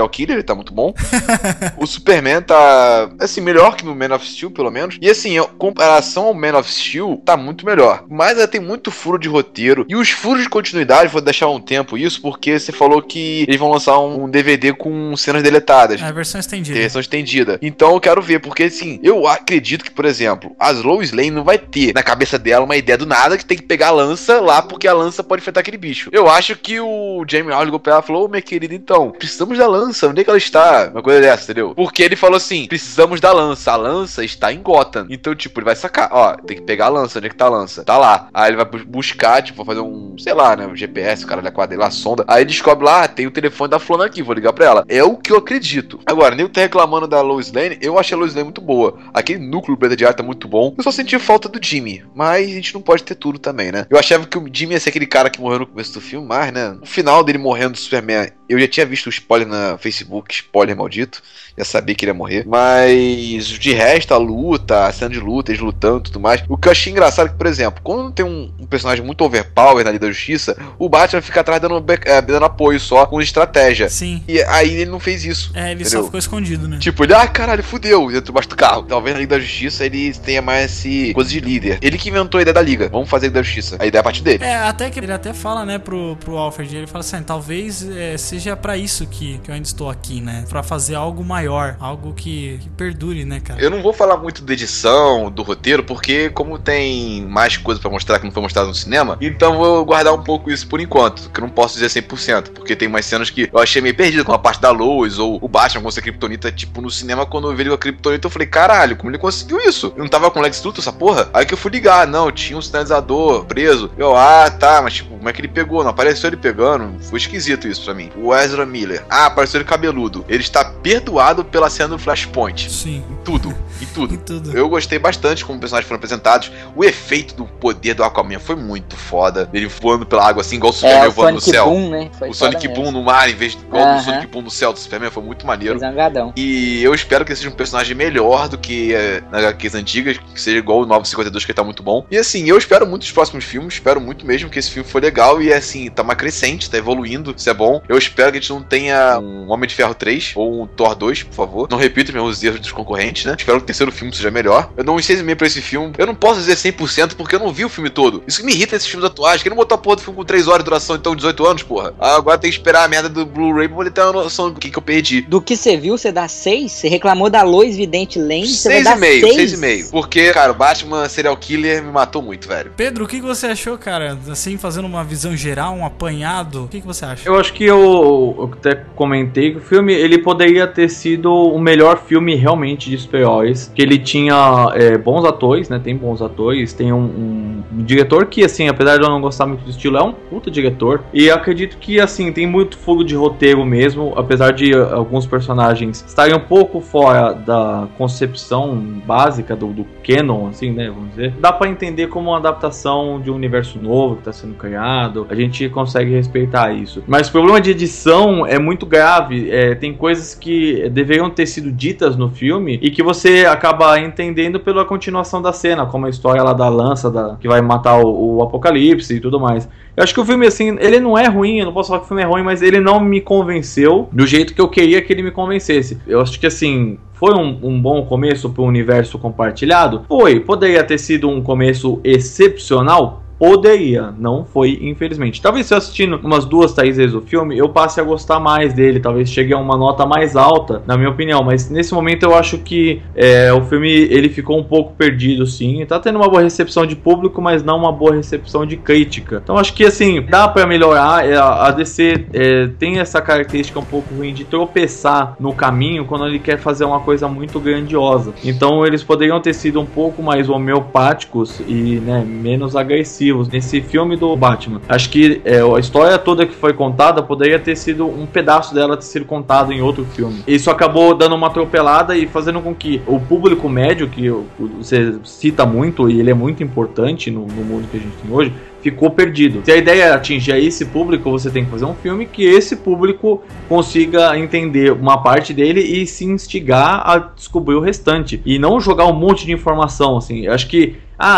Speaker 8: ele tá muito bom. O Superman tá, assim, melhor que no Man of Steel, pelo menos. E assim, em comparação ao Man of Steel, tá muito melhor. Mas ela tem muito furo de roteiro. E os furos de continuidade, vou deixar um tempo isso, porque você falou que eles vão lançar um DVD com cenas deletadas.
Speaker 1: É a versão estendida.
Speaker 8: Versão estendida. Então eu quero ver, porque assim, eu acredito que, por exemplo, a Lois Lane não vai ter na cabeça dela uma ideia do nada que tem que pegar a lança lá, porque a lança pode enfrentar aquele bicho. Eu acho que o Jamie Howard ligou pra ela e falou: ô, minha querida, então, precisamos da lança, onde é que ela está? Uma coisa dessa, entendeu? Porque ele falou assim: precisamos da lança, a lança está em Gotham. Então, tipo, ele vai sacar, ó, tem que pegar a lança, onde é que tá a lança? Tá lá. Aí ele vai buscar, tipo, fazer um, sei lá, né, um GPS, o cara da quadra lá, sonda. Aí descobre lá, tem o telefone da fulana aqui, vou ligar pra ela. É o que eu acredito. Agora, nem eu tá reclamando da Lois Lane, eu achei a Lois Lane muito boa. Aquele núcleo de arte tá muito bom. Eu só senti falta do Jimmy, mas a gente não pode ter tudo também, né? Eu achava que o Jimmy ia ser aquele cara que morreu no começo do filme, mas, né, o final dele morrendo do Superman, eu já tinha visto o spoiler na Facebook, spoiler maldito, já sabia que ele ia morrer, mas de resto, a luta, a cena de luta, eles lutando e tudo mais, o que eu achei engraçado é que, por exemplo, quando tem um personagem muito overpower na Liga da Justiça, o Batman fica atrás dando apoio só, com estratégia.
Speaker 1: Sim.
Speaker 8: E aí ele não fez isso.
Speaker 1: É, ele
Speaker 8: entendeu?
Speaker 1: só ficou escondido, né?
Speaker 8: Tipo, ele, caralho, fudeu, dentro debaixo do carro. Talvez na Liga da Justiça ele tenha mais esse coisa de líder. Ele que inventou a ideia da Liga. Vamos fazer a Liga da Justiça. A ideia é a partir dele.
Speaker 1: É, até que ele até fala, né, pro Alfred, ele fala assim, talvez seja pra isso que eu ainda estou aqui, né? Pra fazer algo maior, algo que perdure, né, cara?
Speaker 8: Eu não vou falar muito da edição, do roteiro, porque como tem mais coisa pra mostrar que não foi mostrado no cinema, então vou guardar um pouco isso por enquanto, que eu não posso dizer 100%, porque tem mais cenas que eu achei meio perdido, como a parte da Lois, ou o Batman com essa Kryptonita, tipo, no cinema, quando eu vi a Kryptonita, eu falei, caralho, como ele conseguiu isso? Eu não tava com o Lex Luthor, essa porra? Aí que eu fui ligar, não, tinha um sinalizador preso. Eu, tá, mas tipo, como é que ele pegou? Não apareceu ele pegando? Foi esquisito isso pra mim. O Ezra Miller, apareceu ele cabeludo. Ele está perdoado pela cena do Flashpoint.
Speaker 1: Sim.
Speaker 8: Em tudo. Em tudo.
Speaker 1: Em tudo.
Speaker 8: Eu gostei bastante como os personagens foram apresentados. O efeito do poder do Aquaman foi muito foda. Ele voando pela água assim, igual o Superman voando no céu.
Speaker 9: Boom, né?
Speaker 8: O Sonic Boom no mar, em vez de igual o Sonic Boom no céu do Superman, foi muito maneiro.
Speaker 9: Zangadão.
Speaker 8: E eu espero que ele seja um personagem melhor do que nas HQs antigas, que seja igual o 952, que tá muito bom. E assim, eu espero muito os próximos filmes, espero muito mesmo que esse filme foi legal e assim, tá uma crescente, tá evoluindo, isso é bom. Eu espero que a gente não tenha um Homem de Ferro 3 ou um Thor 2, por favor. Não repita mesmo os erros dos concorrentes, né? Espero que o terceiro filme seja melhor. Eu dou um 6,5 pra esse filme. Eu não posso dizer 100% porque eu não vi o filme todo. Isso que me irrita nesses filmes atuais, que não botou a porra do filme com 3 horas de duração, então 18 anos, porra. Agora tem que esperar a merda do Blu-ray pra poder ter uma noção do que eu perdi.
Speaker 9: Do que você viu, você dá 6? Você reclamou da Lois Vidente Lane, você vai dar
Speaker 8: 6,5. Porque, cara, o Batman Serial Killer me matou muito, velho.
Speaker 1: Pedro, o que você achou, cara? Assim, fazendo uma visão geral, um apanhado, o que você acha?
Speaker 7: Eu acho que eu até comentei que o filme, ele poderia ter sido o melhor filme realmente de super-heróis, que ele tinha bons atores, né, tem bons atores, tem um diretor que, assim, apesar de eu não gostar muito do estilo, é um puta diretor, e eu acredito que, assim, tem muito furo de roteiro mesmo, apesar de alguns personagens estarem um pouco fora da concepção básica do canon, assim, né, vamos dizer, dá pra entender como uma adaptação de um universo novo que tá sendo criado, a gente consegue respeitar isso. Mas o problema de edição é muito grave, tem coisas que deveriam ter sido ditas no filme e que você acaba entendendo pela continuação da cena, como a história lá da lança que vai matar o Apocalipse e tudo mais. Eu acho que o filme, assim, ele não é ruim, eu não posso falar que o filme é ruim, mas ele não me convenceu do jeito que eu queria que ele me convencesse. Eu acho que, assim, foi um bom começo para o universo compartilhado? Foi. Poderia ter sido um começo excepcional? Poderia, não foi, infelizmente. Talvez se eu assistindo umas 2, 3 vezes o filme, eu passe a gostar mais dele, talvez chegue a uma nota mais alta, na minha opinião, mas nesse momento eu acho que o filme, ele ficou um pouco perdido, sim, tá tendo uma boa recepção de público, mas não uma boa recepção de crítica. Então acho que, assim, dá pra melhorar. A DC tem essa característica um pouco ruim de tropeçar no caminho quando ele quer fazer uma coisa muito grandiosa. Então eles poderiam ter sido um pouco mais homeopáticos e, né, menos agressivos nesse filme do Batman. Acho que a história toda que foi contada poderia ter sido um pedaço dela ter sido contado em outro filme. Isso acabou dando uma atropelada e fazendo com que o público médio, que você cita muito e ele é muito importante no mundo que a gente tem hoje, ficou perdido. Se a ideia é atingir esse público, você tem que fazer um filme que esse público consiga entender uma parte dele e se instigar a descobrir o restante. E não jogar um monte de informação, assim. Eu acho que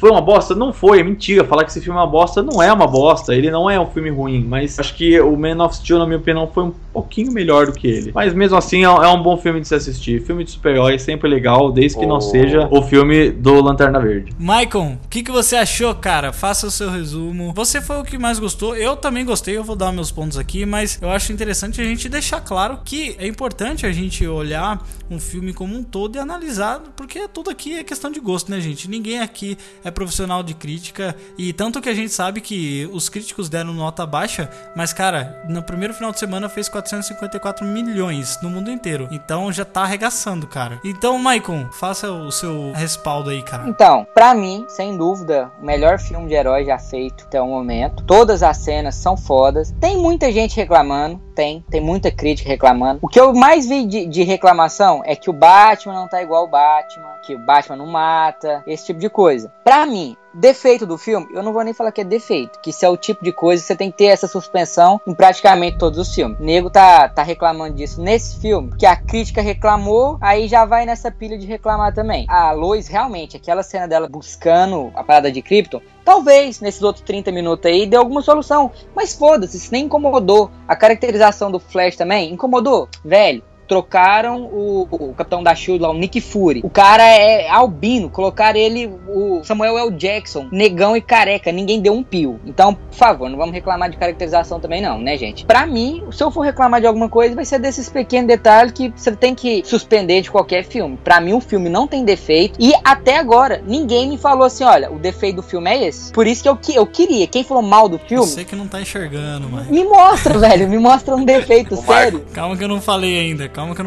Speaker 7: foi uma bosta? Não foi, é mentira. Falar que esse filme é uma bosta não é uma bosta. Ele não é um filme ruim, mas acho que o Man of Steel, na minha opinião, foi um pouquinho melhor do que ele. Mas mesmo assim, é um bom filme de se assistir. Filme de super-herói é sempre legal, desde que não seja o filme do Lanterna Verde.
Speaker 1: Maicon, o que você achou, cara? Faça o seu resumo. Você foi o que mais gostou. Eu também gostei, eu vou dar meus pontos aqui, mas eu acho interessante a gente deixar claro que é importante a gente olhar um filme como um todo e analisar, porque tudo aqui é questão de gosto, né, gente? Ninguém aqui é profissional de crítica, e tanto que a gente sabe que os críticos deram nota baixa, mas, cara, no primeiro final de semana fez 454 milhões no mundo inteiro. Então já tá arregaçando, cara. Então, Maicon, faça o seu respaldo aí, cara.
Speaker 9: Então, pra mim, sem dúvida, o melhor filme de herói já feito até o momento. Todas as cenas são fodas. Tem muita gente reclamando. Tem muita crítica reclamando. O que eu mais vi de reclamação é que o Batman não tá igual o Batman, que o Batman não mata, esse tipo de coisa. Pra mim, defeito do filme, eu não vou nem falar que é defeito, que isso é o tipo de coisa que você tem que ter essa suspensão em praticamente todos os filmes. O nego tá reclamando disso nesse filme, porque a crítica reclamou, aí já vai nessa pilha de reclamar também. A Lois, realmente, aquela cena dela buscando a parada de Krypton, talvez nesses outros 30 minutos aí dê alguma solução, mas foda-se, isso nem incomodou. A caracterização do Flash também incomodou, velho. Trocaram o Capitão da SHIELD lá, o Nick Fury. O cara é albino, colocaram ele, o Samuel L. Jackson, negão e careca, ninguém deu um pio. Então, por favor, não vamos reclamar de caracterização também não, né, gente? Pra mim, se eu for reclamar de alguma coisa, vai ser desses pequenos detalhes que você tem que suspender de qualquer filme. Pra mim, o filme não tem defeito, e até agora, ninguém me falou assim, olha, o defeito do filme é esse. Por isso que eu queria, quem falou mal do filme...
Speaker 1: Você que não tá enxergando, mano.
Speaker 9: Me mostra, velho, me mostra um defeito, sério.
Speaker 1: Calma que eu não falei ainda,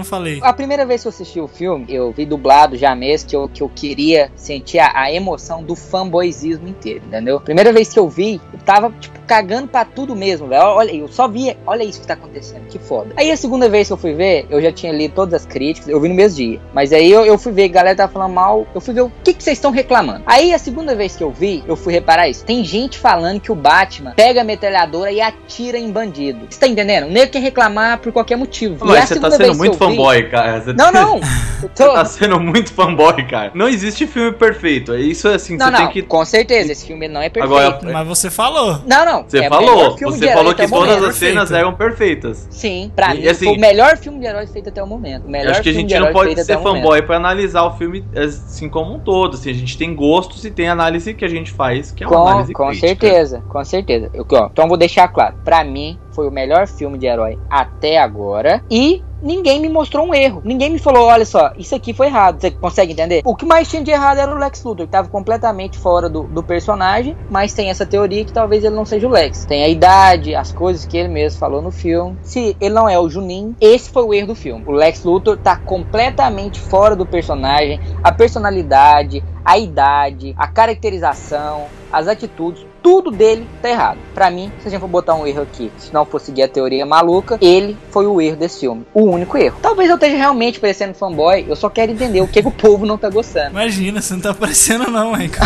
Speaker 9: A primeira vez que eu assisti o filme, eu vi dublado já mesmo, que eu queria sentir a emoção do fanboyzismo inteiro, entendeu? Primeira vez que eu vi, eu tava, tipo, cagando pra tudo mesmo, velho. Olha, eu só via, olha isso que tá acontecendo, que foda. Aí a segunda vez que eu fui ver, eu já tinha lido todas as críticas, eu vi no mesmo dia. Mas aí eu fui ver, a galera tava falando mal, eu fui ver o que vocês estão reclamando. Aí a segunda vez que eu vi, eu fui reparar isso. Tem gente falando que o Batman pega a metralhadora e atira em bandido. Você tá entendendo? O nego quer reclamar por qualquer motivo.
Speaker 7: Mas você tá sendo muito fanboy, cara.
Speaker 9: Não.
Speaker 7: Você tá sendo muito fanboy, cara. Não existe filme perfeito. Isso é assim,
Speaker 9: não,
Speaker 7: você tem que...
Speaker 9: Com certeza, esse filme não é perfeito.
Speaker 7: Agora,
Speaker 1: mas você falou.
Speaker 9: Não.
Speaker 7: Você falou. Você falou que todas as cenas eram perfeitas.
Speaker 9: Sim, pra mim assim, foi o melhor filme de heróis feito até o momento.
Speaker 7: Acho que a gente não pode ser fanboy pra analisar o filme assim como um todo. Assim, a gente tem gostos e tem análise que a gente faz, que é uma análise crítica.
Speaker 9: Com certeza. Então vou deixar claro. Pra mim, foi o melhor filme de herói até agora. E ninguém me mostrou um erro. Ninguém me falou, olha só, isso aqui foi errado. Você consegue entender? O que mais tinha de errado era o Lex Luthor, que tava completamente fora do personagem, mas tem essa teoria que talvez ele não seja o Lex. Tem a idade, as coisas que ele mesmo falou no filme. Se ele não é o Junin, esse foi o erro do filme. O Lex Luthor tá completamente fora do personagem, a personalidade, a idade, a caracterização, as atitudes, tudo dele tá errado. Pra mim, se a gente for botar um erro aqui, se não for seguir a teoria maluca, ele foi o erro desse filme. O único erro. Talvez eu esteja realmente parecendo fanboy, eu só quero entender o que o povo não tá gostando.
Speaker 1: Imagina, você não tá parecendo não, hein,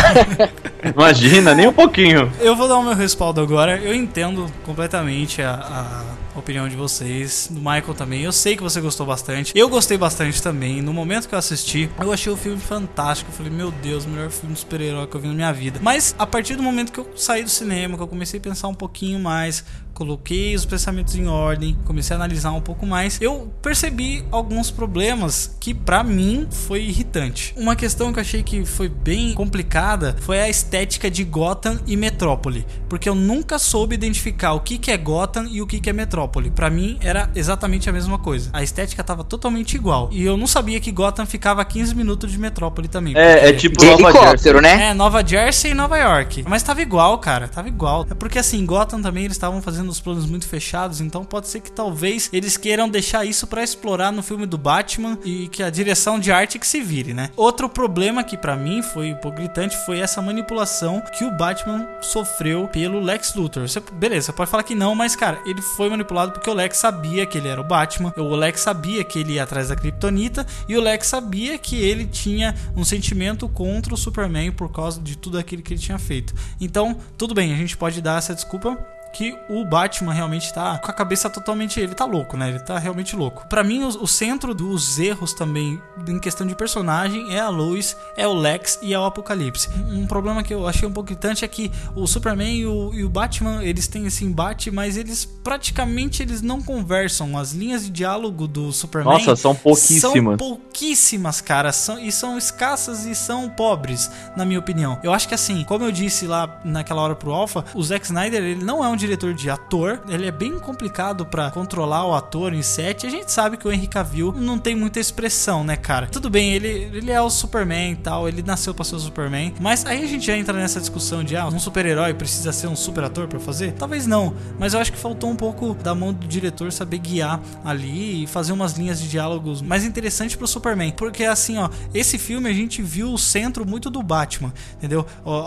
Speaker 7: Imagina, nem um pouquinho.
Speaker 1: Eu vou dar o meu respaldo agora. Eu entendo completamente a opinião de vocês, do Michael também. Eu sei que você gostou bastante. Eu gostei bastante também. No momento que eu assisti, eu achei o filme fantástico. Eu falei, meu Deus, o melhor filme de super-herói que eu vi na minha vida. Mas a partir do momento que eu saí do cinema, que eu comecei a pensar um pouquinho mais, coloquei os pensamentos em ordem, comecei a analisar um pouco mais, eu percebi alguns problemas que pra mim foi irritante. Uma questão que eu achei que foi bem complicada foi a estética de Gotham e Metrópole, porque eu nunca soube identificar o que é Gotham e o que é Metrópole. Pra mim era exatamente a mesma coisa. A estética tava totalmente igual. E eu não sabia que Gotham ficava a 15 minutos de Metrópole também.
Speaker 7: É tipo Nova Jersey,
Speaker 9: né?
Speaker 1: É, Nova Jersey e Nova York. Mas tava igual, cara. Tava igual. É porque assim, Gotham também eles estavam fazendo os planos muito fechados, então pode ser que talvez eles queiram deixar isso pra explorar no filme do Batman e que a direção de arte que se vire, né? Outro problema que pra mim foi um pouco gritante foi essa manipulação que o Batman sofreu pelo Lex Luthor. Beleza, você pode falar que não, mas cara, ele foi manipulado porque o Lex sabia que ele era o Batman, o Lex sabia que ele ia atrás da Kryptonita e o Lex sabia que ele tinha um sentimento contra o Superman por causa de tudo aquilo que ele tinha feito. Então, tudo bem, a gente pode dar essa desculpa que o Batman realmente tá com a cabeça totalmente... Ele tá louco, né? Ele tá realmente louco. Pra mim, o centro dos erros também, em questão de personagem, é a Lois, é o Lex e é o Apocalipse. Um problema que eu achei um pouco irritante é que o Superman e o Batman, eles têm esse embate, mas eles praticamente eles não conversam. As linhas de diálogo do Superman...
Speaker 7: Nossa, são pouquíssimas.
Speaker 1: São pouquíssimas, cara. São escassas e são pobres, na minha opinião. Eu acho que assim, como eu disse lá naquela hora pro Alpha, o Zack Snyder, ele não é um diretor de ator. Ele é bem complicado pra controlar o ator em set. A gente sabe que o Henry Cavill não tem muita expressão, né, cara? Tudo bem, ele é o Superman e tal, ele nasceu pra ser o Superman, mas aí a gente já entra nessa discussão de, um super-herói precisa ser um super ator pra fazer? Talvez não, mas eu acho que faltou um pouco da mão do diretor saber guiar ali e fazer umas linhas de diálogos mais interessantes pro Superman, porque assim, esse filme a gente viu o centro muito do Batman, entendeu?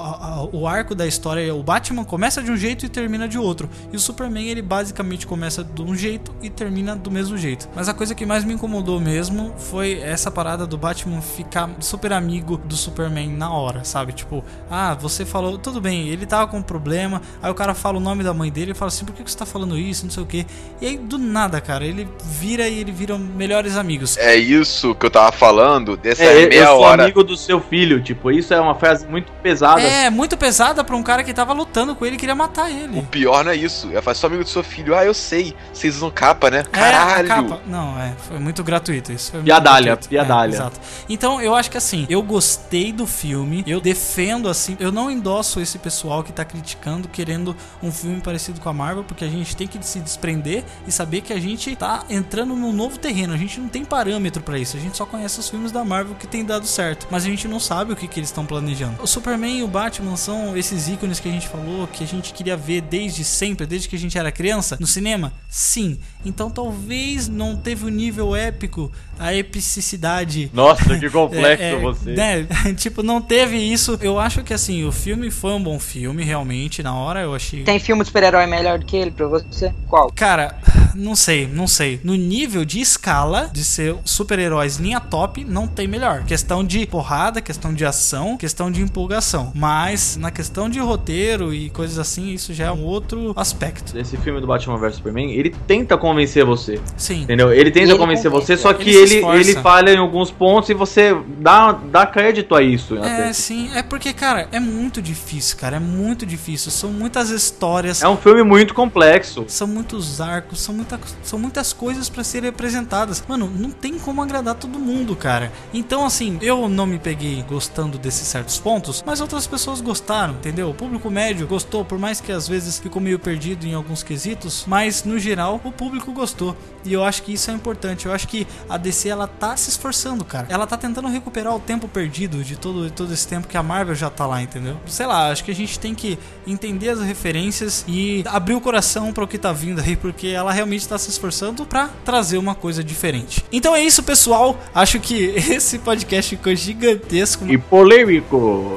Speaker 1: O arco da história, o Batman começa de um jeito e termina de outro, e o Superman, ele basicamente começa de um jeito e termina do mesmo jeito. Mas a coisa que mais me incomodou mesmo foi essa parada do Batman ficar super amigo do Superman na hora, sabe? Tipo, você falou, tudo bem, ele tava com um problema, aí o cara fala o nome da mãe dele e fala assim, por que você tá falando isso, não sei o que, e aí do nada, cara, ele viram melhores amigos.
Speaker 8: É isso que eu tava falando, dessa
Speaker 7: meia eu sou hora. Amigo do seu filho, tipo, isso é uma frase muito pesada.
Speaker 1: É, muito pesada pra um cara que tava lutando com ele e queria matar ele.
Speaker 8: O pior não é isso, é fazer só amigo do seu filho. Eu sei, vocês usam capa, né? Caralho!
Speaker 1: Capa. Não, foi muito gratuito isso.
Speaker 7: Piadalha.
Speaker 1: Exato. Então, eu acho que assim, eu gostei do filme, eu defendo assim, eu não endosso esse pessoal que tá criticando, querendo um filme parecido com a Marvel, porque a gente tem que se desprender e saber que a gente tá entrando num novo terreno, a gente não tem parâmetro pra isso, a gente só conhece os filmes da Marvel que tem dado certo, mas a gente não sabe o que eles estão planejando. O Superman e o Batman são esses ícones que a gente falou, que a gente queria ver desde sempre, desde que a gente era criança, no cinema? Sim. Então talvez não teve o nível épico, a epicidade.
Speaker 7: Nossa, que complexo você.
Speaker 1: Né? Tipo, não teve isso. Eu acho que assim, o filme foi um bom filme, realmente, na hora eu achei...
Speaker 9: Tem filme de super-herói melhor do que ele pra você? Qual?
Speaker 1: Cara, não sei. No nível de escala, de ser super-heróis linha top, não tem melhor. Questão de porrada, questão de ação, questão de empolgação. Mas, na questão de roteiro e coisas assim, isso já é um outro aspecto.
Speaker 7: Esse filme do Batman vs Superman, ele tenta convencer você.
Speaker 1: Sim.
Speaker 7: Entendeu? Ele tenta convencer você, só que ele falha em alguns pontos e você dá crédito a isso.
Speaker 1: Sim. É porque, cara, é muito difícil, cara. É muito difícil. São muitas histórias.
Speaker 7: É um filme muito complexo.
Speaker 1: São muitos arcos, são muitas coisas pra serem apresentadas. Mano, não tem como agradar todo mundo, cara. Então, assim, eu não me peguei gostando desses certos pontos, mas outras pessoas gostaram, entendeu? O público médio gostou, por mais que às vezes ficou meio perdido em alguns quesitos, mas no geral o público gostou. E eu acho que isso é importante. Eu acho que a DC, ela tá se esforçando, cara. Ela tá tentando recuperar o tempo perdido de todo esse tempo que a Marvel já tá lá, entendeu? Sei lá, acho que a gente tem que entender as referências e abrir o coração para o que tá vindo aí, porque ela realmente tá se esforçando pra trazer uma coisa diferente. Então é isso, pessoal. Acho que esse podcast ficou gigantesco.
Speaker 7: E polêmico.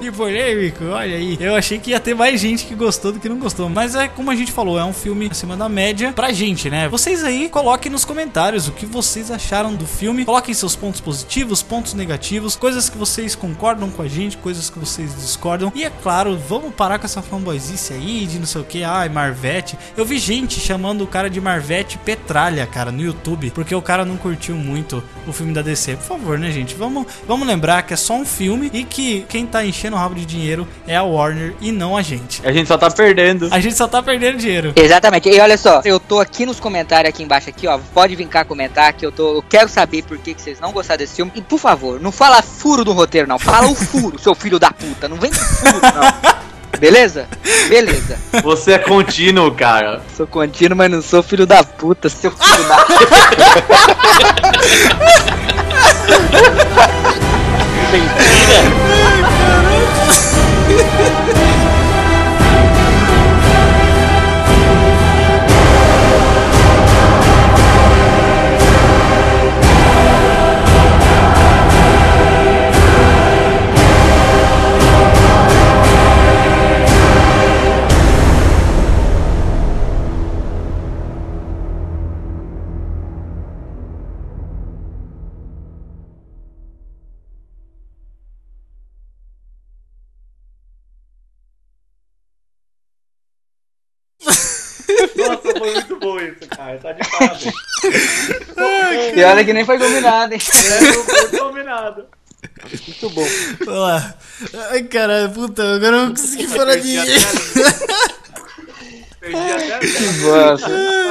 Speaker 1: Olha aí. Eu achei que ia ter mais gente que gostou do que não gostou. Mas é como a gente falou, é um filme acima da média pra gente, né? Vocês aí, coloquem nos comentários o que vocês acharam do filme. Coloquem seus pontos positivos, pontos negativos, coisas que vocês concordam com a gente, coisas que vocês discordam. E é claro, vamos parar com essa fanboyzice aí de não sei o que, Marvete. Eu vi gente chamando o cara de Marvete Petralha, cara, no YouTube, porque o cara não curtiu muito o filme da DC. Por favor, né, gente? Vamos lembrar que é só um filme e que quem tá enchendo o rabo de dinheiro é a Warner e não a gente.
Speaker 7: A gente só tá perdendo.
Speaker 1: A gente só tá perdendo dinheiro.
Speaker 9: Exatamente. E olha só, eu tô aqui nos comentários aqui embaixo aqui, ó. Pode vir cá comentar que eu quero saber por que vocês não gostaram desse filme. E por favor, não fala furo do roteiro, não. Fala o furo, seu filho da puta. Não vem com furo, não. Beleza? Beleza.
Speaker 7: Você é contínuo, cara.
Speaker 9: Sou contínuo, mas não sou filho da puta, seu filho da puta.
Speaker 1: Mentira.
Speaker 7: foi muito bom isso, cara. Tá de parabéns.
Speaker 9: E olha que nem foi combinado, hein?
Speaker 7: Não foi combinado.
Speaker 6: Muito bom.
Speaker 1: Vamos lá. Ai, caralho, puta, agora eu não consegui falar de...
Speaker 7: Perdi até a língua.
Speaker 9: Nossa.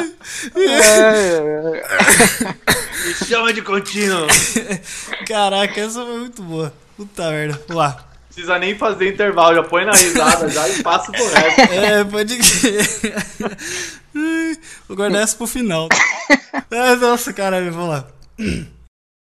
Speaker 7: Me chama de contínuo.
Speaker 1: Caraca, essa foi muito boa. Puta merda. Vamos lá.
Speaker 7: Precisa nem fazer intervalo, já põe na risada já e passa pro resto.
Speaker 1: Pode crer. Vou guardar essa pro final. Nossa, caralho, vamos lá.